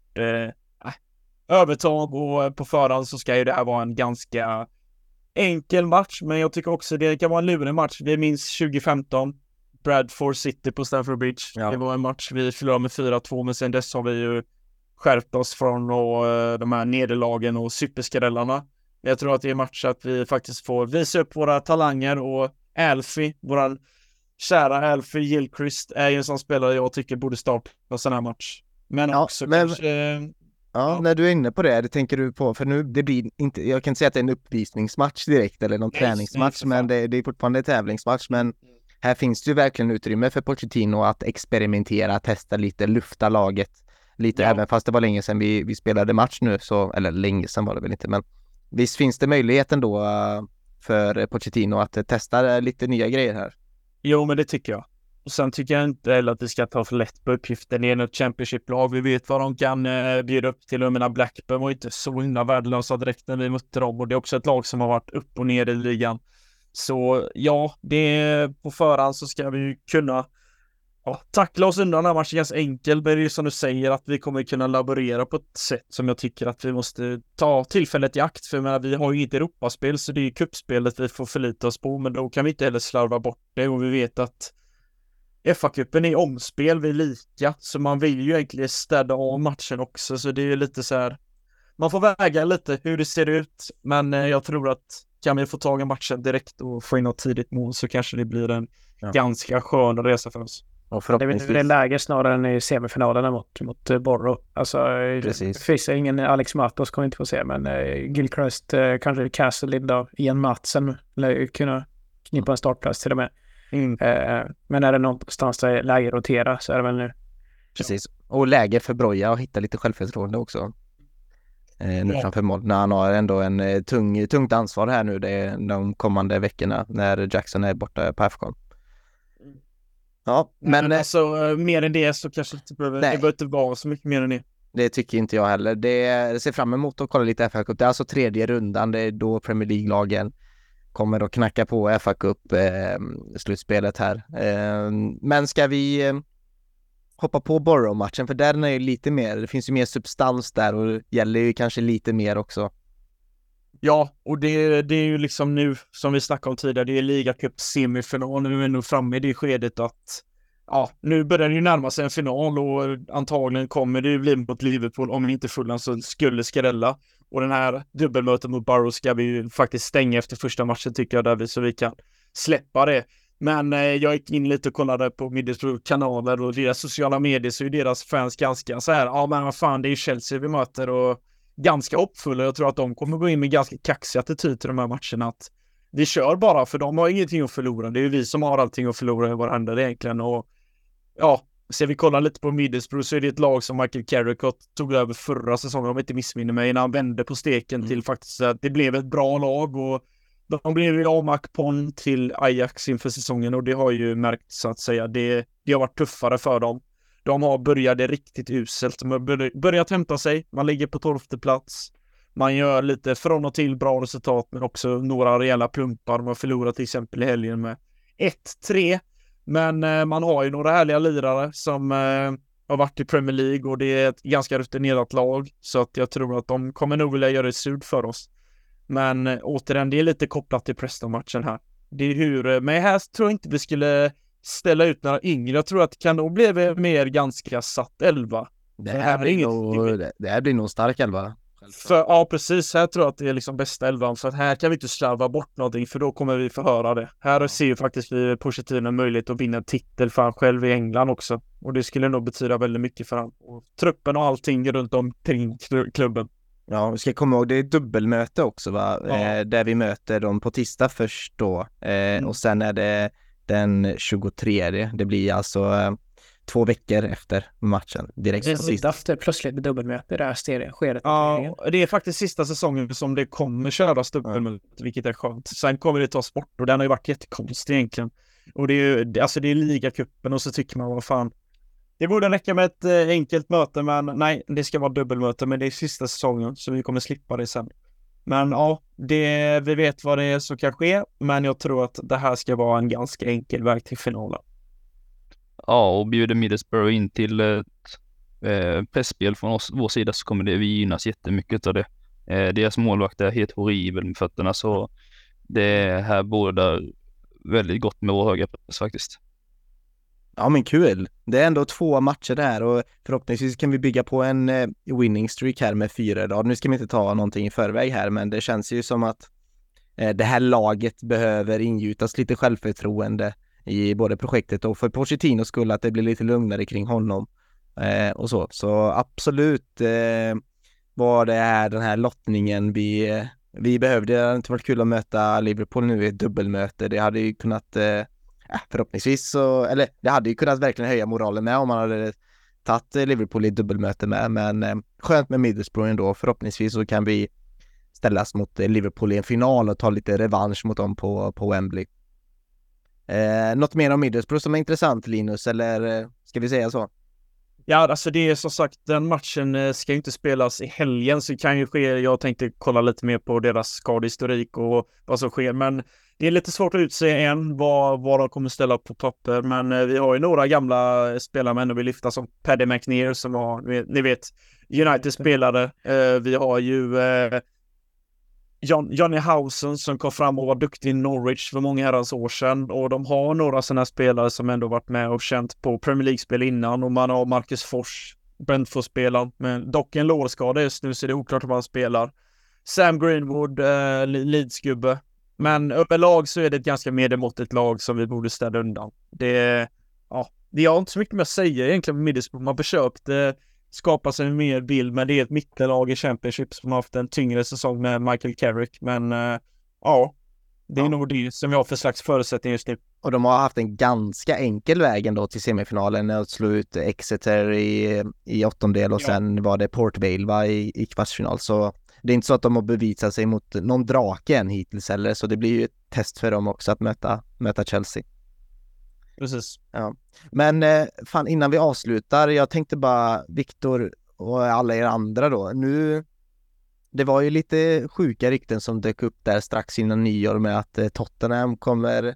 övertag, och på förhand så ska ju det här vara en ganska enkel match, men jag tycker också det kan vara en lurig match. Vi minns 2015 Bradford City på Stamford Bridge. Det var en match vi förlorade med 4-2, men sen dess har vi ju skärpt oss från de här nederlagen och superskrällarna. Jag tror att det är match att vi faktiskt får visa upp våra talanger, och Alfie, våran kära Alfie Gilchrist, är ju en sån spelare jag tycker borde starta på sån här match. Men också kanske Ja, när du är inne på det tänker du på, för nu det blir inte, jag kan inte säga att det är en uppvisningsmatch direkt eller någon träningsmatch, men det är fortfarande en tävlingsmatch, men här finns det ju verkligen utrymme för Pochettino att experimentera, testa lite, lufta laget lite, även fast det var länge sedan vi spelade match nu, så, eller länge sedan var det väl inte, men visst finns det möjligheten då för Pochettino att testa lite nya grejer här. Jo, men det tycker jag. Och sen tycker jag inte heller att vi ska ta för lätt på uppgiften. Det är ett Championship-lag. Vi vet vad de kan bjuda upp till. Jag menar, Blackburn var inte så himla värdelösa direkt när vi mötte dem. Och det är också ett lag som har varit upp och ner i ligan. Så ja, på förhand så ska vi ju kunna tackla oss undan den här matchen ganska enkelt. Men det är ju som du säger att vi kommer kunna laborera på ett sätt som jag tycker att vi måste ta tillfället i akt. För jag menar, vi har ju inte Europaspel, så det är ju kuppspelet vi får förlita oss på. Men då kan vi inte heller slarva bort det. Och vi vet att FA-cupen är omspel, vi är lika. Så man vill ju egentligen städa av matchen också. Så det är ju lite så här, man får väga lite hur det ser ut. Men jag tror att kan vi få tag i matchen direkt och få in något tidigt mål, så kanske det blir en ganska skön resa för oss. Det är läge snarare än i semifinalerna mot Borough. Alltså, finns det ingen Alex Matos kommer inte få se, men Gilchrist, kanske Castle då, Ian Matsen eller kunna knipa en startplats till och med. Men är det någonstans där läge rotera, så är det väl nu. Precis, och läge för Broja att hitta lite självförtroende också. Nu framför mål, när han har ändå en tungt ansvar här nu de kommande veckorna när Jackson är borta på AFCON. Ja, men alltså mer än det så kanske det behöver inte vara så mycket mer än det. Det tycker inte jag heller. Det ser fram emot att kolla lite FA Cup. Det är alltså 3:e rundan, det är då Premier League-lagen kommer att knacka på FA Cup slutspelet här. Men ska vi hoppa på Borough-matchen, för där är ju lite mer, det finns ju mer substans där och det gäller ju kanske lite mer också. Ja, och det är ju liksom nu, som vi snackade om tidigare, det är ligacup semifinal, nu är nog framme i det skedet att nu börjar det ju närma sig en final och antagligen kommer det ju bli mot Liverpool om inte Fulham så skulle skrälla. Och den här dubbelmötet mot Borough ska vi ju faktiskt stänga efter första matchen tycker jag, så vi kan släppa det. Men jag gick in lite och kollade på Middlesbrough-kanaler och deras sociala medier, så är deras fans ganska så här, men vad fan, det är ju Chelsea vi möter och ganska hoppfulla. Jag tror att de kommer gå in med ganska kaxig attityd till de här matcherna, att vi kör bara, för de har ingenting att förlora. Det är ju vi som har allting att förlora i våra händer egentligen. Och så vi kollar lite på Middlesbrough, så är det ett lag som Michael Carrick tog över förra säsongen, om jag inte missminner mig, när han vände på steken till faktiskt att det blev ett bra lag, och de blev ju av Macpon till Ajax inför säsongen, och det har ju märkt så att säga. Det har varit tuffare för dem. De har börjat riktigt uselt. De har börjat hämta sig. Man ligger på 12:e plats. Man gör lite från och till bra resultat, men också några rejäla plumpar. De har förlorat till exempel i helgen med 1-3. Men man har ju några härliga lirare som har varit i Premier League, och det är ett ganska rutinerat lag. Så att jag tror att de kommer nog vilja göra det surt för oss. Men återigen, det är lite kopplat till Preston-matchen här. Det är men här tror jag inte vi skulle ställa ut några yngre. Jag tror att det kan nog bli mer ganska satt 11. Det här blir nog stark 11. För, precis. Här tror jag att det är liksom bästa 11. För att här kan vi inte slarva bort någonting, för då kommer vi förhöra det. Här ser ju faktiskt vi Pochettino en möjlighet att vinna en titel för han själv i England också. Och det skulle nog betyda väldigt mycket för han. Och truppen och allting runt omkring klubben. Ja, vi ska komma ihåg, det är dubbelmöte också va? Där vi möter dem på tisdag först då. Och sen är det den 23. Det blir alltså 2 veckor efter matchen. Direkt det är efter plötsligt med dubbelmöte i det här skedet. Ja, det är faktiskt sista säsongen som det kommer köras dubbelmöte, vilket är skönt. Sen kommer det tas bort, och den har ju varit jättekonstig egentligen. Och det är ju, alltså det är ligacupen, och så tycker man, vad fan, det borde räcka med ett enkelt möte, men nej, det ska vara dubbelmöte, men det är sista säsongen, så vi kommer slippa det sen. Men vi vet vad det är som kan ske, men jag tror att det här ska vara en ganska enkel väg till finalen. Ja, och bjuder Middlesbrough in till pressspel från vår sida, så kommer vi gynnas jättemycket av det. Deras målvakt är helt horribel med fötterna, så det här båda väldigt gott med vår höga press faktiskt. Ja, men kul. Det är ändå 2 matcher där, och förhoppningsvis kan vi bygga på en winning streak här med 4 dagar. Nu ska vi inte ta någonting i förväg här, men det känns ju som att det här laget behöver ingjutas lite självförtroende i både projektet och för Pochettinos skull, att det blir lite lugnare kring honom och så. Så absolut vad det är den här lottningen vi behövde. Det hade inte varit kul att möta Liverpool nu i ett dubbelmöte. Det hade ju kunnat förhoppningsvis så, eller det hade ju kunnat verkligen höja moralen med om man hade tagit Liverpool i dubbelmöte med, men skönt med Middlesbrough ändå. Förhoppningsvis så kan vi ställas mot Liverpool i en final och ta lite revansch mot dem på Wembley. Något mer om Middlesbrough som är intressant, Linus, eller ska vi säga så? Ja, alltså det är som sagt, den matchen ska ju inte spelas i helgen, så det kan ju ske. Jag tänkte kolla lite mer på deras skadehistorik och vad som sker, men det är lite svårt att utse än vad de kommer ställa på papper. Men vi har ju några gamla spelare med och vi lyfta som Paddy McNair som var, ni vet, United-spelare. Vi har ju Johnny Housen som kom fram och var duktig i Norwich för många herrans år sedan. Och de har några sådana spelare som ändå varit med och känt på Premier League-spel innan. Och man har Marcus Fors, Brentford-spelaren. Men dock en lårskada just nu, så det är oklart om han spelar. Sam Greenwood, Leeds-gubbe. Men överlag så är det ett ganska medelmåttigt lag som vi borde ställa undan. Det har inte så mycket mer att säga egentligen med Middlesbrough. Man försökt skapa sig en mer bild, men det är ett mittenlag i Championship som har haft en tyngre säsong med Michael Carrick. Men det är nog det som vi har för slags förutsättning just nu. Och de har haft en ganska enkel väg ändå till semifinalen att slå ut Exeter i åttondel och sen var det Port Vale i kvartsfinal. Så det är inte så att de har bevisat sig mot någon drake än hittills heller, så det blir ju ett test för dem också att möta Chelsea. Precis. Ja. Men fan, innan vi avslutar, jag tänkte bara, Viktor och alla er andra då, nu, det var ju lite sjuka rykten som dök upp där strax innan nyår med att Tottenham kommer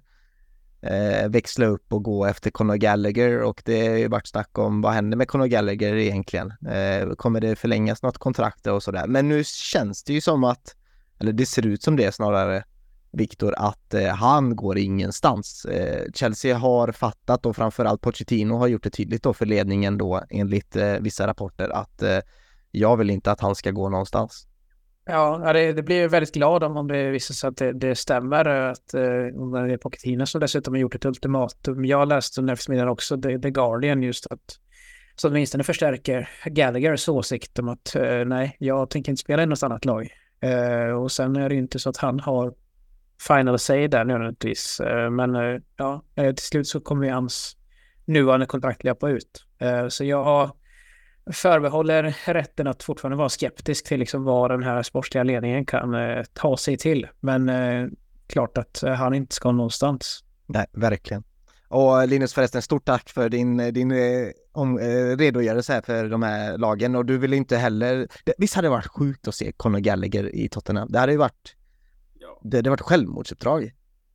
växla upp och gå efter Conor Gallagher, och det har ju varit snack om vad händer med Conor Gallagher egentligen. Kommer det förlängas något kontrakt och sådär? Men nu känns det ju som att, eller det ser ut som det snarare, Viktor, att han går ingenstans. Chelsea har fattat, och framförallt Pochettino har gjort det tydligt då för ledningen då enligt vissa rapporter att jag vill inte att han ska gå någonstans. Ja, det blir väldigt glad om det visar sig att det stämmer, att om det är Pochettino som dessutom har gjort ett ultimatum. Jag läste under eftermiddagen också The Guardian just att så åtminstone förstärker Gallaghers åsikt om att nej, jag tänker inte spela i något annat lag. Och sen är det ju inte så att han har final say där nödvändigtvis. Men till slut så kommer ju hans nuvarande kontrakt löpa ut. Så jag förbehåller rätten att fortfarande vara skeptisk till liksom vad den här sportsliga ledningen kan ta sig till. Men klart att han inte ska någonstans. Nej, verkligen. Och Linus, förresten, stort tack för din redogörelse här för de här lagen. Och du vill inte heller... Visst hade det varit sjukt att se Conor Gallagher i Tottenham? Det hade ju varit... Det hade varit självmordsuppdrag.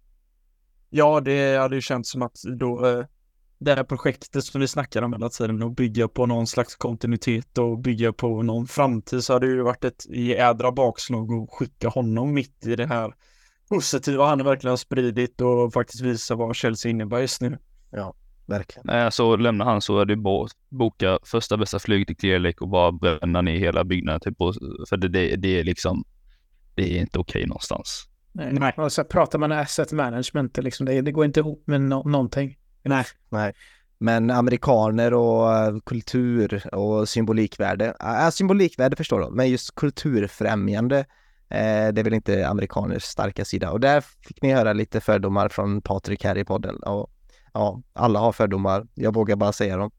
Ja, det hade ju känts som att då... Det här projektet som vi snackar om hela tiden och bygga på någon slags kontinuitet och bygga på någon framtid, så hade det ju varit ett jädra bakslag och skicka honom mitt i det här positiva han verkligen har spridit och faktiskt visa vad Chelsea innebär just nu. Ja, verkligen. Nej, så lämnar han så är det bara boka första bästa flyg till Clear Lake och bara bränna ner hela byggnaden typ, för det är liksom, det är inte okej någonstans. Nej. Och så pratar man asset management, liksom det går inte ihop med någonting. Nej. Men amerikaner och kultur och symbolikvärde. Symbolikvärde förstår de, men just kulturfrämjande, det är väl inte amerikaners starka sida. Och där fick ni höra lite fördomar från Patrik här i podden. Och ja, alla har fördomar. Jag vågar bara säga dem.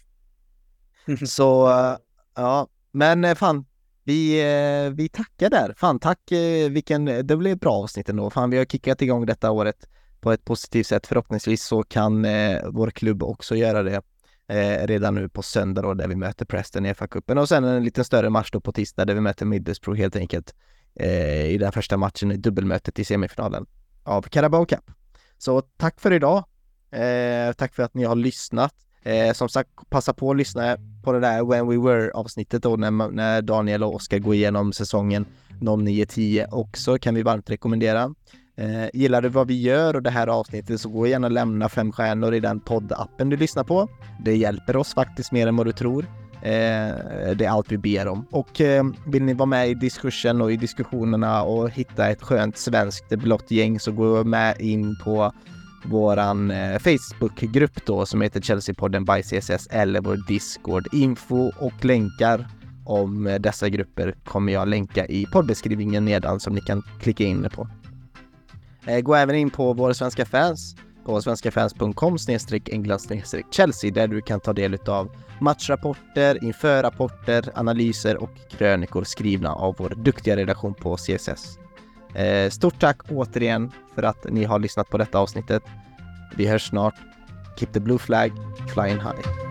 Så ja, men fan, vi tackar där. Fan, tack, det blev bra avsnitt ändå. Fan, vi har kickat igång detta året på ett positivt sätt. Förhoppningsvis så kan vår klubb också göra det redan nu på söndag då, där vi möter Preston i FA-cupen, och sen en lite större match då på tisdag där vi möter Middlesbrough helt enkelt i den första matchen i dubbelmötet i semifinalen av Carabao Cup. Så tack för idag. Tack för att ni har lyssnat. Som sagt, passa på att lyssna på det där When We Were-avsnittet då, när Daniel och Oskar går igenom säsongen 09-10 också, kan vi varmt rekommendera. Gillar du vad vi gör och det här avsnittet, så gå gärna lämna 5 stjärnor i den poddappen du lyssnar på. Det hjälper oss faktiskt mer än vad du tror. Det är allt vi ber om. Och vill ni vara med i diskursen och i diskussionerna och hitta ett skönt svenskt blått gäng, så gå med in på våran Facebookgrupp då som heter Chelsea-podden by CSS, eller vår Discord. Info och länkar om dessa grupper kommer jag länka i poddbeskrivningen nedan som ni kan klicka in på. Gå även in på våra svenska fans på svenskafans.com/England/Chelsea där du kan ta del av matchrapporter, införrapporter, analyser och krönikor skrivna av vår duktiga redaktion på CSS. Stort tack återigen för att ni har lyssnat på detta avsnittet. Vi hörs snart. Keep the blue flag flying high.